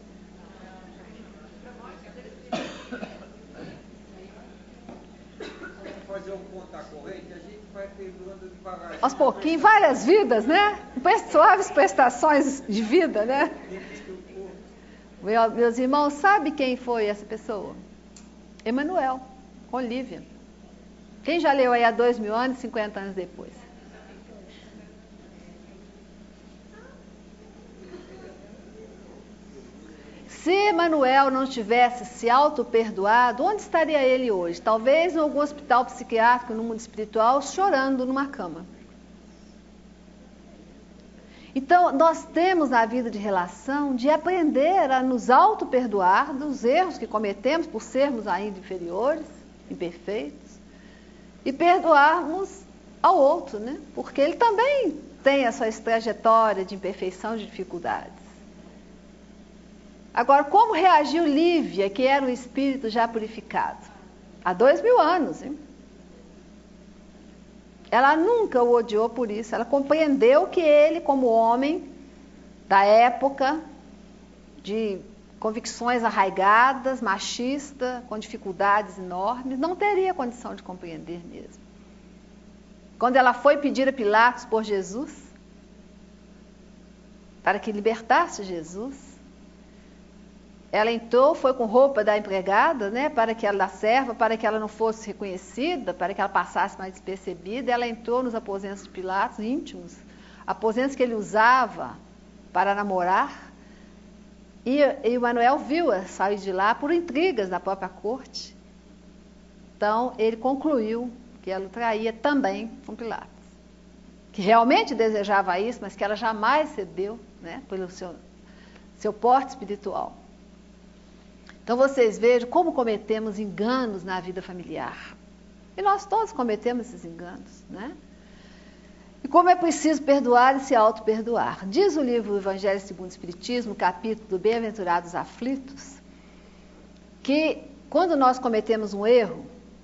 Fazer um conta corrente, a gente vai perdoando devagar. Aos pouquinhos, várias vidas, né? Suaves prestações de vida, né? Meu, meus irmãos, sabe quem foi essa pessoa? Emanuel, Olívia. Quem já leu aí há dois mil anos, cinquenta anos depois? Se Emanuel não tivesse se auto-perdoado, onde estaria ele hoje? Talvez em algum hospital psiquiátrico, no mundo espiritual, chorando numa cama. Então, nós temos na vida de relação de aprender a nos auto-perdoar dos erros que cometemos por sermos ainda inferiores, imperfeitos, e perdoarmos ao outro, né? Porque ele também tem a sua trajetória de imperfeição, de dificuldades. Agora, como reagiu Lívia, que era um espírito já purificado? Há dois mil anos, hein? Ela nunca o odiou por isso, ela compreendeu que ele, como homem da época, de convicções arraigadas, machista, com dificuldades enormes, não teria condição de compreender mesmo. Quando ela foi pedir a Pilatos por Jesus, para que libertasse Jesus, ela entrou, foi com roupa da empregada, né, para que ela da serva, para que ela não fosse reconhecida, para que ela passasse mais despercebida. Ela entrou nos aposentos de Pilatos, íntimos, aposentos que ele usava para namorar. E, e o Manuel viu-a sair de lá por intrigas da própria corte. Então, ele concluiu que ela o traía também com Pilatos. Que realmente desejava isso, mas que ela jamais cedeu, né, pelo seu, seu porte espiritual. Então, vocês vejam como cometemos enganos na vida familiar. E nós todos cometemos esses enganos, né? E como é preciso perdoar e se auto-perdoar. Diz o livro Evangelho segundo o Espiritismo, capítulo do Bem-aventurados Aflitos, que quando nós cometemos um erro,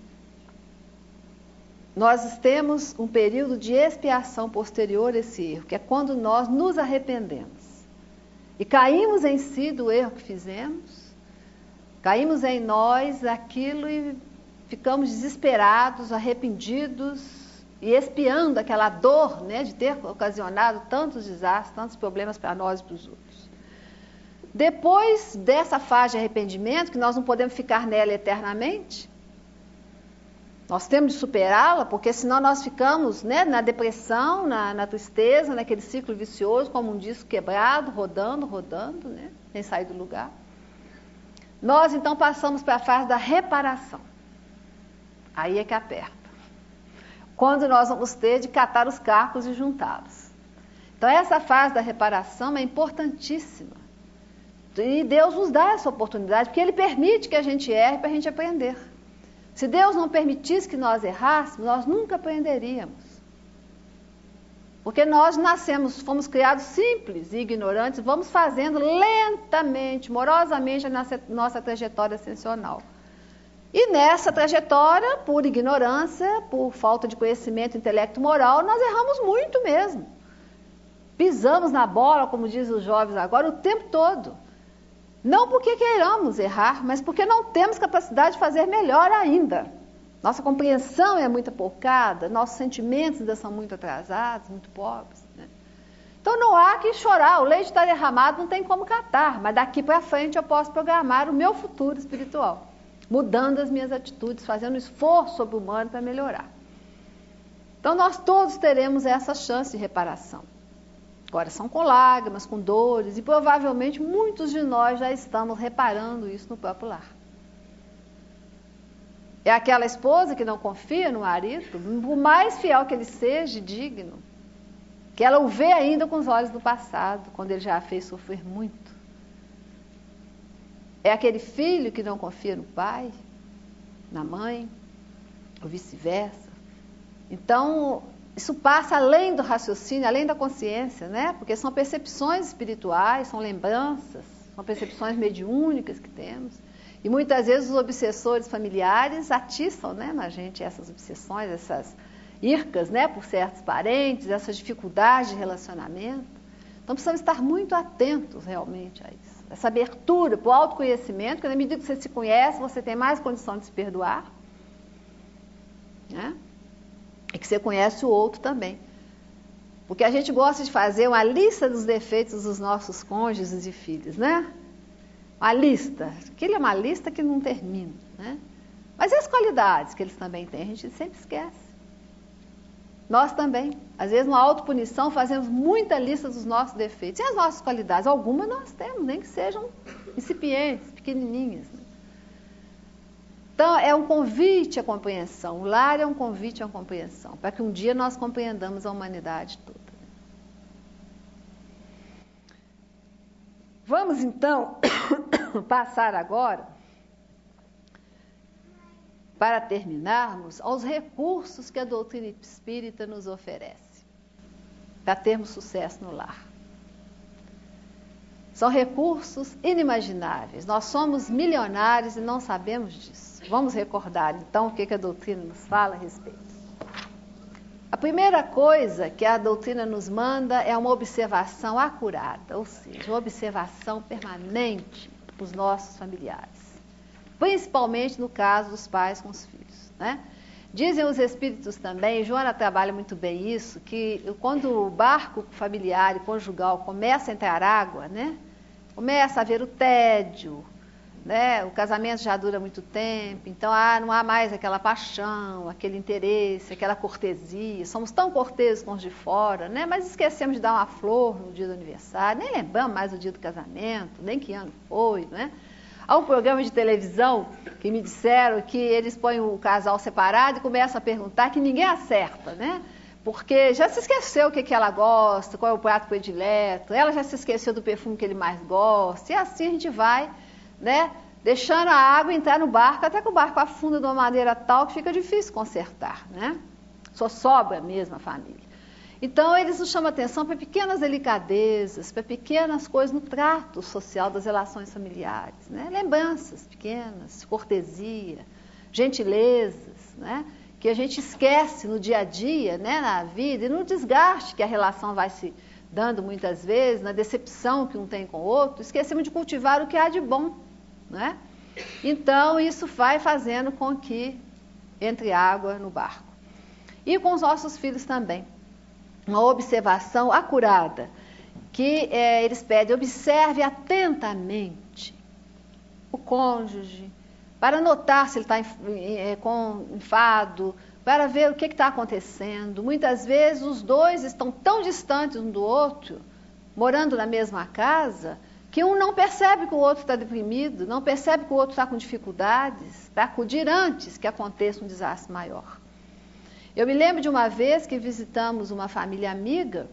nós temos um período de expiação posterior a esse erro, que é quando nós nos arrependemos. E caímos em si do erro que fizemos, caímos em nós aquilo e ficamos desesperados, arrependidos e expiando aquela dor, né, de ter ocasionado tantos desastres, tantos problemas para nós e para os outros. Depois dessa fase de arrependimento, que nós não podemos ficar nela eternamente, nós temos de superá-la, porque senão nós ficamos, né, na depressão, na, na tristeza, naquele ciclo vicioso, como um disco quebrado, rodando, rodando, né, sem sair do lugar. Nós, então, passamos para a fase da reparação. Aí é que aperta. Quando nós vamos ter de catar os cacos e juntá-los. Então, essa fase da reparação é importantíssima. E Deus nos dá essa oportunidade, porque Ele permite que a gente erre para a gente aprender. Se Deus não permitisse que nós errássemos, nós nunca aprenderíamos. Porque nós nascemos, fomos criados simples e ignorantes, vamos fazendo lentamente, morosamente a nossa, nossa trajetória ascensional. E nessa trajetória, por ignorância, por falta de conhecimento intelecto-moral, nós erramos muito mesmo. Pisamos na bola, como dizem os jovens agora, o tempo todo. Não porque queiramos errar, mas porque não temos capacidade de fazer melhor ainda. Nossa compreensão é muito apocada, nossos sentimentos ainda são muito atrasados, muito pobres, né? Então não há que chorar, o leite está derramado, não tem como catar, mas daqui para frente eu posso programar o meu futuro espiritual, mudando as minhas atitudes, fazendo um esforço sobre-humano para melhorar. Então nós todos teremos essa chance de reparação. Agora são com lágrimas, com dores, e provavelmente muitos de nós já estamos reparando isso no próprio lar. É aquela esposa que não confia no marido, por mais fiel que ele seja, digno, que ela o vê ainda com os olhos do passado, quando ele já a fez sofrer muito. É aquele filho que não confia no pai, na mãe, ou vice-versa. Então, isso passa além do raciocínio, além da consciência, né? Porque são percepções espirituais, são lembranças, são percepções mediúnicas que temos. E muitas vezes os obsessores familiares atiçam, né, na gente essas obsessões, essas ircas, né, por certos parentes, essas dificuldades de relacionamento. Então precisamos estar muito atentos realmente a isso. Essa abertura para o autoconhecimento, que na medida que você se conhece, você tem mais condição de se perdoar, né? E que você conhece o outro também. Porque a gente gosta de fazer uma lista dos defeitos dos nossos cônjuges e filhos, né? Uma lista. Aquilo é uma lista que não termina, né? Mas e as qualidades que eles também têm? A gente sempre esquece. Nós também. Às vezes, numa autopunição, fazemos muita lista dos nossos defeitos. E as nossas qualidades? Algumas nós temos, nem que sejam incipientes, pequenininhas, né? Então, é um convite à compreensão. O lar é um convite à compreensão, para que um dia nós compreendamos a humanidade toda. Vamos, então, passar agora, para terminarmos, aos recursos que a doutrina espírita nos oferece, para termos sucesso no lar. São recursos inimagináveis. Nós somos milionários e não sabemos disso. Vamos recordar, então, o que a doutrina nos fala a respeito. A primeira coisa que a doutrina nos manda é uma observação acurada, ou seja, uma observação permanente dos nossos familiares, principalmente no caso dos pais com os filhos, né? Dizem os espíritos também, Joana trabalha muito bem isso, que quando o barco familiar e conjugal começa a entrar água, né, começa a haver o tédio, né, o casamento já dura muito tempo, então ah, não há mais aquela paixão, aquele interesse, aquela cortesia, somos tão corteses com os de fora, né, mas esquecemos de dar uma flor no dia do aniversário, nem lembramos mais o dia do casamento, nem que ano foi, né? Há um programa de televisão que me disseram que eles põem o casal separado e começam a perguntar que ninguém acerta, né? Porque já se esqueceu o que, que ela gosta, qual é o prato predileto, ela já se esqueceu do perfume que ele mais gosta, e assim a gente vai, né, deixando a água entrar no barco, até que o barco afunda de uma maneira tal que fica difícil consertar, né? Só sobra mesmo a família. Então, eles nos chamam a atenção para pequenas delicadezas, para pequenas coisas no trato social das relações familiares, né? Lembranças pequenas, cortesia, gentilezas, né? Que a gente esquece no dia a dia, né? Na vida, e no desgaste que a relação vai se dando muitas vezes, na decepção que um tem com o outro, esquecemos de cultivar o que há de bom, né? Então, isso vai fazendo com que entre água no barco. E com os nossos filhos também. Uma observação acurada, que é, eles pedem, observe atentamente o cônjuge, para notar se ele está é, com enfado, para ver o que está acontecendo. Muitas vezes os dois estão tão distantes um do outro, morando na mesma casa, que um não percebe que o outro está deprimido, não percebe que o outro está com dificuldades, para acudir antes que aconteça um desastre maior. Eu me lembro de uma vez que visitamos uma família amiga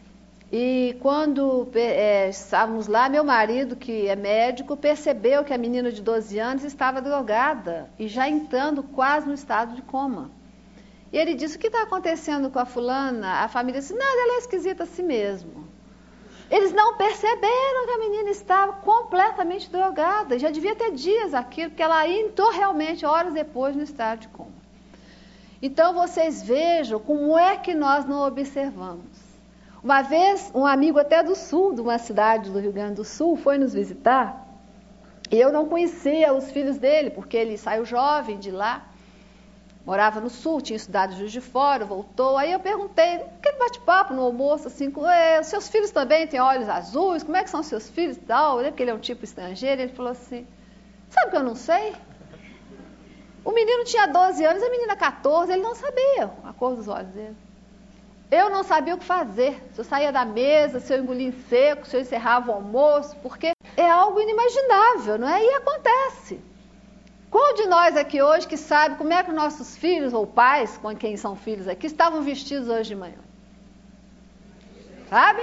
e quando é, estávamos lá, meu marido, que é médico, percebeu que a menina de doze anos estava drogada e já entrando quase no estado de coma. E ele disse, o que está acontecendo com a fulana? A família disse, nada, ela é esquisita assim mesmo. Eles não perceberam que a menina estava completamente drogada. Já devia ter dias aquilo, porque ela entrou realmente horas depois no estado de coma. Então vocês vejam como é que nós não observamos. Uma vez, um amigo até do sul, de uma cidade do Rio Grande do Sul, foi nos visitar. E eu não conhecia os filhos dele, porque ele saiu jovem de lá. Morava no sul, tinha estudado em Juiz de Fora, voltou. Aí eu perguntei, aquele bate-papo no almoço, assim, os seus filhos também têm olhos azuis? Como é que são seus filhos e tal? Porque ele é um tipo estrangeiro. Ele falou assim, sabe que eu não sei? O menino tinha doze anos, a menina catorze, ele não sabia a cor dos olhos dele. Eu não sabia o que fazer. Se eu saía da mesa, se eu engolia em seco, se eu encerrava o almoço, porque é algo inimaginável, não é? E acontece. Qual de nós aqui hoje que sabe como é que nossos filhos ou pais, com quem são filhos aqui, estavam vestidos hoje de manhã? Sabe?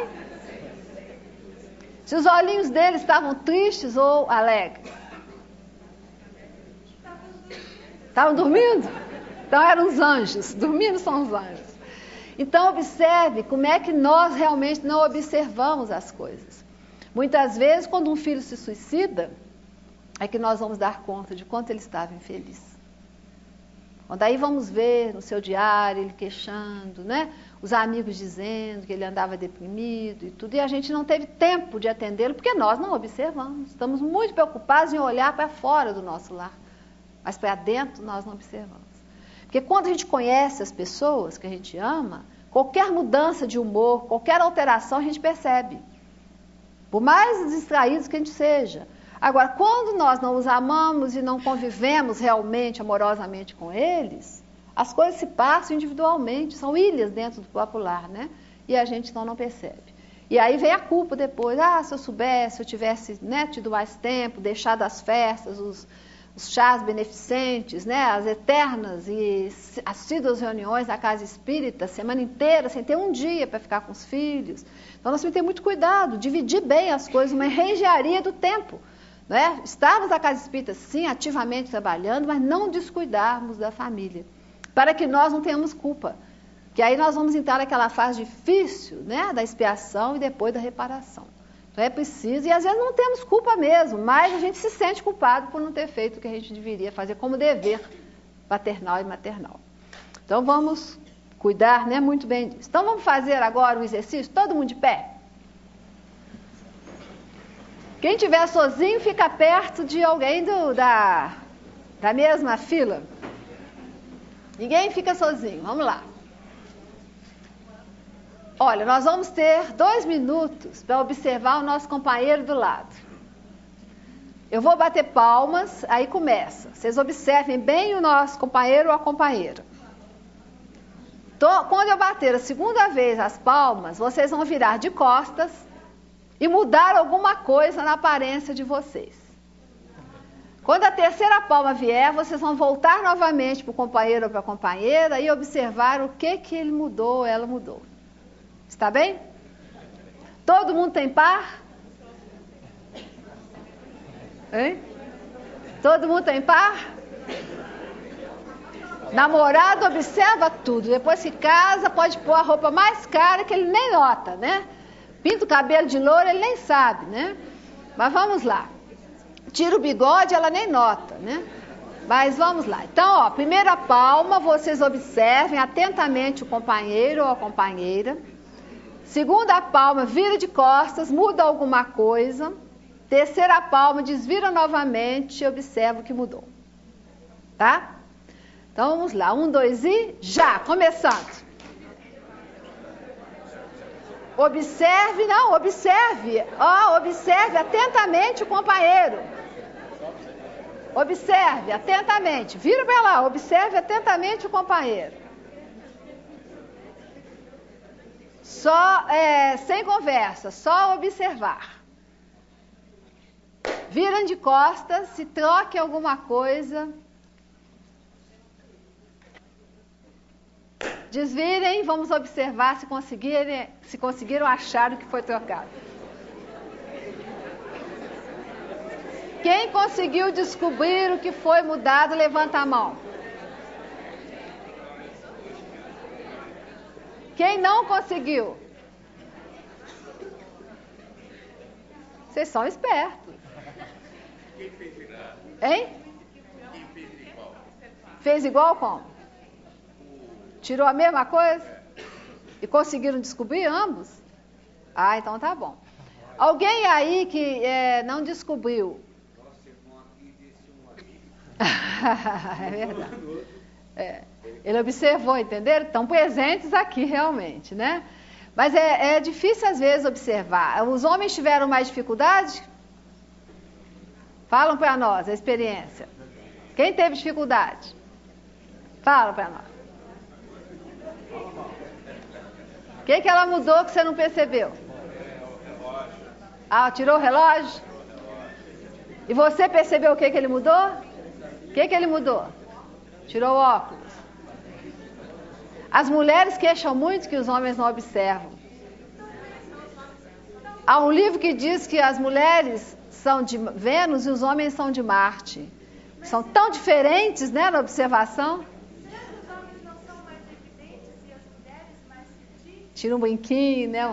Se os olhinhos deles estavam tristes ou alegres? Estavam dormindo? Então eram os anjos. Dormindo são os anjos. Então observe como é que nós realmente não observamos as coisas. Muitas vezes, quando um filho se suicida, é que nós vamos dar conta de quanto ele estava infeliz. Quando aí vamos ver no seu diário ele queixando, né? Os amigos dizendo que ele andava deprimido e tudo, e a gente não teve tempo de atendê-lo porque nós não observamos. Estamos muito preocupados em olhar para fora do nosso lar, mas para dentro nós não observamos. Porque quando a gente conhece as pessoas que a gente ama, qualquer mudança de humor, qualquer alteração a gente percebe. Por mais distraídos que a gente seja. Agora, quando nós não os amamos e não convivemos realmente, amorosamente com eles, as coisas se passam individualmente, são ilhas dentro do próprio lar, né? E a gente então não percebe. E aí vem a culpa depois, ah, se eu soubesse, se eu tivesse, né, tido mais tempo, deixado as festas, os, os chás beneficentes, né, as eternas e assíduas reuniões na casa espírita, semana inteira, sem ter um dia para ficar com os filhos. Então nós temos que ter muito cuidado, dividir bem as coisas, uma reengenharia do tempo. Né? Estarmos na casa espírita, sim, ativamente trabalhando, mas não descuidarmos da família, para que nós não tenhamos culpa. Que aí nós vamos entrar naquela fase difícil, né, da expiação e depois da reparação. Então é preciso, e às vezes não temos culpa mesmo, mas a gente se sente culpado por não ter feito o que a gente deveria fazer como dever paternal e maternal. Então vamos cuidar, né, muito bem disso. Então vamos fazer agora o exercício, todo mundo de pé? Quem estiver sozinho, fica perto de alguém do, da, da mesma fila. Ninguém fica sozinho. Vamos lá. Olha, nós vamos ter dois minutos para observar o nosso companheiro do lado. Eu vou bater palmas, aí começa. Vocês observem bem o nosso companheiro ou a companheira. Tô, quando eu bater a segunda vez as palmas, vocês vão virar de costas e mudar alguma coisa na aparência de vocês. Quando a terceira palma vier, vocês vão voltar novamente para o companheiro ou para a companheira e observar o que, que ele mudou ou ela mudou. Está bem? Todo mundo tem par? Hein? Todo mundo tem par? Namorado observa tudo. Depois que casa, pode pôr a roupa mais cara que ele nem nota, né? Pinta o cabelo de louro, ele nem sabe, né? Mas vamos lá. Tira o bigode, ela nem nota, né? Mas vamos lá. Então, ó, primeira palma, vocês observem atentamente o companheiro ou a companheira. Segunda palma, vira de costas, muda alguma coisa. Terceira palma, desvira novamente e observa o que mudou. Tá? Então, vamos lá. Um, dois e já! Começando. Observe, não, observe, ó, observe atentamente o companheiro. Observe atentamente, vira para lá, observe atentamente o companheiro. Só, é, sem conversa, só observar. Viram de costas, se troque alguma coisa. Desvirem, vamos observar se conseguirem, se conseguiram achar o que foi trocado. Quem conseguiu descobrir o que foi mudado, levanta a mão. Quem não conseguiu? Vocês são espertos. Quem fez igual? Hein? Quem fez igual? Fez igual como? Tirou a mesma coisa? E conseguiram descobrir ambos? Ah, então tá bom. Alguém aí que é, não descobriu? Nossa, irmão aqui disse um aqui. É verdade. É, ele observou, entenderam? Estão presentes aqui realmente, né? Mas é, é difícil às vezes observar. Os homens tiveram mais dificuldade? Falam para nós a experiência. Quem teve dificuldade? Fala para nós. O que, que ela mudou que você não percebeu? Ah, tirou o relógio? E você percebeu o que, que ele mudou? O que, que ele mudou? Tirou o óculos. As mulheres queixam muito que os homens não observam. Há um livro que diz que as mulheres são de Vênus e os homens são de Marte. São tão diferentes, né, na observação. Tira um brinquinho, né?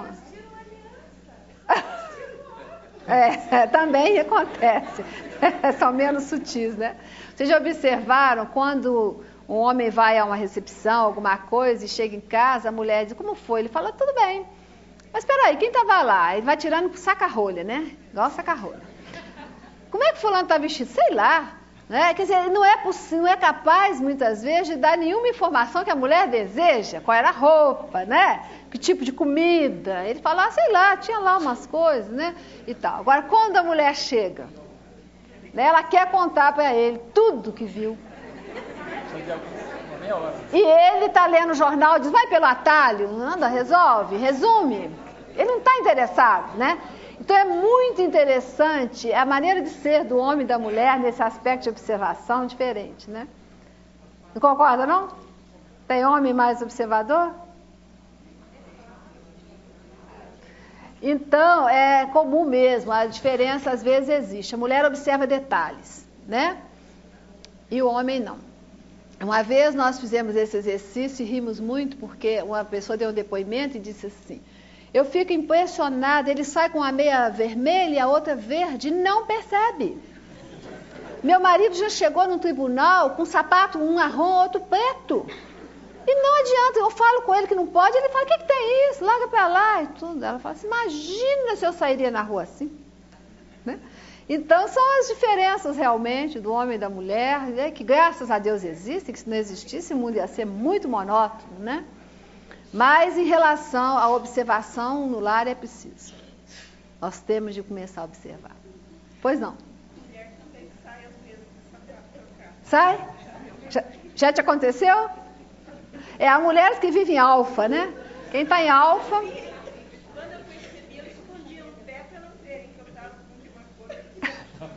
É, também acontece. São menos sutis, né? Vocês já observaram quando um homem vai a uma recepção, alguma coisa, e chega em casa, a mulher diz, como foi? Ele fala, tudo bem. Mas espera aí, quem estava lá? Ele vai tirando com saca-rolha, né? Igual saca-rolha. Como é que fulano está vestido? Sei lá. Né? Quer dizer, ele não é, não é capaz, muitas vezes, de dar nenhuma informação que a mulher deseja. Qual era a roupa, né? Que tipo de comida. Ele fala, ah, sei lá, tinha lá umas coisas, né? E tal. Agora, quando a mulher chega, né, ela quer contar para ele tudo que viu. E ele está lendo o jornal, diz, vai pelo atalho, anda, resolve, resume. Ele não está interessado, né? Então é muito interessante a maneira de ser do homem e da mulher nesse aspecto de observação diferente, né? Não concorda, não? Tem homem mais observador? Então, é comum mesmo, a diferença às vezes existe. A mulher observa detalhes, né? E o homem não. Uma vez nós fizemos esse exercício e rimos muito porque uma pessoa deu um depoimento e disse assim, eu fico impressionada, ele sai com a meia vermelha e a outra verde e não percebe. Meu marido já chegou no tribunal com um sapato, um marrom, outro preto. E não adianta, eu falo com ele que não pode, ele fala, o que, que tem isso? Larga pra lá e tudo. Ela fala assim, imagina se eu sairia na rua assim. Né? Então são as diferenças realmente do homem e da mulher, né? Que graças a Deus existem, que se não existisse o mundo ia ser muito monótono, né? Mas em relação à observação no lar é preciso. Nós temos de começar a observar. Pois não? Mulher também sai às vezes trocar. Sai? Já, já te aconteceu? É a mulher que vive em alfa, né? Quem está em alfa... Quando eu percebi, eu escondia o pé para não verem que eu estava com uma coisa.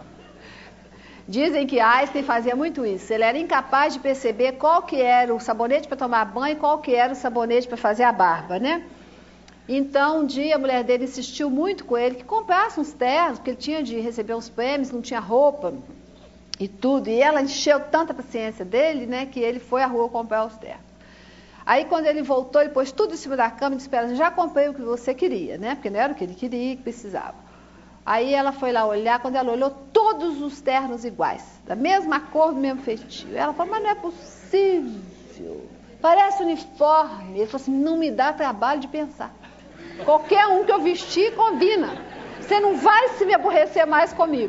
Dizem que Einstein fazia muito isso. Ele era incapaz de perceber qual que era o sabonete para tomar banho e qual que era o sabonete para fazer a barba, né? Então, um dia a mulher dele insistiu muito com ele que comprasse uns ternos, porque ele tinha de receber uns prêmios, não tinha roupa e tudo. E ela encheu tanta paciência dele, né, que ele foi à rua comprar os ternos. Aí, quando ele voltou, ele pôs tudo em cima da cama e disse, espera, já comprei o que você queria, né? Porque não era o que ele queria, que precisava. Aí ela foi lá olhar, quando ela olhou, todos os ternos iguais, da mesma cor, do mesmo feitio. Ela falou, mas não é possível, parece uniforme. Ele falou assim, não me dá trabalho de pensar. Qualquer um que eu vestir, combina. Você não vai se me aborrecer mais comigo.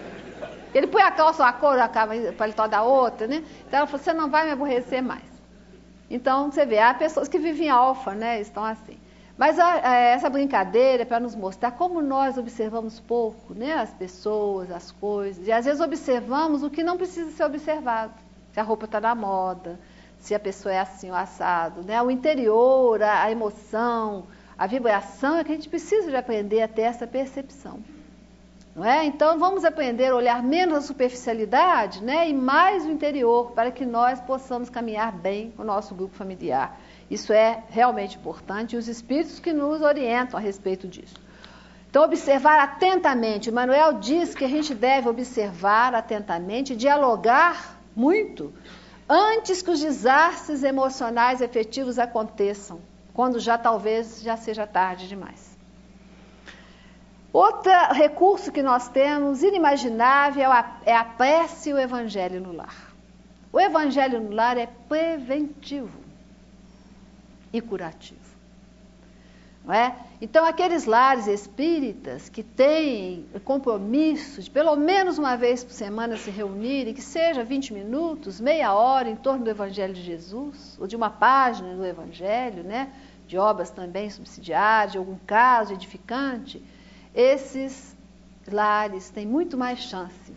Ele põe a calça uma cor, a paletó da outra, né? Então ela falou, você não vai me aborrecer mais. Então, você vê, há pessoas que vivem alfa, né? Estão assim. Mas a, a, essa brincadeira é para nos mostrar como nós observamos pouco, né? As pessoas, as coisas. E às vezes observamos o que não precisa ser observado. Se a roupa está na moda, se a pessoa é assim, o assado, né? O interior, a, a emoção, a vibração é que a gente precisa de aprender a ter essa percepção. Não é? Então vamos aprender a olhar menos a superficialidade, né? E mais o interior, para que nós possamos caminhar bem com o nosso grupo familiar. Isso é realmente importante e os espíritos que nos orientam a respeito disso. Então, observar atentamente. O Manuel diz que a gente deve observar atentamente, dialogar muito, antes que os desastres emocionais efetivos aconteçam, quando já talvez já seja tarde demais. Outro recurso que nós temos, inimaginável, é a, é a prece e o evangelho no lar. O evangelho no lar é preventivo e curativo. Não é? Então, aqueles lares espíritas que têm compromisso de pelo menos uma vez por semana se reunirem, que seja vinte minutos, meia hora em torno do Evangelho de Jesus, ou de uma página do Evangelho, né? De obras também subsidiárias, de algum caso edificante, esses lares têm muito mais chance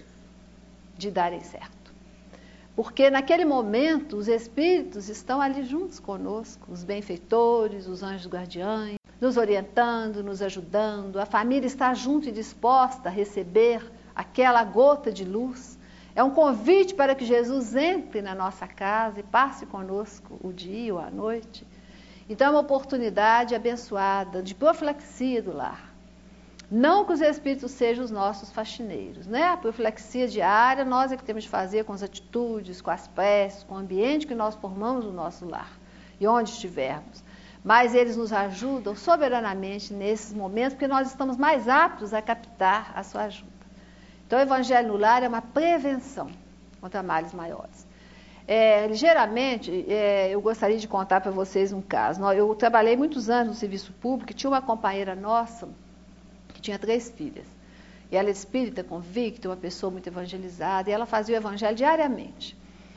de darem certo. Porque naquele momento os espíritos estão ali juntos conosco, os benfeitores, os anjos guardiães, nos orientando, nos ajudando, a família está junto e disposta a receber aquela gota de luz. É um convite para que Jesus entre na nossa casa e passe conosco o dia ou a noite. Então é uma oportunidade abençoada de profilaxia do lar. Não que os espíritos sejam os nossos faxineiros, né? A profilaxia diária nós é que temos de fazer com as atitudes, com as preces, com o ambiente que nós formamos no nosso lar e onde estivermos. Mas eles nos ajudam soberanamente nesses momentos, porque nós estamos mais aptos a captar a sua ajuda. Então, o Evangelho no lar é uma prevenção contra males maiores. É, ligeiramente, é, eu gostaria de contar para vocês um caso. Eu trabalhei muitos anos no serviço público e tinha uma companheira nossa que tinha três filhas. E ela é espírita, convicta, uma pessoa muito evangelizada, e ela fazia o Evangelho diariamente.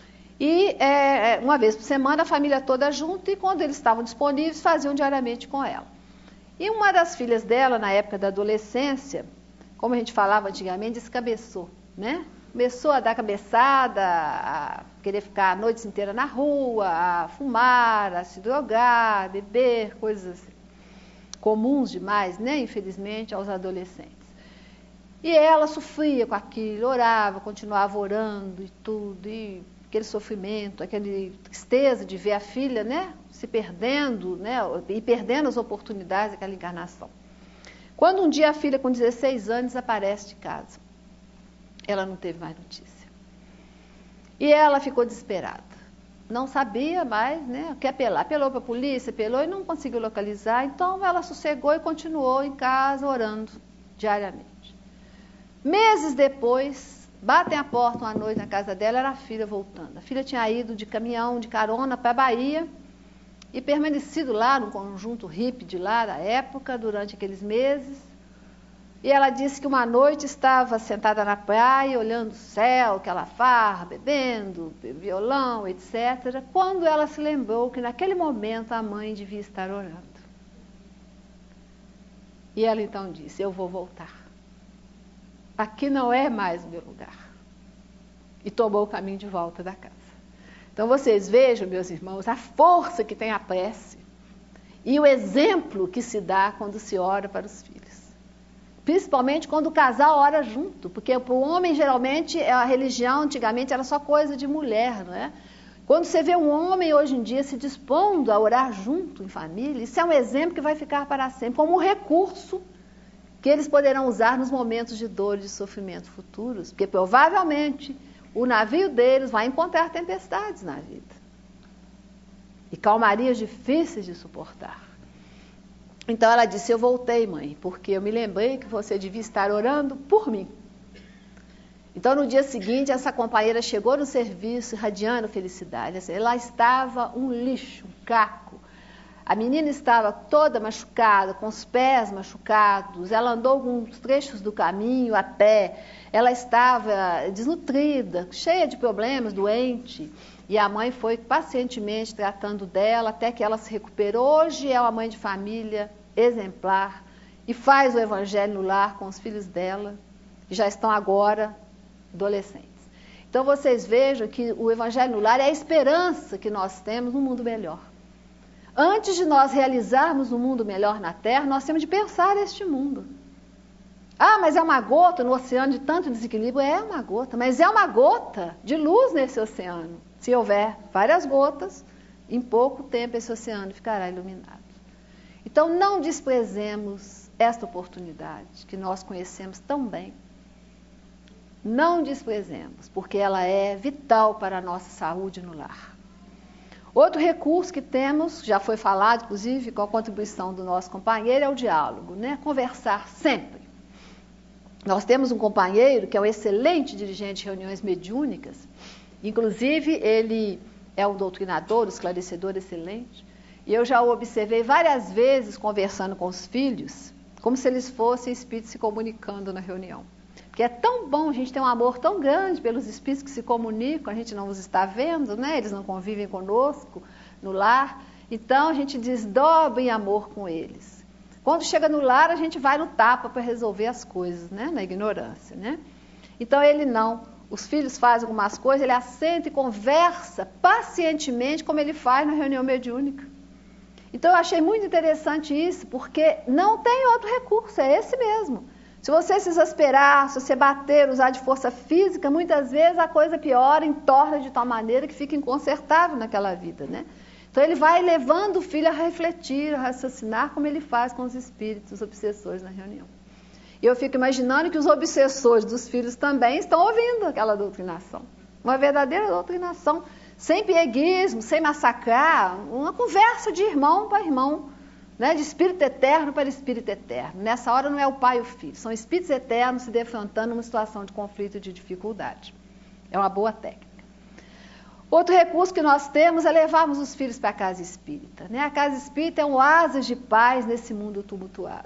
E é, uma vez por semana a família toda junta, e quando eles estavam disponíveis, faziam diariamente com ela. E uma das filhas dela, na época da adolescência, como a gente falava antigamente, descabeçou, né? Começou a dar cabeçada, a querer ficar a noite inteira na rua, a fumar, a se drogar, a beber, coisas assim, comuns demais, né? Infelizmente, aos adolescentes. E ela sofria com aquilo, orava, continuava orando e tudo, e aquele sofrimento, aquela tristeza de ver a filha, né, se perdendo, né, e perdendo as oportunidades daquela encarnação. Quando um dia a filha, com dezesseis anos, aparece de casa, ela não teve mais notícia. E ela ficou desesperada. Não sabia mais, né, o que apelar. Apelou para a polícia, apelou e não conseguiu localizar. Então ela sossegou e continuou em casa orando diariamente. Meses depois, batem a porta uma noite na casa dela, era a filha voltando. A filha tinha ido de caminhão, de carona para a Bahia e permanecido lá no conjunto hippie de lá da época, durante aqueles meses. E ela disse que uma noite estava sentada na praia, olhando o céu, aquela farra, bebendo, violão, etcétera, quando ela se lembrou que naquele momento a mãe devia estar orando. E ela então disse, eu vou voltar. Aqui não é mais o meu lugar. E tomou o caminho de volta da casa. Então vocês vejam, meus irmãos, a força que tem a prece e o exemplo que se dá quando se ora para os filhos. Principalmente quando o casal ora junto, porque para o homem, geralmente, a religião antigamente era só coisa de mulher, não é? Quando você vê um homem hoje em dia se dispondo a orar junto em família, isso é um exemplo que vai ficar para sempre, como um recurso que eles poderão usar nos momentos de dor e de sofrimento futuros, porque provavelmente o navio deles vai encontrar tempestades na vida e calmarias difíceis de suportar. Então ela disse, eu voltei, mãe, porque eu me lembrei que você devia estar orando por mim. Então no dia seguinte essa companheira chegou no serviço irradiando felicidade. Ela estava um lixo, um caco. A menina estava toda machucada, com os pés machucados, ela andou alguns trechos do caminho a pé, ela estava desnutrida, cheia de problemas, doente, e a mãe foi pacientemente tratando dela até que ela se recuperou. Hoje é uma mãe de família exemplar e faz o evangelho no lar com os filhos dela, que já estão agora adolescentes. Então vocês vejam que o evangelho no lar é a esperança que nós temos num mundo melhor. Antes de nós realizarmos um mundo melhor na Terra, nós temos de pensar neste mundo. Ah, mas é uma gota no oceano de tanto desequilíbrio. É uma gota, mas é uma gota de luz nesse oceano. Se houver várias gotas, em pouco tempo esse oceano ficará iluminado. Então não desprezemos esta oportunidade que nós conhecemos tão bem. Não desprezemos, porque ela é vital para a nossa saúde no lar. Outro recurso que temos, já foi falado, inclusive, com a contribuição do nosso companheiro, é o diálogo, né? Conversar sempre. Nós temos um companheiro que é um excelente dirigente de reuniões mediúnicas, inclusive ele é um doutrinador, um esclarecedor excelente, e eu já o observei várias vezes conversando com os filhos, como se eles fossem espíritos se comunicando na reunião. Porque é tão bom, a gente tem um amor tão grande pelos espíritos que se comunicam, a gente não os está vendo, né? Eles não convivem conosco no lar, então a gente desdobra em amor com eles. Quando chega no lar, a gente vai no tapa para resolver as coisas, né? Na ignorância, né? Então ele não. Os filhos fazem algumas coisas, ele assenta e conversa pacientemente, como ele faz na reunião mediúnica. Então eu achei muito interessante isso, porque não tem outro recurso, é esse mesmo. Se você se exasperar, se você bater, usar de força física, muitas vezes a coisa piora, entorna de tal maneira que fica inconsertável naquela vida, né? Então ele vai levando o filho a refletir, a raciocinar, como ele faz com os espíritos, os obsessores na reunião. E eu fico imaginando que os obsessores dos filhos também estão ouvindo aquela doutrinação. Uma verdadeira doutrinação, sem pieguismo, sem massacrar, uma conversa de irmão para irmão, né? De espírito eterno para espírito eterno. Nessa hora não é o pai e o filho, são espíritos eternos se defrontando numa situação de conflito e de dificuldade. É uma boa técnica. Outro recurso que nós temos é levarmos os filhos para a casa espírita, né? A casa espírita é um oásis de paz nesse mundo tumultuado.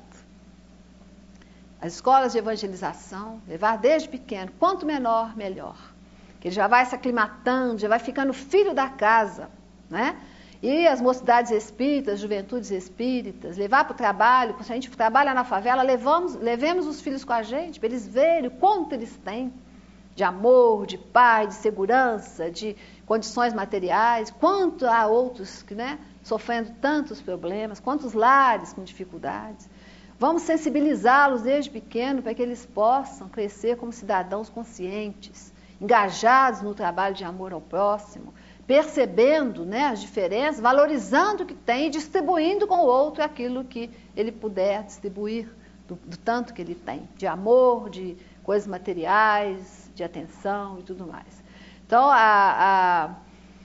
As escolas de evangelização, levar desde pequeno, quanto menor, melhor. Que ele já vai se aclimatando, já vai ficando filho da casa, né? E as mocidades espíritas, juventudes espíritas, levar para o trabalho, se a gente trabalha na favela, levamos, levemos os filhos com a gente, para eles verem o quanto eles têm de amor, de paz, de segurança, de condições materiais, quanto há outros que, né, sofrendo tantos problemas, quantos lares com dificuldades. Vamos sensibilizá-los desde pequeno para que eles possam crescer como cidadãos conscientes, engajados no trabalho de amor ao próximo, percebendo, né, as diferenças, valorizando o que tem e distribuindo com o outro aquilo que ele puder distribuir do, do tanto que ele tem, de amor, de coisas materiais, de atenção e tudo mais. Então, a, a,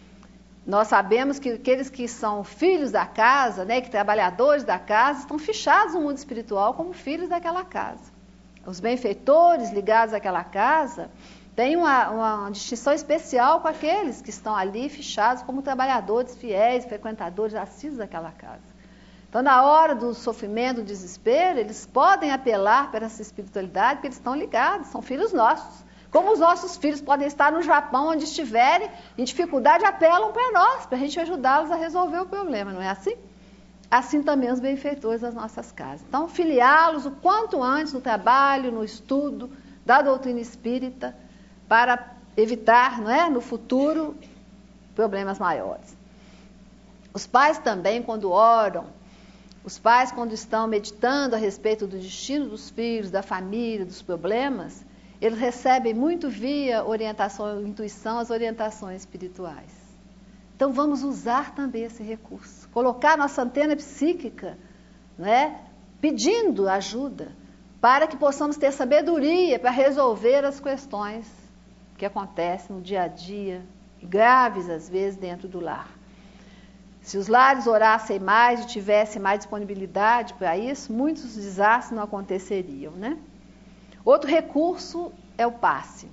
nós sabemos que aqueles que são filhos da casa, né, que trabalhadores da casa, estão fechados no mundo espiritual como filhos daquela casa. Os benfeitores ligados àquela casa têm uma, uma distinção especial com aqueles que estão ali fechados como trabalhadores fiéis, frequentadores assíduos daquela casa. Então, na hora do sofrimento, do desespero, eles podem apelar para essa espiritualidade, porque eles estão ligados, são filhos nossos. Como os nossos filhos podem estar no Japão, onde estiverem, em dificuldade, apelam para nós, para a gente ajudá-los a resolver o problema, não é assim? Assim também os benfeitores das nossas casas. Então, filiá-los o quanto antes no trabalho, no estudo da doutrina espírita, para evitar, não é, no futuro, problemas maiores. Os pais também, quando oram, os pais, quando estão meditando a respeito do destino dos filhos, da família, dos problemas, eles recebem muito via orientação, intuição, as orientações espirituais. Então vamos usar também esse recurso. Colocar nossa antena psíquica, né, pedindo ajuda, para que possamos ter sabedoria para resolver as questões que acontecem no dia a dia, graves às vezes dentro do lar. Se os lares orassem mais e tivessem mais disponibilidade para isso, muitos desastres não aconteceriam, né? Outro recurso é o passe.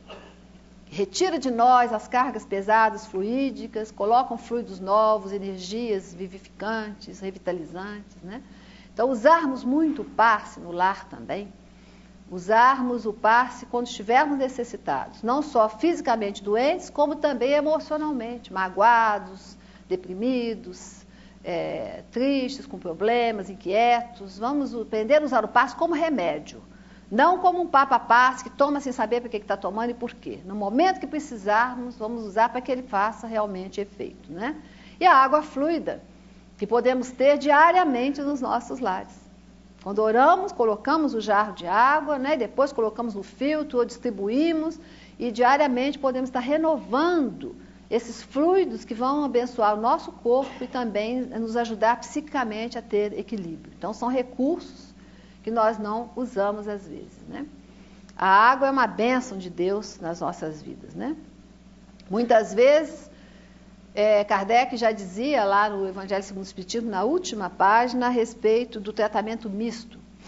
Retira de nós as cargas pesadas, fluídicas, colocam fluidos novos, energias vivificantes, revitalizantes, né? Então, usarmos muito o passe no lar também, usarmos o passe quando estivermos necessitados, não só fisicamente doentes, como também emocionalmente, magoados, deprimidos, é, tristes, com problemas, inquietos. Vamos aprender a usar o passe como remédio. Não como um papa-passe que toma sem saber para que está tomando e por quê. No momento que precisarmos, vamos usar para que ele faça realmente efeito, né? E a água fluida, que podemos ter diariamente nos nossos lares. Quando oramos, colocamos o jarro de água, né? Depois colocamos no filtro ou distribuímos, e diariamente podemos estar renovando esses fluidos que vão abençoar o nosso corpo e também nos ajudar psiquicamente a ter equilíbrio. Então, são recursos que nós não usamos às vezes, né? A água é uma bênção de Deus nas nossas vidas, né? Muitas vezes, é, Kardec já dizia lá no Evangelho segundo o Espiritismo, na última página, a respeito do tratamento misto.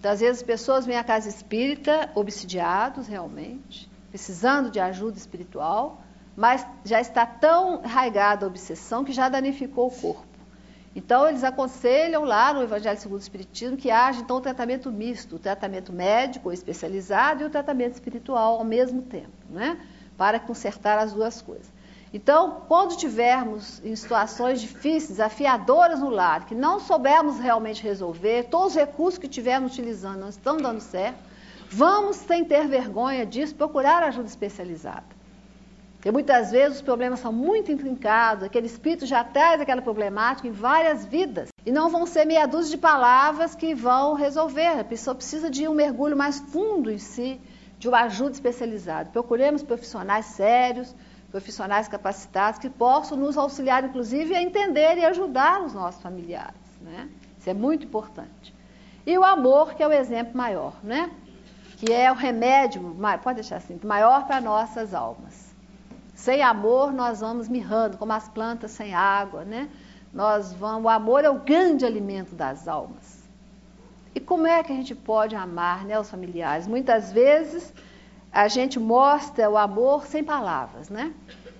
Então, às vezes, as pessoas vêm à casa espírita obsidiados, realmente, precisando de ajuda espiritual, mas já está tão arraigada a obsessão que já danificou o corpo. Então, eles aconselham lá no Evangelho segundo o Espiritismo que haja, então, o tratamento misto, o tratamento médico ou especializado e o tratamento espiritual ao mesmo tempo, né? Para consertar as duas coisas. Então, quando tivermos em situações difíceis, desafiadoras no lar, que não soubermos realmente resolver, todos os recursos que estivermos utilizando não estão dando certo, vamos, sem ter vergonha disso, procurar ajuda especializada. Porque muitas vezes os problemas são muito intrincados, aquele espírito já traz aquela problemática em várias vidas. E não vão ser meia dúzia de palavras que vão resolver. A pessoa precisa de um mergulho mais fundo em si, de uma ajuda especializada. Procuremos profissionais sérios, profissionais capacitados, que possam nos auxiliar, inclusive, a entender e ajudar os nossos familiares, né? Isso é muito importante. E o amor, que é o exemplo maior, né? Que é o remédio, pode deixar assim, maior para nossas almas. Sem amor, nós vamos mirrando, como as plantas sem água, né? Nós vamos, o amor é o grande alimento das almas. E como é que a gente pode amar, né, os familiares? Muitas vezes a gente mostra o amor sem palavras, né?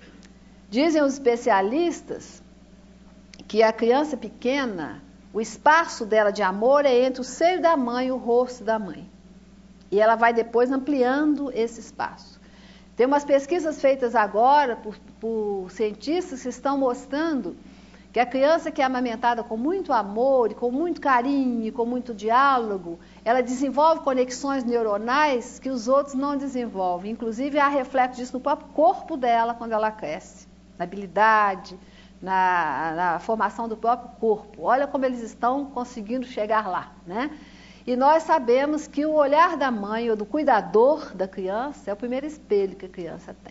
Dizem os especialistas que a criança pequena, o espaço dela de amor é entre o seio da mãe e o rosto da mãe. E ela vai depois ampliando esse espaço. Tem umas pesquisas feitas agora por, por cientistas que estão mostrando que a criança que é amamentada com muito amor, com muito carinho, com muito diálogo, ela desenvolve conexões neuronais que os outros não desenvolvem. Inclusive, há reflexo disso no próprio corpo dela quando ela cresce, na habilidade, na, na formação do próprio corpo. Olha como eles estão conseguindo chegar lá, né? E nós sabemos que o olhar da mãe ou do cuidador da criança é o primeiro espelho que a criança tem.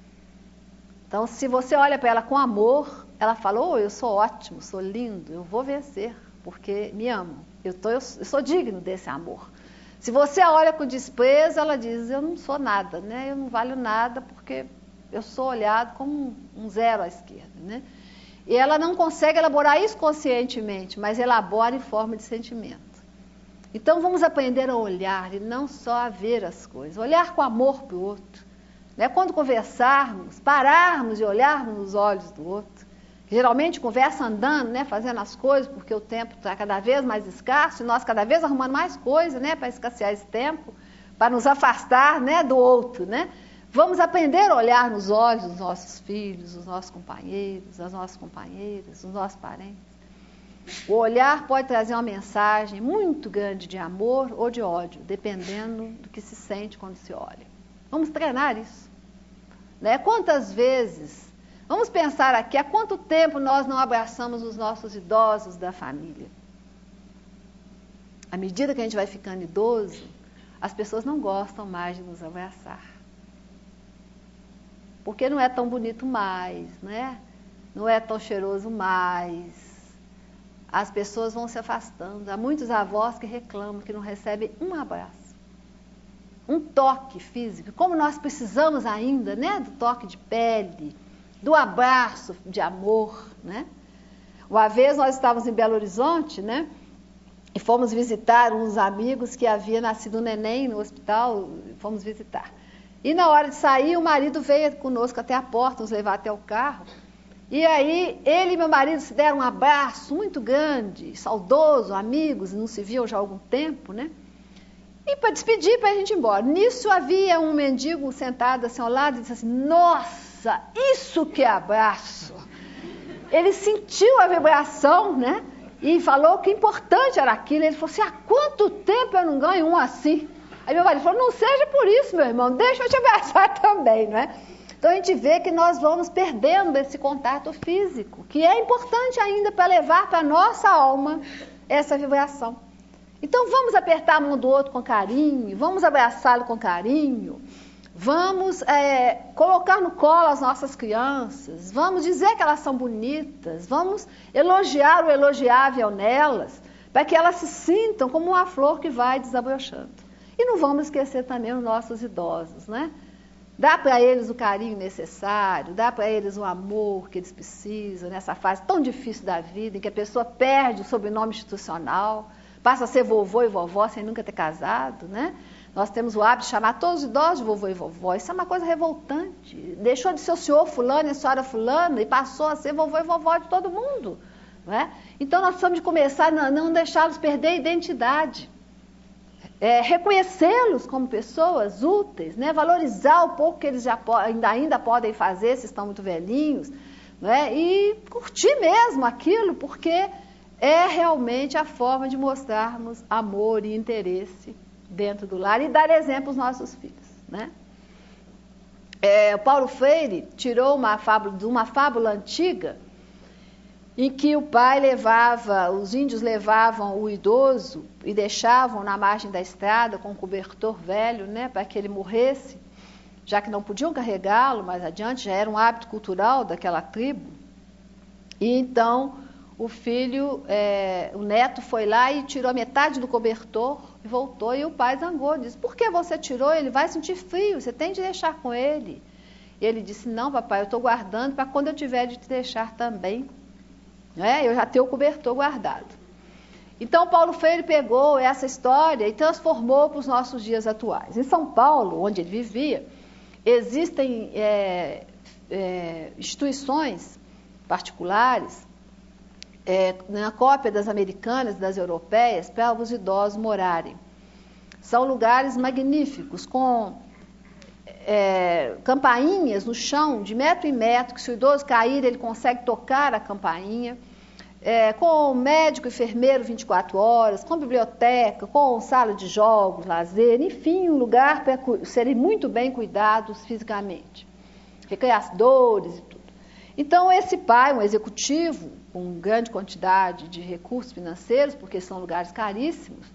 Então, se você olha para ela com amor, ela fala, oh, eu sou ótimo, sou lindo, eu vou vencer, porque me amo, eu, tô, eu sou digno desse amor. Se você a olha com desprezo, ela diz, eu não sou nada, né? Eu não valho nada porque eu sou olhado como um zero à esquerda, né? E ela não consegue elaborar isso conscientemente, mas elabora em forma de sentimento. Então, vamos aprender a olhar e não só a ver as coisas. Olhar com amor para o outro. Né? Quando conversarmos, pararmos e olharmos nos olhos do outro. Geralmente, conversa andando, né? Fazendo as coisas, porque o tempo está cada vez mais escasso e nós cada vez arrumando mais coisas, né? Para escassear esse tempo, para nos afastar, né? Do outro. Né? Vamos aprender a olhar nos olhos dos nossos filhos, dos nossos companheiros, das nossas companheiras, dos nossos parentes. O olhar pode trazer uma mensagem muito grande de amor ou de ódio, dependendo do que se sente quando se olha. Vamos treinar isso. Né? Quantas vezes, vamos pensar aqui, há quanto tempo nós não abraçamos os nossos idosos da família? À medida que a gente vai ficando idoso, as pessoas não gostam mais de nos abraçar. Porque não é tão bonito mais, né? Não é tão cheiroso mais. As pessoas vão se afastando. Há muitos avós que reclamam que não recebem um abraço, um toque físico. Como nós precisamos ainda, né, do toque de pele, do abraço de amor, né? Uma vez nós estávamos em Belo Horizonte, né, e fomos visitar uns amigos que havia nascido um neném no hospital, fomos visitar. E na hora de sair, o marido veio conosco até a porta, nos levar até o carro. E aí, ele e meu marido se deram um abraço muito grande, saudoso, amigos, não se viam já há algum tempo, né? E para despedir, para a gente ir embora. Nisso havia um mendigo sentado assim ao lado e disse assim, nossa, isso que é abraço! Ele sentiu a vibração, né? E falou que importante era aquilo. Ele falou assim, há quanto tempo eu não ganho um assim? Aí meu marido falou, não seja por isso, meu irmão, deixa eu te abraçar também, não é? Então, a gente vê que nós vamos perdendo esse contato físico, que é importante ainda para levar para a nossa alma essa vibração. Então, vamos apertar a mão do outro com carinho, vamos abraçá-lo com carinho, vamos é, colocar no colo as nossas crianças, vamos dizer que elas são bonitas, vamos elogiar o elogiável nelas, para que elas se sintam como uma flor que vai desabrochando. E não vamos esquecer também os nossos idosos, né? Dá para eles o carinho necessário, dá para eles o amor que eles precisam nessa fase tão difícil da vida, em que a pessoa perde o sobrenome institucional, passa a ser vovô e vovó sem nunca ter casado, né? Nós temos o hábito de chamar todos os idosos de vovô e vovó. Isso é uma coisa revoltante. Deixou de ser o senhor fulano e a senhora fulana e passou a ser vovô e vovó de todo mundo. Não é? Então nós precisamos de começar a não deixá-los perder a identidade. É, reconhecê-los como pessoas úteis, né? Valorizar o pouco que eles já ainda, ainda podem fazer, se estão muito velhinhos, né? E curtir mesmo aquilo, porque é realmente a forma de mostrarmos amor e interesse dentro do lar e dar exemplo aos nossos filhos, né? É, o Paulo Freire tirou uma fábula, de uma fábula antiga em que o pai levava, os índios levavam o idoso e deixavam na margem da estrada com um cobertor velho, né, para que ele morresse, já que não podiam carregá-lo mais adiante, já era um hábito cultural daquela tribo. E então o filho, é, o neto foi lá e tirou metade do cobertor e voltou, e o pai zangou, disse, por que você tirou? Ele vai sentir frio, você tem de deixar com ele. E ele disse, não papai, eu estou guardando para quando eu tiver de te deixar também. É, eu já tenho o cobertor guardado. Então, Paulo Freire pegou essa história e transformou para os nossos dias atuais. Em São Paulo, onde ele vivia, existem é, é, instituições particulares, é, na cópia das americanas e das europeias, para os idosos morarem. São lugares magníficos, com é, campainhas no chão, de metro em metro, que se o idoso cair, ele consegue tocar a campainha, é, com médico e enfermeiro vinte e quatro horas, com biblioteca, com sala de jogos, lazer, enfim, um lugar para serem muito bem cuidados fisicamente, recreadores e tudo. Então, esse pai, um executivo, com grande quantidade de recursos financeiros, porque são lugares caríssimos,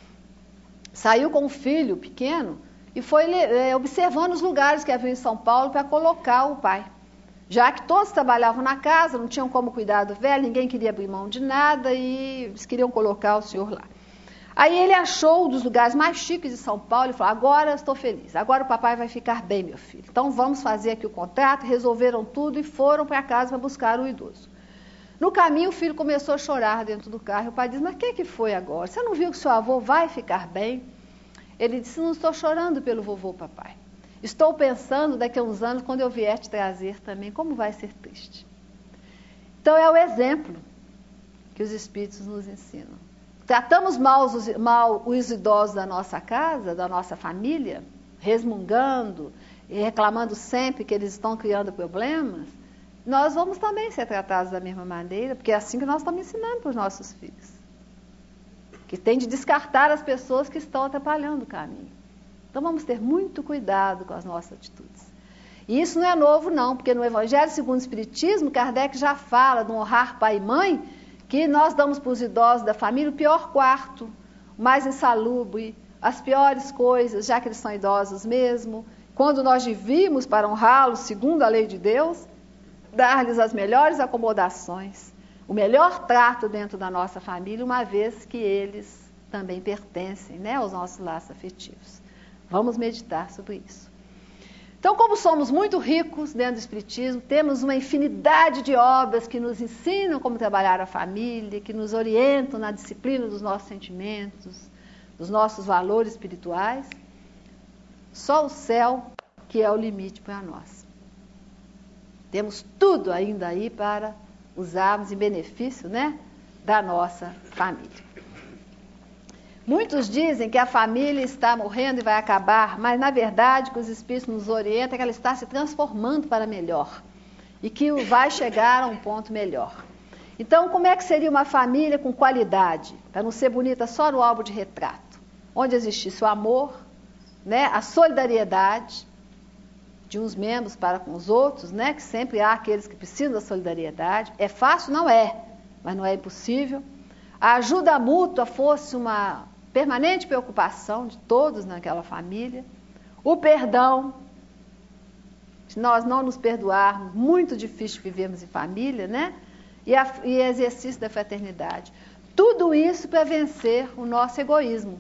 saiu com um filho pequeno e foi é, observando os lugares que havia em São Paulo para colocar o pai. Já que todos trabalhavam na casa, não tinham como cuidar do velho, ninguém queria abrir mão de nada e eles queriam colocar o senhor lá. Aí ele achou um dos lugares mais chiques de São Paulo e falou, agora estou feliz, agora o papai vai ficar bem, meu filho. Então vamos fazer aqui o contrato, resolveram tudo e foram para casa para buscar o idoso. No caminho o filho começou a chorar dentro do carro e o pai disse, mas o que, que foi agora? Você não viu que seu avô vai ficar bem? Ele disse, não estou chorando pelo vovô, papai. Estou pensando daqui a uns anos, quando eu vier te trazer também, como vai ser triste. Então é o exemplo que os espíritos nos ensinam. Tratamos mal os, mal os idosos da nossa casa, da nossa família, resmungando e reclamando sempre que eles estão criando problemas, nós vamos também ser tratados da mesma maneira, porque é assim que nós estamos ensinando para os nossos filhos. Que tem de descartar as pessoas que estão atrapalhando o caminho. Então vamos ter muito cuidado com as nossas atitudes. E isso não é novo não, porque no Evangelho segundo o Espiritismo, Kardec já fala de honrar pai e mãe, que nós damos para os idosos da família o pior quarto, o mais insalubre, as piores coisas, já que eles são idosos mesmo. Quando nós devíamos, para honrá-los, segundo a lei de Deus, dar-lhes as melhores acomodações, o melhor trato dentro da nossa família, uma vez que eles também pertencem, né, aos nossos laços afetivos. Vamos meditar sobre isso. Então, como somos muito ricos dentro do Espiritismo, temos uma infinidade de obras que nos ensinam como trabalhar a família, que nos orientam na disciplina dos nossos sentimentos, dos nossos valores espirituais. Só o céu que é o limite para nós. Temos tudo ainda aí para usarmos em benefício, né, da nossa família. Muitos dizem que a família está morrendo e vai acabar, mas na verdade que os espíritos nos orientam é que ela está se transformando para melhor e que vai chegar a um ponto melhor. Então, como é que seria uma família com qualidade, para não ser bonita só no álbum de retrato, onde existisse o amor, né, a solidariedade de uns membros para com os outros, né, que sempre há aqueles que precisam da solidariedade. É fácil? Não é, mas não é impossível. A ajuda mútua fosse uma permanente preocupação de todos naquela família. O perdão, se nós não nos perdoarmos, muito difícil vivermos em família, né? E, a, e exercício da fraternidade. Tudo isso para vencer o nosso egoísmo.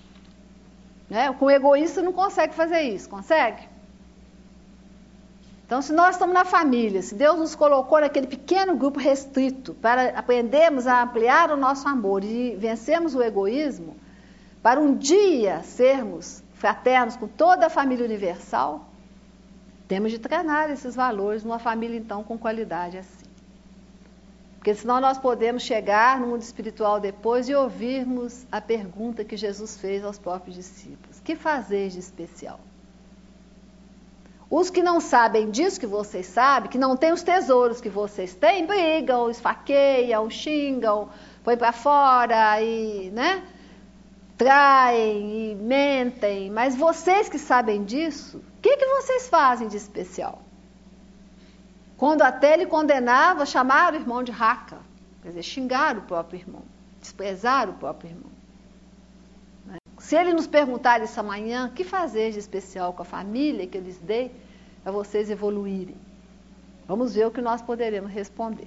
Né? Com o egoísta não consegue fazer isso, consegue? Então, Então, se nós estamos na família, se Deus nos colocou naquele pequeno grupo restrito para aprendermos a ampliar o nosso amor e vencermos o egoísmo, para um dia sermos fraternos com toda a família universal, temos de treinar esses valores numa família, então, com qualidade assim. Porque senão nós podemos chegar no mundo espiritual depois e ouvirmos a pergunta que Jesus fez aos próprios discípulos: que fazeis de especial? Os que não sabem disso que vocês sabem, que não têm os tesouros que vocês têm, brigam, esfaqueiam, xingam, põem para fora e, né, traem e mentem. Mas vocês que sabem disso, o que, que vocês fazem de especial? Quando até ele condenava, chamaram o irmão de raca, quer dizer, xingaram o próprio irmão, desprezaram o próprio irmão. Né? Se ele nos perguntar isso amanhã, o que fazer de especial com a família que eu lhes dei para vocês evoluírem? Vamos ver o que nós poderemos responder.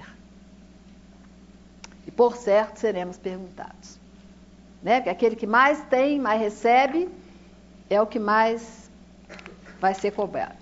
E por certo seremos perguntados. Né? Porque aquele que mais tem, mais recebe, é o que mais vai ser cobrado.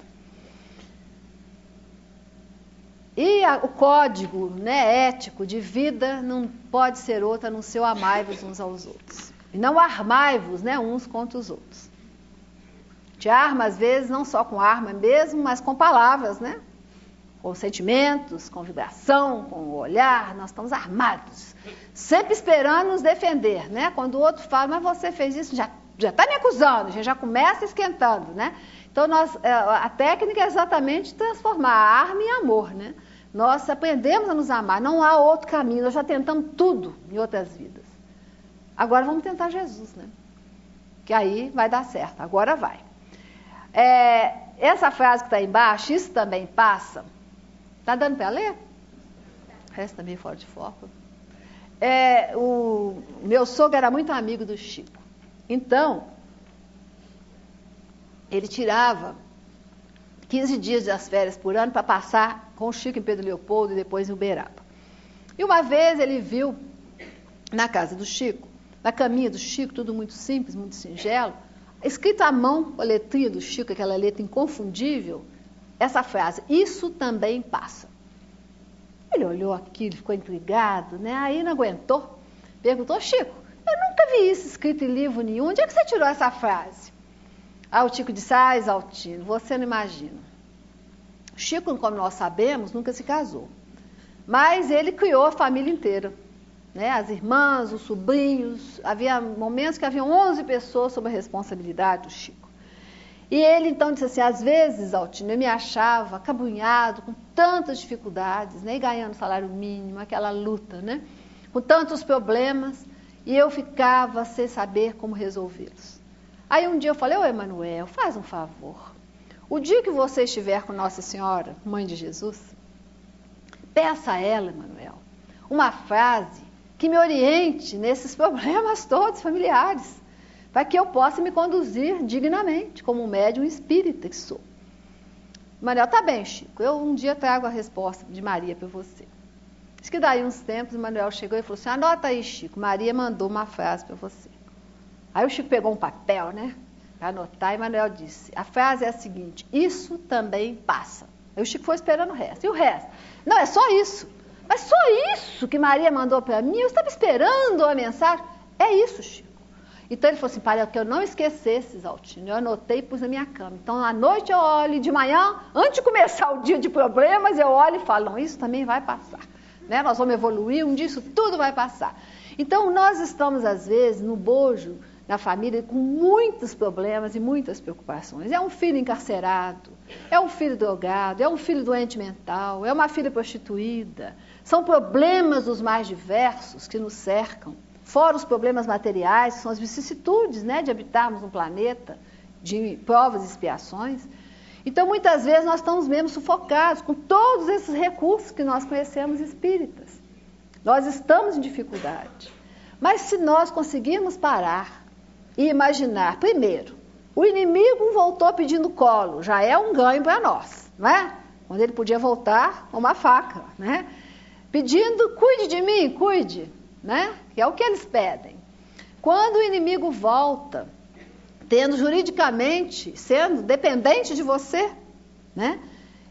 E a, o código, né, ético de vida não pode ser outro a não ser o amai-vos uns aos outros. E não armai-vos, né, uns contra os outros. Te arma, às vezes, não só com arma mesmo, mas com palavras, né? Com sentimentos, com vibração, com o olhar. Nós estamos armados, sempre esperando nos defender, né? Quando o outro fala, mas você fez isso, já já está me acusando, a gente já começa esquentando, né? Então, nós, a técnica é exatamente transformar a arma em amor, né? Nós aprendemos a nos amar, não há outro caminho, nós já tentamos tudo em outras vidas. Agora vamos tentar Jesus, né? Que aí vai dar certo, agora vai. É, essa frase que está embaixo, isso também passa. Está dando para ler? Resta meio fora de foco. É, o meu sogro era muito amigo do Chico. Então, ele tirava quinze dias das férias por ano para passar com o Chico em Pedro Leopoldo e depois em Uberaba. E uma vez ele viu na casa do Chico, na caminha do Chico, tudo muito simples, muito singelo, escrito à mão, com a letrinha do Chico, aquela letra inconfundível, essa frase: isso também passa. Ele olhou aquilo, ficou intrigado, né? Aí não aguentou, perguntou: Chico, eu nunca vi isso escrito em livro nenhum, onde é que você tirou essa frase? Ah, o Chico disse: ah, Exaltino, você não imagina. Chico, como nós sabemos, nunca se casou, mas ele criou a família inteira. Né, as irmãs, os sobrinhos, havia momentos que haviam onze pessoas sob a responsabilidade do Chico. E ele então disse assim: às vezes, Altino, eu me achava acabunhado, com tantas dificuldades, né, ganhando salário mínimo, aquela luta, né, com tantos problemas, e eu ficava sem saber como resolvê-los. Aí um dia eu falei: ô Emanuel, faz um favor, o dia que você estiver com Nossa Senhora, Mãe de Jesus, peça a ela, Emanuel, uma frase que me oriente nesses problemas todos familiares, para que eu possa me conduzir dignamente, como um médium espírita que sou. Manuel: tá bem, Chico, eu um dia trago a resposta de Maria para você. Diz que daí uns tempos, o Manuel chegou e falou assim: anota aí, Chico, Maria mandou uma frase para você. Aí o Chico pegou um papel, né, para anotar, e Manuel disse: a frase é a seguinte: isso também passa. Aí o Chico foi esperando o resto. E o resto? Não, é só isso. Mas só isso que Maria mandou para mim? Eu estava esperando a mensagem. É isso, Chico. Então ele falou assim: para que eu não esquecesse, Exaltino, eu anotei e pus na minha cama. Então à noite eu olho, de manhã, antes de começar o dia de problemas, eu olho e falo: não, isso também vai passar. Né? Nós vamos evoluir, um dia isso tudo vai passar. Então nós estamos às vezes no bojo, na família, com muitos problemas e muitas preocupações. É um filho encarcerado, é um filho drogado, é um filho doente mental, é uma filha prostituída. São problemas dos mais diversos que nos cercam, fora os problemas materiais, que são as vicissitudes, né, de habitarmos um planeta de provas e expiações. Então, muitas vezes, nós estamos mesmo sufocados com todos esses recursos que nós conhecemos espíritas. Nós estamos em dificuldade. Mas se nós conseguirmos parar e imaginar, primeiro, o inimigo voltou pedindo colo, já é um ganho para nós, não é? Quando ele podia voltar com uma faca, né? Pedindo: cuide de mim, cuide, né? Que é o que eles pedem. Quando o inimigo volta, tendo juridicamente, sendo dependente de você, né?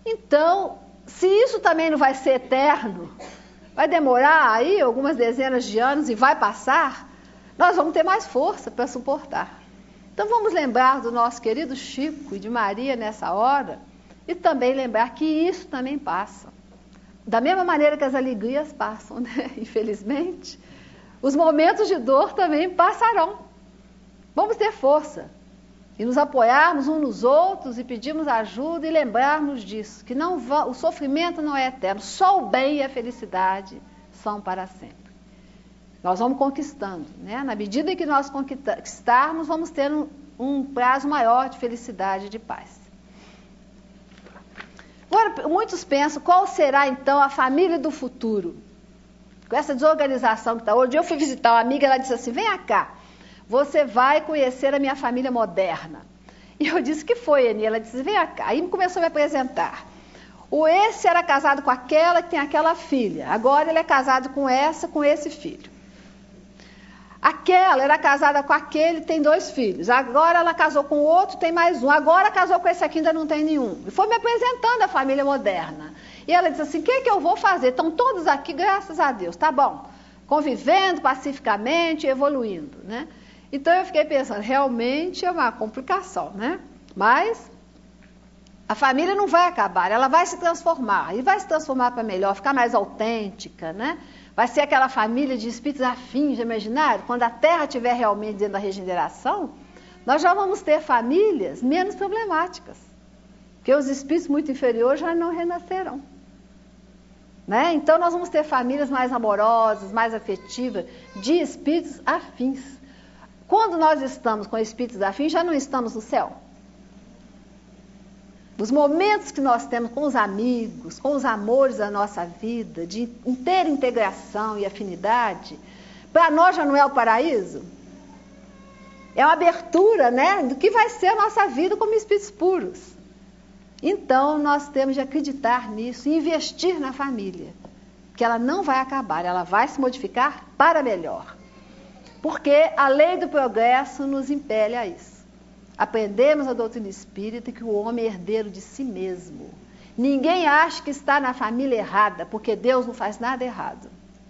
Então, se isso também não vai ser eterno, vai demorar aí algumas dezenas de anos e vai passar, nós vamos ter mais força para suportar. Então vamos lembrar do nosso querido Chico e de Maria nessa hora e também lembrar que isso também passa. Da mesma maneira que as alegrias passam, né? Infelizmente, os momentos de dor também passarão. Vamos ter força e nos apoiarmos uns nos outros e pedirmos ajuda e lembrarmos disso, que não va- o sofrimento não é eterno, só o bem e a felicidade são para sempre. Nós vamos conquistando, né? Na medida em que nós conquistarmos, vamos ter um, um prazo maior de felicidade e de paz. Agora, muitos pensam, qual será então a família do futuro? Com essa desorganização que está hoje, eu fui visitar uma amiga, ela disse assim, vem cá, você vai conhecer a minha família moderna. E eu disse, que foi, Eni? Ela disse, vem cá. Aí começou a me apresentar. O esse era casado com aquela que tem aquela filha. Agora ele é casado com essa, com esse filho. Aquela era casada com aquele, tem dois filhos. Agora ela casou com o outro, tem mais um. Agora casou com esse aqui, ainda não tem nenhum. E foi me apresentando a família moderna. E ela disse assim, o que é que eu vou fazer? Estão todos aqui, graças a Deus. Tá bom. Convivendo pacificamente, evoluindo, né? Então eu fiquei pensando, realmente é uma complicação, né? Mas a família não vai acabar, ela vai se transformar. E vai se transformar para melhor, ficar mais autêntica, né? Vai ser aquela família de espíritos afins, já imaginaram? Quando a Terra estiver realmente dentro da regeneração, nós já vamos ter famílias menos problemáticas. Porque os espíritos muito inferiores já não renascerão. Né? Então nós vamos ter famílias mais amorosas, mais afetivas, de espíritos afins. Quando nós estamos com espíritos afins, já não estamos no céu. Os momentos que nós temos com os amigos, com os amores da nossa vida, de inteira integração e afinidade, para nós já não é o paraíso? É uma abertura, né, do que vai ser a nossa vida como espíritos puros. Então, nós temos de acreditar nisso e investir na família, que ela não vai acabar, ela vai se modificar para melhor. Porque a lei do progresso nos impele a isso. Aprendemos a doutrina espírita que o homem é herdeiro de si mesmo. Ninguém acha que está na família errada, porque Deus não faz nada errado.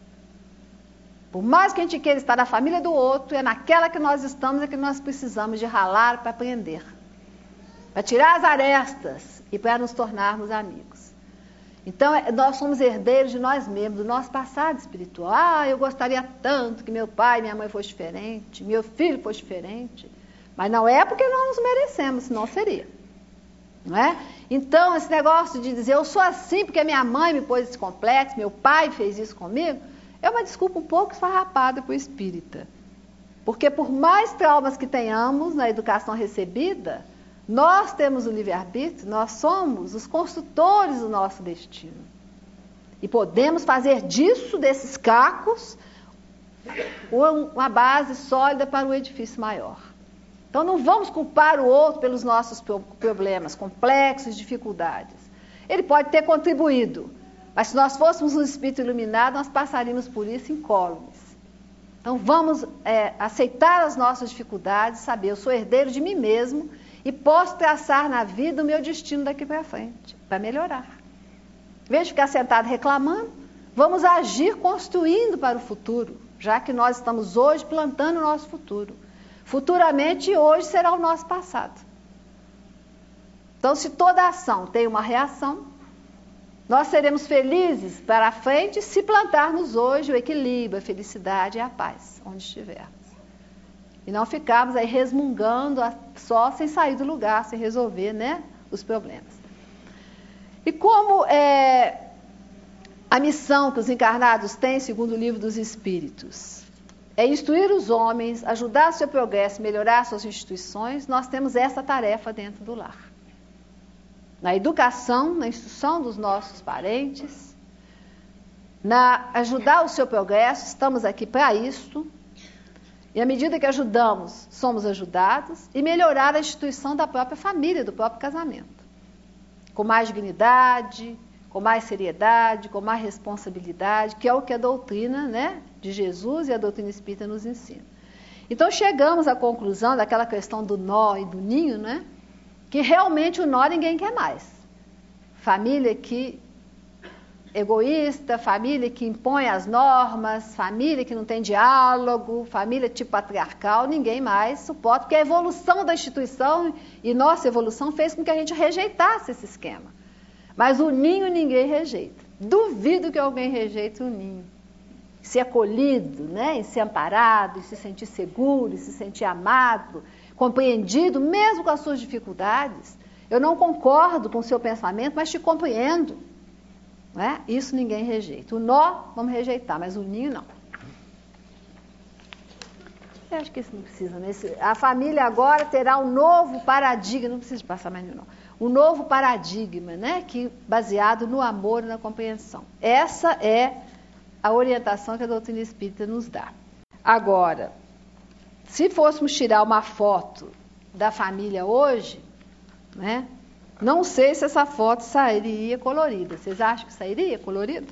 Por mais que a gente queira estar na família do outro, é naquela que nós estamos é que nós precisamos de ralar para aprender. Para tirar as arestas e para nos tornarmos amigos. Então, nós somos herdeiros de nós mesmos, do nosso passado espiritual. Ah, eu gostaria tanto que meu pai e minha mãe fossem diferentes, meu filho fosse diferente. Mas não é porque nós nos merecemos, senão seria. Não é? Então, esse negócio de dizer, eu sou assim porque minha mãe me pôs esse complexo, meu pai fez isso comigo, é uma desculpa um pouco esfarrapada para o espírita. Porque por mais traumas que tenhamos na educação recebida, nós temos o livre-arbítrio, nós somos os construtores do nosso destino. E podemos fazer disso, desses cacos, uma base sólida para o edifício maior. Então não vamos culpar o outro pelos nossos problemas, complexos, dificuldades. Ele pode ter contribuído, mas se nós fôssemos um espírito iluminado, nós passaríamos por isso incólumes. Então vamos é, aceitar as nossas dificuldades, saber, eu sou herdeiro de mim mesmo, e posso traçar na vida o meu destino daqui para frente, para melhorar. Em vez de ficar sentado reclamando, vamos agir construindo para o futuro, já que nós estamos hoje plantando o nosso futuro. Futuramente, hoje será o nosso passado. Então, se toda ação tem uma reação, nós seremos felizes para a frente se plantarmos hoje o equilíbrio, a felicidade e a paz, onde estivermos. E não ficarmos aí resmungando só sem sair do lugar, sem resolver, né, os problemas. E como é a missão que os encarnados têm, segundo o Livro dos Espíritos, é instruir os homens, ajudar o seu progresso, melhorar suas instituições, nós temos essa tarefa dentro do lar. Na educação, na instrução dos nossos parentes, na ajudar o seu progresso, estamos aqui para isso. E à medida que ajudamos, somos ajudados, e melhorar a instituição da própria família, do próprio casamento. Com mais dignidade, com mais seriedade, com mais responsabilidade, que é o que a doutrina, né, de Jesus e a doutrina espírita nos ensina. Então chegamos à conclusão daquela questão do nó e do ninho, né, que realmente o nó ninguém quer mais. família que egoísta, família que impõe as normas, família que não tem diálogo, família tipo patriarcal, ninguém mais suporta, porque a evolução da instituição e nossa evolução fez com que a gente rejeitasse esse esquema. Mas o ninho ninguém rejeita. Duvido que alguém rejeite o ninho. Ser acolhido, né? E ser amparado, e se sentir seguro, e se sentir amado, compreendido, mesmo com as suas dificuldades. Eu não concordo com o seu pensamento, mas te compreendo. Né? Isso ninguém rejeita. O nó, vamos rejeitar, mas o ninho não. Eu acho que isso não precisa. Né? Esse, a família agora terá um novo paradigma, não precisa passar mais nenhum, não. Um novo paradigma, né? Que, baseado no amor e na compreensão. Essa é a orientação que a doutrina espírita nos dá. Agora, se fôssemos tirar uma foto da família hoje, né? Não sei se essa foto sairia colorida. Vocês acham que sairia colorida?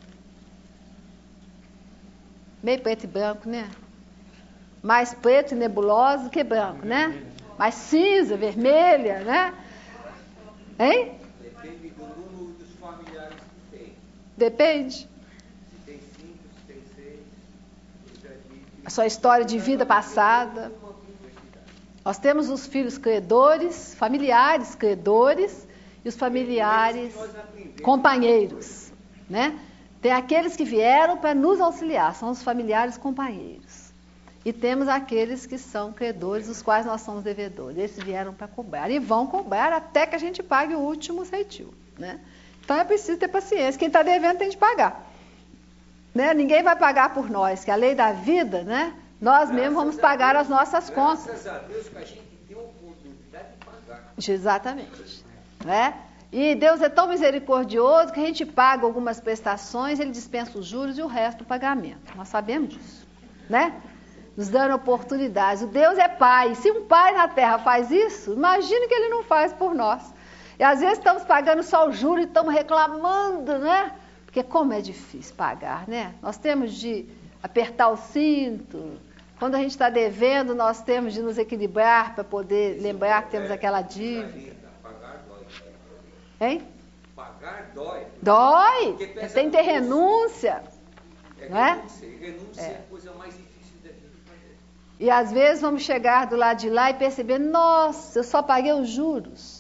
Meio preto e branco, né? Mais preto e nebuloso que branco, né? Mais cinza, vermelha, né? Hein? Depende do número dos familiares que tem. Depende. Se tem cinco, se tem seis, eu já vi que... A sua história de vida passada. Nós temos os filhos credores, familiares credores e os familiares companheiros, né? Tem aqueles que vieram para nos auxiliar, são os familiares companheiros. E temos aqueles que são credores, dos quais nós somos devedores. Esses vieram para cobrar e vão cobrar até que a gente pague o último ceitil, né? Então é preciso ter paciência. Quem está devendo tem de pagar. Né? Ninguém vai pagar por nós, que a lei da vida, né? Nós mesmos vamos pagar as nossas contas. Graças a Deus que a gente tem a oportunidade de pagar. Exatamente. Né? E Deus é tão misericordioso que a gente paga algumas prestações, Ele dispensa os juros e o resto do pagamento. Nós sabemos disso. Né? Nos dando oportunidades. O Deus é Pai. Se um Pai na Terra faz isso, imagine que Ele não faz por nós. E às vezes estamos pagando só o juro e estamos reclamando, né? Porque como é difícil pagar, né? Nós temos de apertar o cinto. Quando a gente está devendo, nós temos de nos equilibrar para poder lembrar que temos aquela dívida. Pagar dói. Hein? Pagar dói. Dói. Tem que ter renúncia. É não é? renúncia. E renúncia é a coisa mais difícil da gente fazer. E às vezes vamos chegar do lado de lá e perceber, nossa, eu só paguei os juros.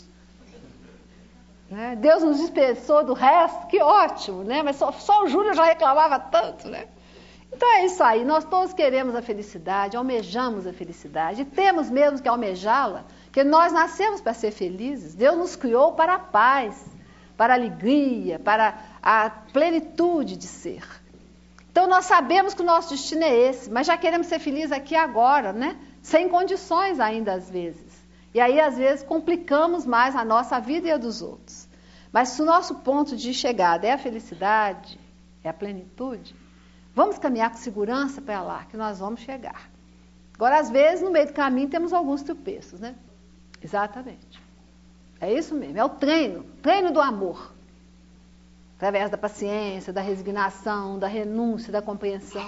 Né? Deus nos dispensou do resto, que ótimo, né? Mas só, só o juro eu já reclamava tanto, né? Então é isso aí, nós todos queremos a felicidade, almejamos a felicidade, e temos mesmo que almejá-la, porque nós nascemos para ser felizes, Deus nos criou para a paz, para a alegria, para a plenitude de ser. Então nós sabemos que o nosso destino é esse, mas já queremos ser felizes aqui agora, né? Sem condições ainda às vezes. E aí às vezes complicamos mais a nossa vida e a dos outros. Mas se o nosso ponto de chegada é a felicidade, é a plenitude, vamos caminhar com segurança para lá, que nós vamos chegar. Agora, às vezes, no meio do caminho, temos alguns tropeços, né? Exatamente. É isso mesmo, é o treino, treino do amor. Através da paciência, da resignação, da renúncia, da compreensão.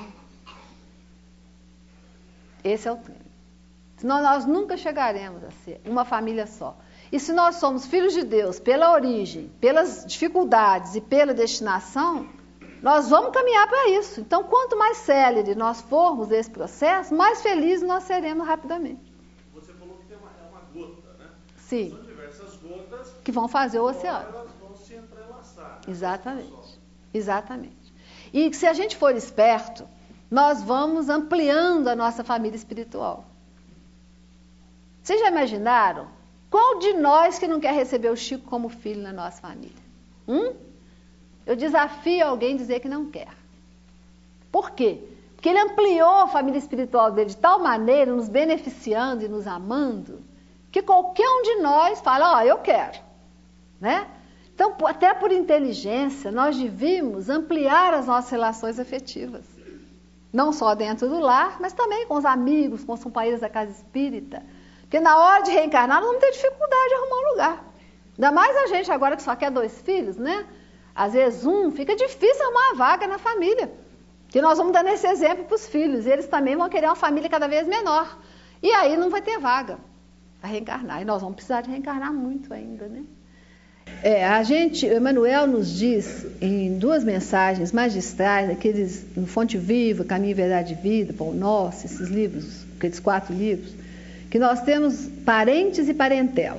Esse é o treino. Senão nós nunca chegaremos a ser uma família só. E se nós somos filhos de Deus pela origem, pelas dificuldades e pela destinação, nós vamos caminhar para isso. Então, quanto mais célere nós formos nesse processo, mais felizes nós seremos rapidamente. Você falou que tem uma, é uma gota, né? Sim. São diversas gotas que vão fazer o oceano. Elas vão se entrelaçar. Né? Exatamente. Exatamente. E se a gente for esperto, nós vamos ampliando a nossa família espiritual. Vocês já imaginaram? Qual de nós que não quer receber o Chico como filho na nossa família? Hum? Eu desafio alguém a dizer que não quer. Por quê? Porque ele ampliou a família espiritual dele de tal maneira, nos beneficiando e nos amando, que qualquer um de nós fala, ó, oh, eu quero. Né? Então, até por inteligência, nós devíamos ampliar as nossas relações afetivas. Não só dentro do lar, mas também com os amigos, com os companheiros da casa espírita. Porque na hora de reencarnar, nós vamos ter dificuldade de arrumar um lugar. Ainda mais a gente agora que só quer dois filhos, né? Às vezes um, fica difícil arrumar uma vaga na família. Que nós vamos dando esse exemplo para os filhos. E eles também vão querer uma família cada vez menor. E aí não vai ter vaga para reencarnar. E nós vamos precisar de reencarnar muito ainda, né? É, a gente, Emmanuel nos diz em duas mensagens magistrais, aqueles no Fonte Viva, Caminho, Verdade e Vida, Pão Nosso, esses livros, aqueles quatro livros, que nós temos parentes e parentela.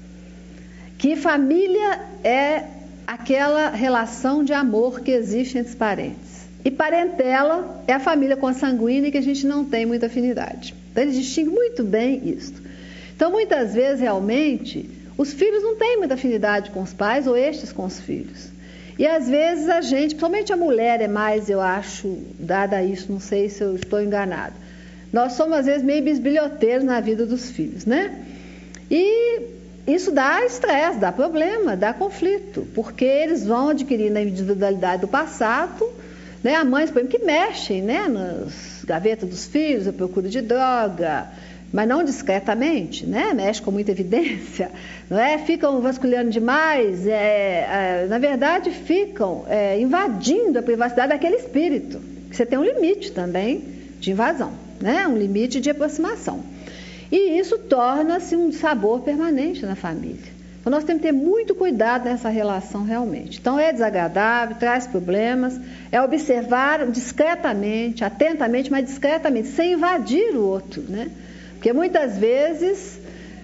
Que família é aquela relação de amor que existe entre os parentes. E parentela é a família consanguínea que a gente não tem muita afinidade. Então, ele distingue muito bem isso. Então, muitas vezes, realmente, os filhos não têm muita afinidade com os pais ou estes com os filhos. E, às vezes, a gente, principalmente a mulher é mais, eu acho, dada a isso, não sei se eu estou enganada. Nós somos, às vezes, meio bisbilhoteiros na vida dos filhos, né? E isso dá estresse, dá problema, dá conflito, porque eles vão adquirindo a individualidade do passado, né? Há mães, por exemplo, que mexem, né, nas gavetas dos filhos, a procura de droga, mas não discretamente, né? Mexe com muita evidência, não é? Ficam vasculhando demais, é, é, na verdade ficam é, invadindo a privacidade daquele espírito. Você tem um limite também de invasão, né? Um limite de aproximação. E isso torna-se um sabor permanente na família. Então, nós temos que ter muito cuidado nessa relação realmente. Então, é desagradável, traz problemas, é observar discretamente, atentamente, mas discretamente, sem invadir o outro, né? Porque muitas vezes,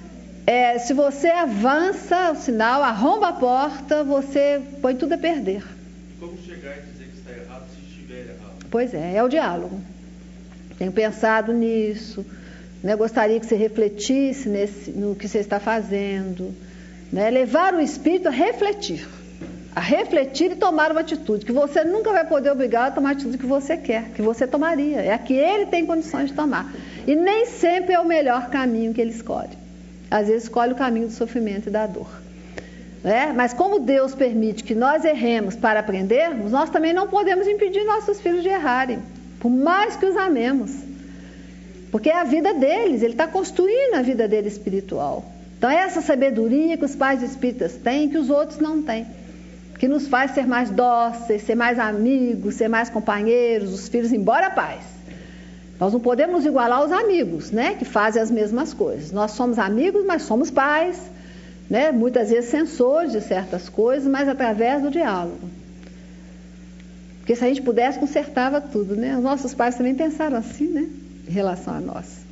é, se você avança o sinal, arromba a porta, você põe tudo a perder. Como chegar e dizer que está errado se estiver errado? Pois é, é o diálogo. Tenho pensado nisso, né? Gostaria que você refletisse nesse, no que você está fazendo. Né? Levar o espírito a refletir, a refletir e tomar uma atitude, que você nunca vai poder obrigar a tomar a atitude que você quer, que você tomaria, é a que ele tem condições de tomar. E nem sempre é o melhor caminho que ele escolhe. Às vezes escolhe o caminho do sofrimento e da dor. Né? Mas como Deus permite que nós erremos para aprendermos, nós também não podemos impedir nossos filhos de errarem, por mais que os amemos. Porque é a vida deles, ele está construindo a vida dele espiritual. Então, é essa sabedoria que os pais espíritas têm, que os outros não têm, que nos faz ser mais dóceis, ser mais amigos, ser mais companheiros, os filhos, embora pais. Nós não podemos igualar os amigos, né, que fazem as mesmas coisas. Nós somos amigos, mas somos pais, né, muitas vezes censores de certas coisas, mas através do diálogo. Porque se a gente pudesse, consertava tudo, né? Os nossos pais também pensaram assim, né, em relação a nós.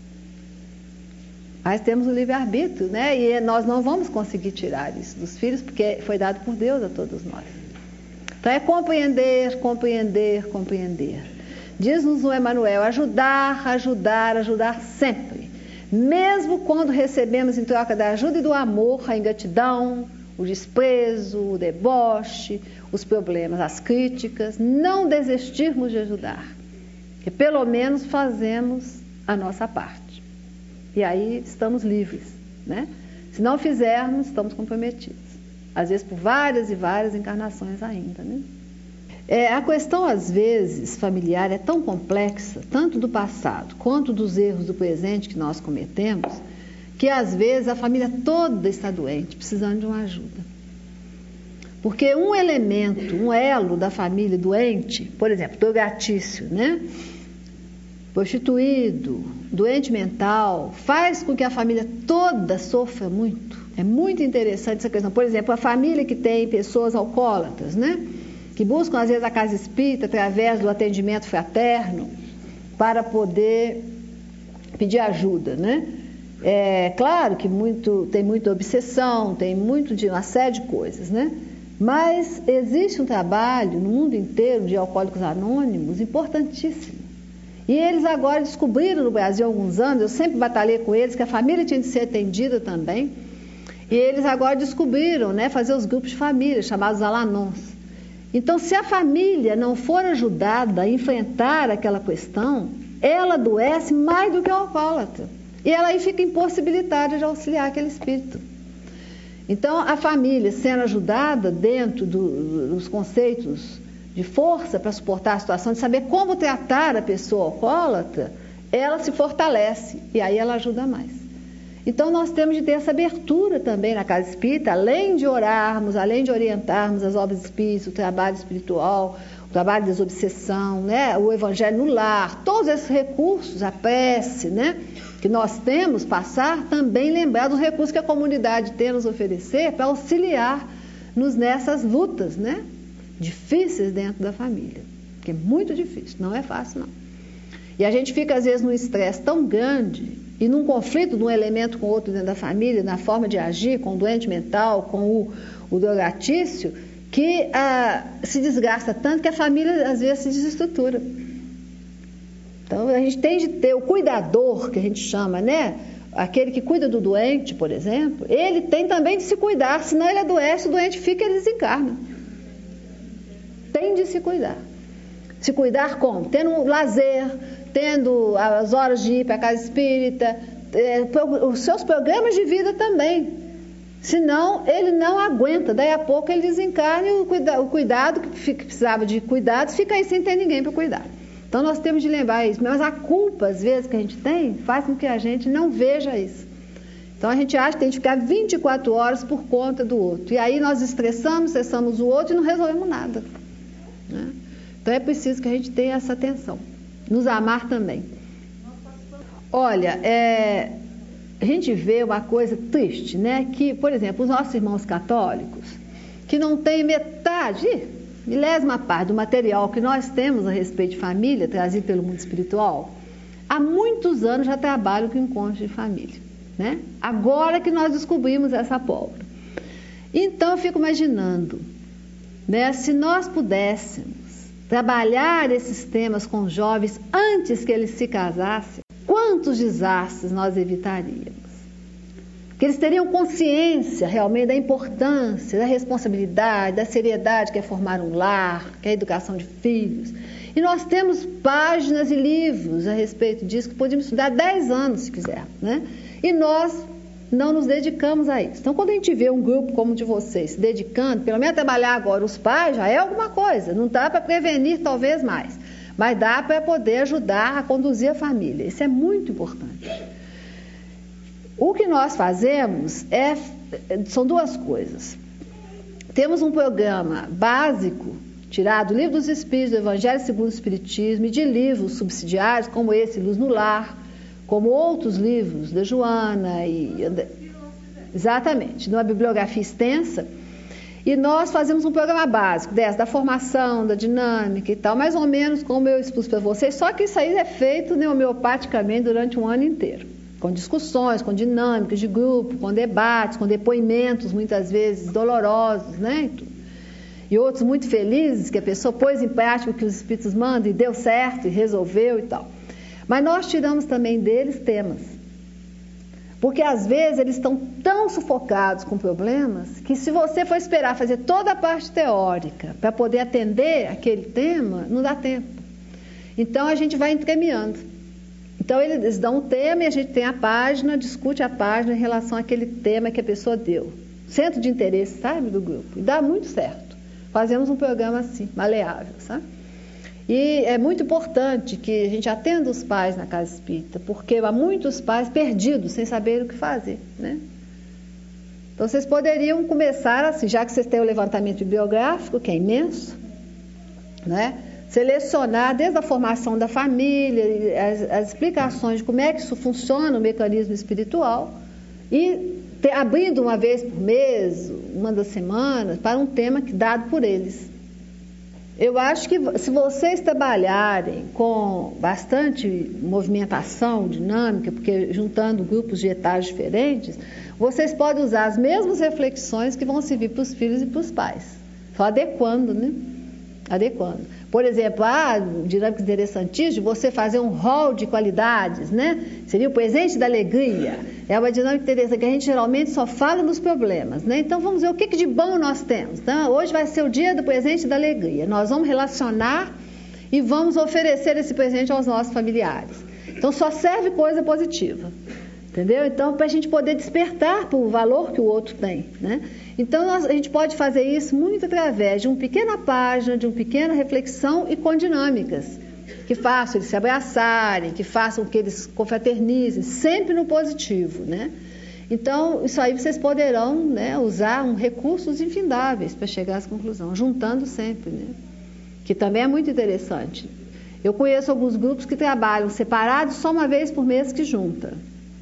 Mas temos o livre-arbítrio, né? E nós não vamos conseguir tirar isso dos filhos, porque foi dado por Deus a todos nós. Então é compreender, compreender, compreender. Diz-nos o Emmanuel, ajudar, ajudar, ajudar sempre. Mesmo quando recebemos em troca da ajuda e do amor a ingratidão, o desprezo, o deboche, os problemas, as críticas, não desistirmos de ajudar. Que pelo menos fazemos a nossa parte. E aí estamos livres, né? Se não fizermos, estamos comprometidos. Às vezes por várias e várias encarnações ainda, né? É, a questão, às vezes, familiar é tão complexa, tanto do passado quanto dos erros do presente que nós cometemos, que às vezes a família toda está doente, precisando de uma ajuda. Porque um elemento, um elo da família doente, por exemplo, drogatício, né? Prostituído, doente mental, faz com que a família toda sofra muito. É muito interessante essa questão. Por exemplo, a família que tem pessoas alcoólatras, né? Que buscam às vezes a casa espírita através do atendimento fraterno para poder pedir ajuda, né? É claro que muito, tem muita obsessão, tem muito de uma série de coisas, né? Mas existe um trabalho no mundo inteiro de alcoólicos anônimos importantíssimo. E eles agora descobriram no Brasil há alguns anos, eu sempre batalhei com eles, que a família tinha de ser atendida também. E eles agora descobriram, né, fazer os grupos de família, chamados Alanons. Então, se a família não for ajudada a enfrentar aquela questão, ela adoece mais do que o alcoólatra. E ela aí fica impossibilitada de auxiliar aquele espírito. Então, a família sendo ajudada dentro do, dos conceitos de força para suportar a situação, de saber como tratar a pessoa alcoólatra, ela se fortalece e aí ela ajuda mais. Então nós temos de ter essa abertura também na casa espírita, além de orarmos, além de orientarmos as obras espíritas, o trabalho espiritual, o trabalho de desobsessão, né? O evangelho no lar, todos esses recursos, a prece, né? Que nós temos, passar, também lembrar dos recursos que a comunidade tem a nos oferecer para auxiliar nos, nessas lutas, né, difíceis dentro da família, que é muito difícil, não é fácil não. E a gente fica às vezes num estresse tão grande e num conflito de um elemento com outro dentro da família, na forma de agir com o doente mental, com o, o drogatício, que ah, se desgasta tanto que a família às vezes se desestrutura. Então a gente tem de ter o cuidador, que a gente chama, né? Aquele que cuida do doente, por exemplo, ele tem também de se cuidar, senão ele adoece, o doente fica e ele desencarna. Tem de se cuidar. Se cuidar como? Tendo um lazer, tendo as horas de ir para a casa espírita, é, os seus programas de vida também. Senão ele não aguenta, daí a pouco ele desencarna e o, cuida, o cuidado que, fica, que precisava de cuidados fica aí sem ter ninguém para cuidar. Então nós temos de lembrar isso, mas a culpa às vezes que a gente tem faz com que a gente não veja isso. Então a gente acha que tem de ficar vinte e quatro horas por conta do outro, e aí nós estressamos, estressamos o outro e não resolvemos nada, né? Então é preciso que a gente tenha essa atenção, nos amar também. Olha, é, a gente vê uma coisa triste, né? Que, por exemplo, os nossos irmãos católicos, que não têm metade, milésima parte do material que nós temos a respeito de família, trazido pelo mundo espiritual, há muitos anos já trabalham com encontros de família, né? Agora que nós descobrimos essa pólvora. Então eu fico imaginando, né, se nós pudéssemos trabalhar esses temas com jovens antes que eles se casassem, quantos desastres nós evitaríamos? Porque eles teriam consciência realmente da importância, da responsabilidade, da seriedade que é formar um lar, que é a educação de filhos. E nós temos páginas e livros a respeito disso que podíamos estudar dez anos se quiser, né? E nós não nos dedicamos a isso. Então, quando a gente vê um grupo como o de vocês se dedicando, pelo menos a trabalhar agora os pais, já é alguma coisa. Não dá para prevenir talvez mais, mas dá para poder ajudar a conduzir a família. Isso é muito importante. O que nós fazemos é, são duas coisas. Temos um programa básico, tirado do Livro dos Espíritos, do Evangelho segundo o Espiritismo, e de livros subsidiários, como esse, Luz no Lar, como outros livros da Joana, e, exatamente, numa bibliografia extensa. E nós fazemos um programa básico dessa, da formação, da dinâmica e tal, mais ou menos como eu expus para vocês, só que isso aí é feito né, homeopaticamente durante um ano inteiro, com discussões, com dinâmicas de grupo, com debates, com depoimentos muitas vezes dolorosos, né? E, tudo. E outros muito felizes, que a pessoa pôs em prática o que os espíritos mandam e deu certo e resolveu e tal. Mas nós tiramos também deles temas, porque às vezes eles estão tão sufocados com problemas que se você for esperar fazer toda a parte teórica para poder atender aquele tema, não dá tempo. Então a gente vai entremeando. Então eles dão um tema e a gente tem a página, discute a página em relação àquele tema que a pessoa deu. Centro de interesse, sabe, do grupo. E dá muito certo. Fazemos um programa assim, maleável, sabe? E é muito importante que a gente atenda os pais na casa espírita, porque há muitos pais perdidos, sem saber o que fazer, né? Então vocês poderiam começar assim, já que vocês têm o levantamento bibliográfico, que é imenso, né? Selecionar desde a formação da família, as, as explicações de como é que isso funciona, o mecanismo espiritual, e ter, abrindo uma vez por mês, uma das semanas, para um tema dado por eles. Eu acho que se vocês trabalharem com bastante movimentação dinâmica, porque juntando grupos de etágios diferentes, vocês podem usar as mesmas reflexões que vão servir para os filhos e para os pais, só adequando, né? Adequando. Por exemplo, a dinâmica interessantíssima de você fazer um rol de qualidades, né? Seria o presente da alegria. É uma dinâmica interessante que a gente geralmente só fala nos problemas, né? Então vamos ver o que de bom nós temos. Então, hoje vai ser o dia do presente da alegria. Nós vamos relacionar e vamos oferecer esse presente aos nossos familiares. Então só serve coisa positiva. Entendeu? Então, para a gente poder despertar para o valor que o outro tem, né? Então, nós, a gente pode fazer isso muito através de uma pequena página, de uma pequena reflexão e com dinâmicas que façam eles se abraçarem, que façam que eles confraternizem, sempre no positivo, né? Então, isso aí vocês poderão, né, usar um, recursos infindáveis para chegar a essa conclusão, juntando sempre, né? Que também é muito interessante. Eu conheço alguns grupos que trabalham separados só uma vez por mês que junta.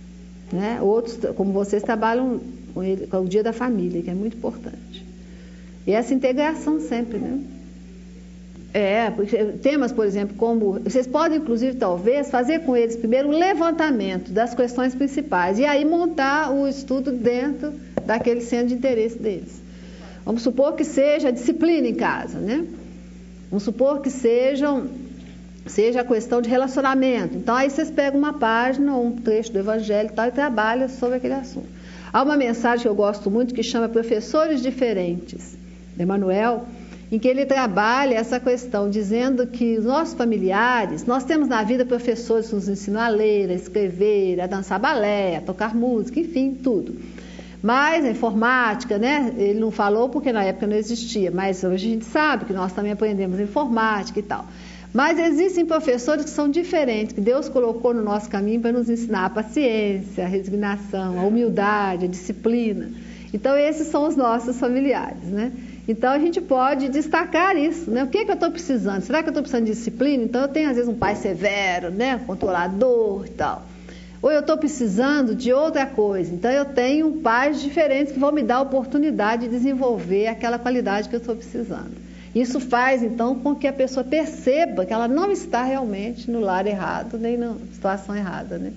Né? Outros, como vocês, trabalham com, ele, com o dia da família, que é muito importante. E essa integração sempre, né? É, porque temas, por exemplo, como... Vocês podem, inclusive, talvez, fazer com eles primeiro um levantamento das questões principais e aí montar o estudo dentro daquele centro de interesse deles. Vamos supor que seja a disciplina em casa, né? Vamos supor que sejam, seja a questão de relacionamento. Então, aí vocês pegam uma página ou um trecho do Evangelho e tal e trabalham sobre aquele assunto. Há uma mensagem que eu gosto muito que chama Professores Diferentes, de Emmanuel, em que ele trabalha essa questão, dizendo que os nossos familiares, nós temos na vida professores que nos ensinam a ler, a escrever, a dançar balé, a tocar música, enfim, tudo. Mas a informática, né, ele não falou porque na época não existia, mas hoje a gente sabe que nós também aprendemos informática e tal. Mas existem professores que são diferentes, que Deus colocou no nosso caminho para nos ensinar a paciência, a resignação, a humildade, a disciplina. Então esses são os nossos familiares, né? Então a gente pode destacar isso, né? O que é que eu estou precisando? Será que eu estou precisando de disciplina? Então eu tenho às vezes um pai severo, né? Controlador e tal. Ou eu estou precisando de outra coisa. Então eu tenho pais diferentes que vão me dar a oportunidade de desenvolver aquela qualidade que eu estou precisando. Isso faz então com que a pessoa perceba que ela não está realmente no lar errado, nem na situação errada, né?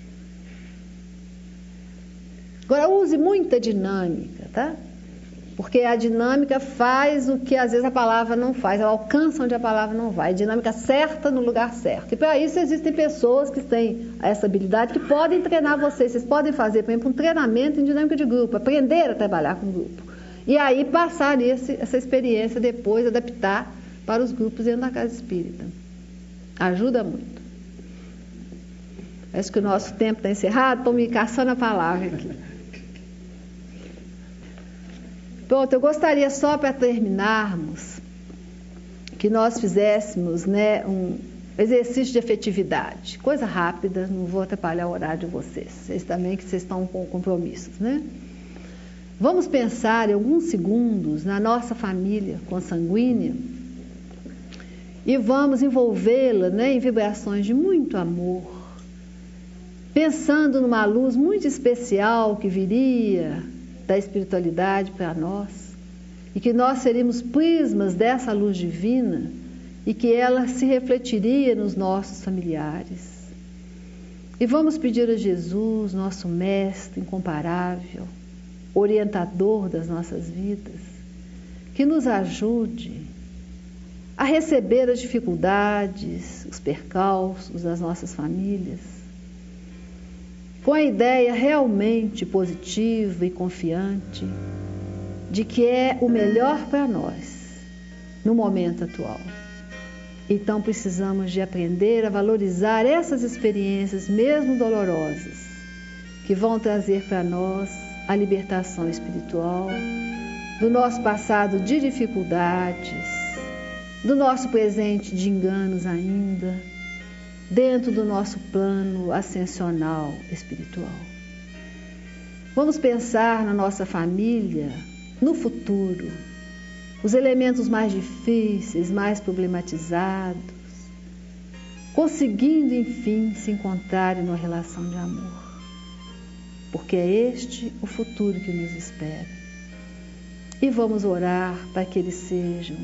Agora use muita dinâmica, tá? Porque a dinâmica faz o que às vezes a palavra não faz, ela alcança onde a palavra não vai, a dinâmica certa no lugar certo. E para isso existem pessoas que têm essa habilidade que podem treinar vocês. Vocês podem fazer, por exemplo, um treinamento em dinâmica de grupo, aprender a trabalhar com grupo. E aí passar esse, essa experiência depois, adaptar para os grupos dentro da casa espírita. Ajuda muito. Acho que o nosso tempo está encerrado, estou me caçando a palavra aqui. Pronto, eu gostaria só para terminarmos que nós fizéssemos, né, um exercício de efetividade, coisa rápida, não vou atrapalhar o horário de vocês, vocês também que vocês estão com compromissos, né? Vamos pensar em alguns segundos na nossa família consanguínea e vamos envolvê-la, né, em vibrações de muito amor, pensando numa luz muito especial que viria da espiritualidade para nós, e que nós seríamos prismas dessa luz divina e que ela se refletiria nos nossos familiares. E vamos pedir a Jesus, nosso mestre incomparável, orientador das nossas vidas, que nos ajude a receber as dificuldades, os percalços das nossas famílias, com a ideia realmente positiva e confiante de que é o melhor para nós no momento atual. Então precisamos de aprender a valorizar essas experiências, mesmo dolorosas, que vão trazer para nós a libertação espiritual, do nosso passado de dificuldades, do nosso presente de enganos ainda, dentro do nosso plano ascensional espiritual. Vamos pensar na nossa família, no futuro, os elementos mais difíceis, mais problematizados, conseguindo, enfim, se encontrarem numa relação de amor. Porque é este o futuro que nos espera. E vamos orar para que eles sejam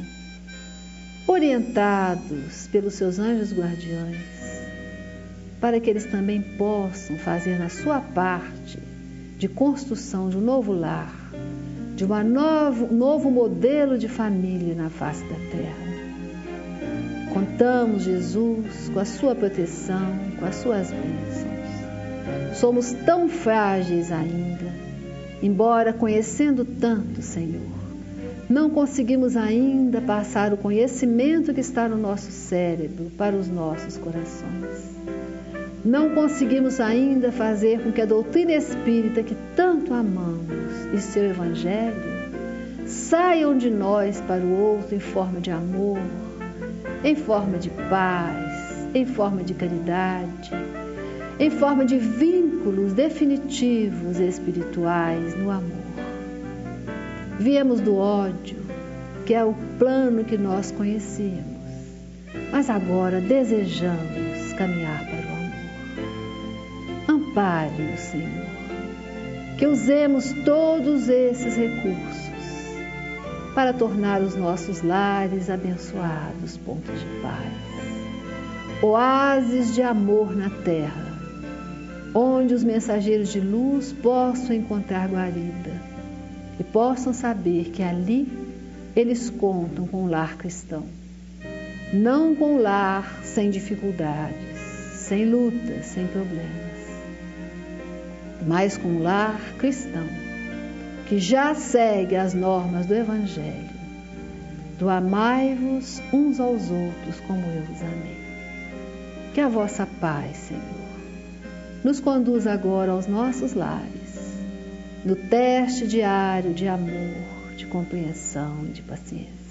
orientados pelos seus anjos guardiães, para que eles também possam fazer na sua parte de construção de um novo lar, de um novo, novo modelo de família na face da terra. Contamos, Jesus, com a sua proteção, com as suas bênçãos. Somos tão frágeis ainda, embora conhecendo tanto, Senhor, não conseguimos ainda passar o conhecimento que está no nosso cérebro para os nossos corações. Não conseguimos ainda fazer com que a doutrina espírita que tanto amamos e seu evangelho saiam de nós para o outro em forma de amor, em forma de paz, em forma de caridade, em forma de vínculos definitivos e espirituais no amor. Viemos do ódio, que é o plano que nós conhecíamos, mas agora desejamos caminhar para o amor. Ampare-nos, Senhor, que usemos todos esses recursos para tornar os nossos lares abençoados pontos de paz, oásis de amor na terra, onde os mensageiros de luz possam encontrar guarida e possam saber que ali eles contam com um lar cristão, não com um lar sem dificuldades, sem lutas, sem problemas, mas com um lar cristão, que já segue as normas do Evangelho, do amai-vos uns aos outros como eu vos amei. Que a vossa paz, Senhor, nos conduza agora aos nossos lares, no teste diário de amor, de compreensão e de paciência.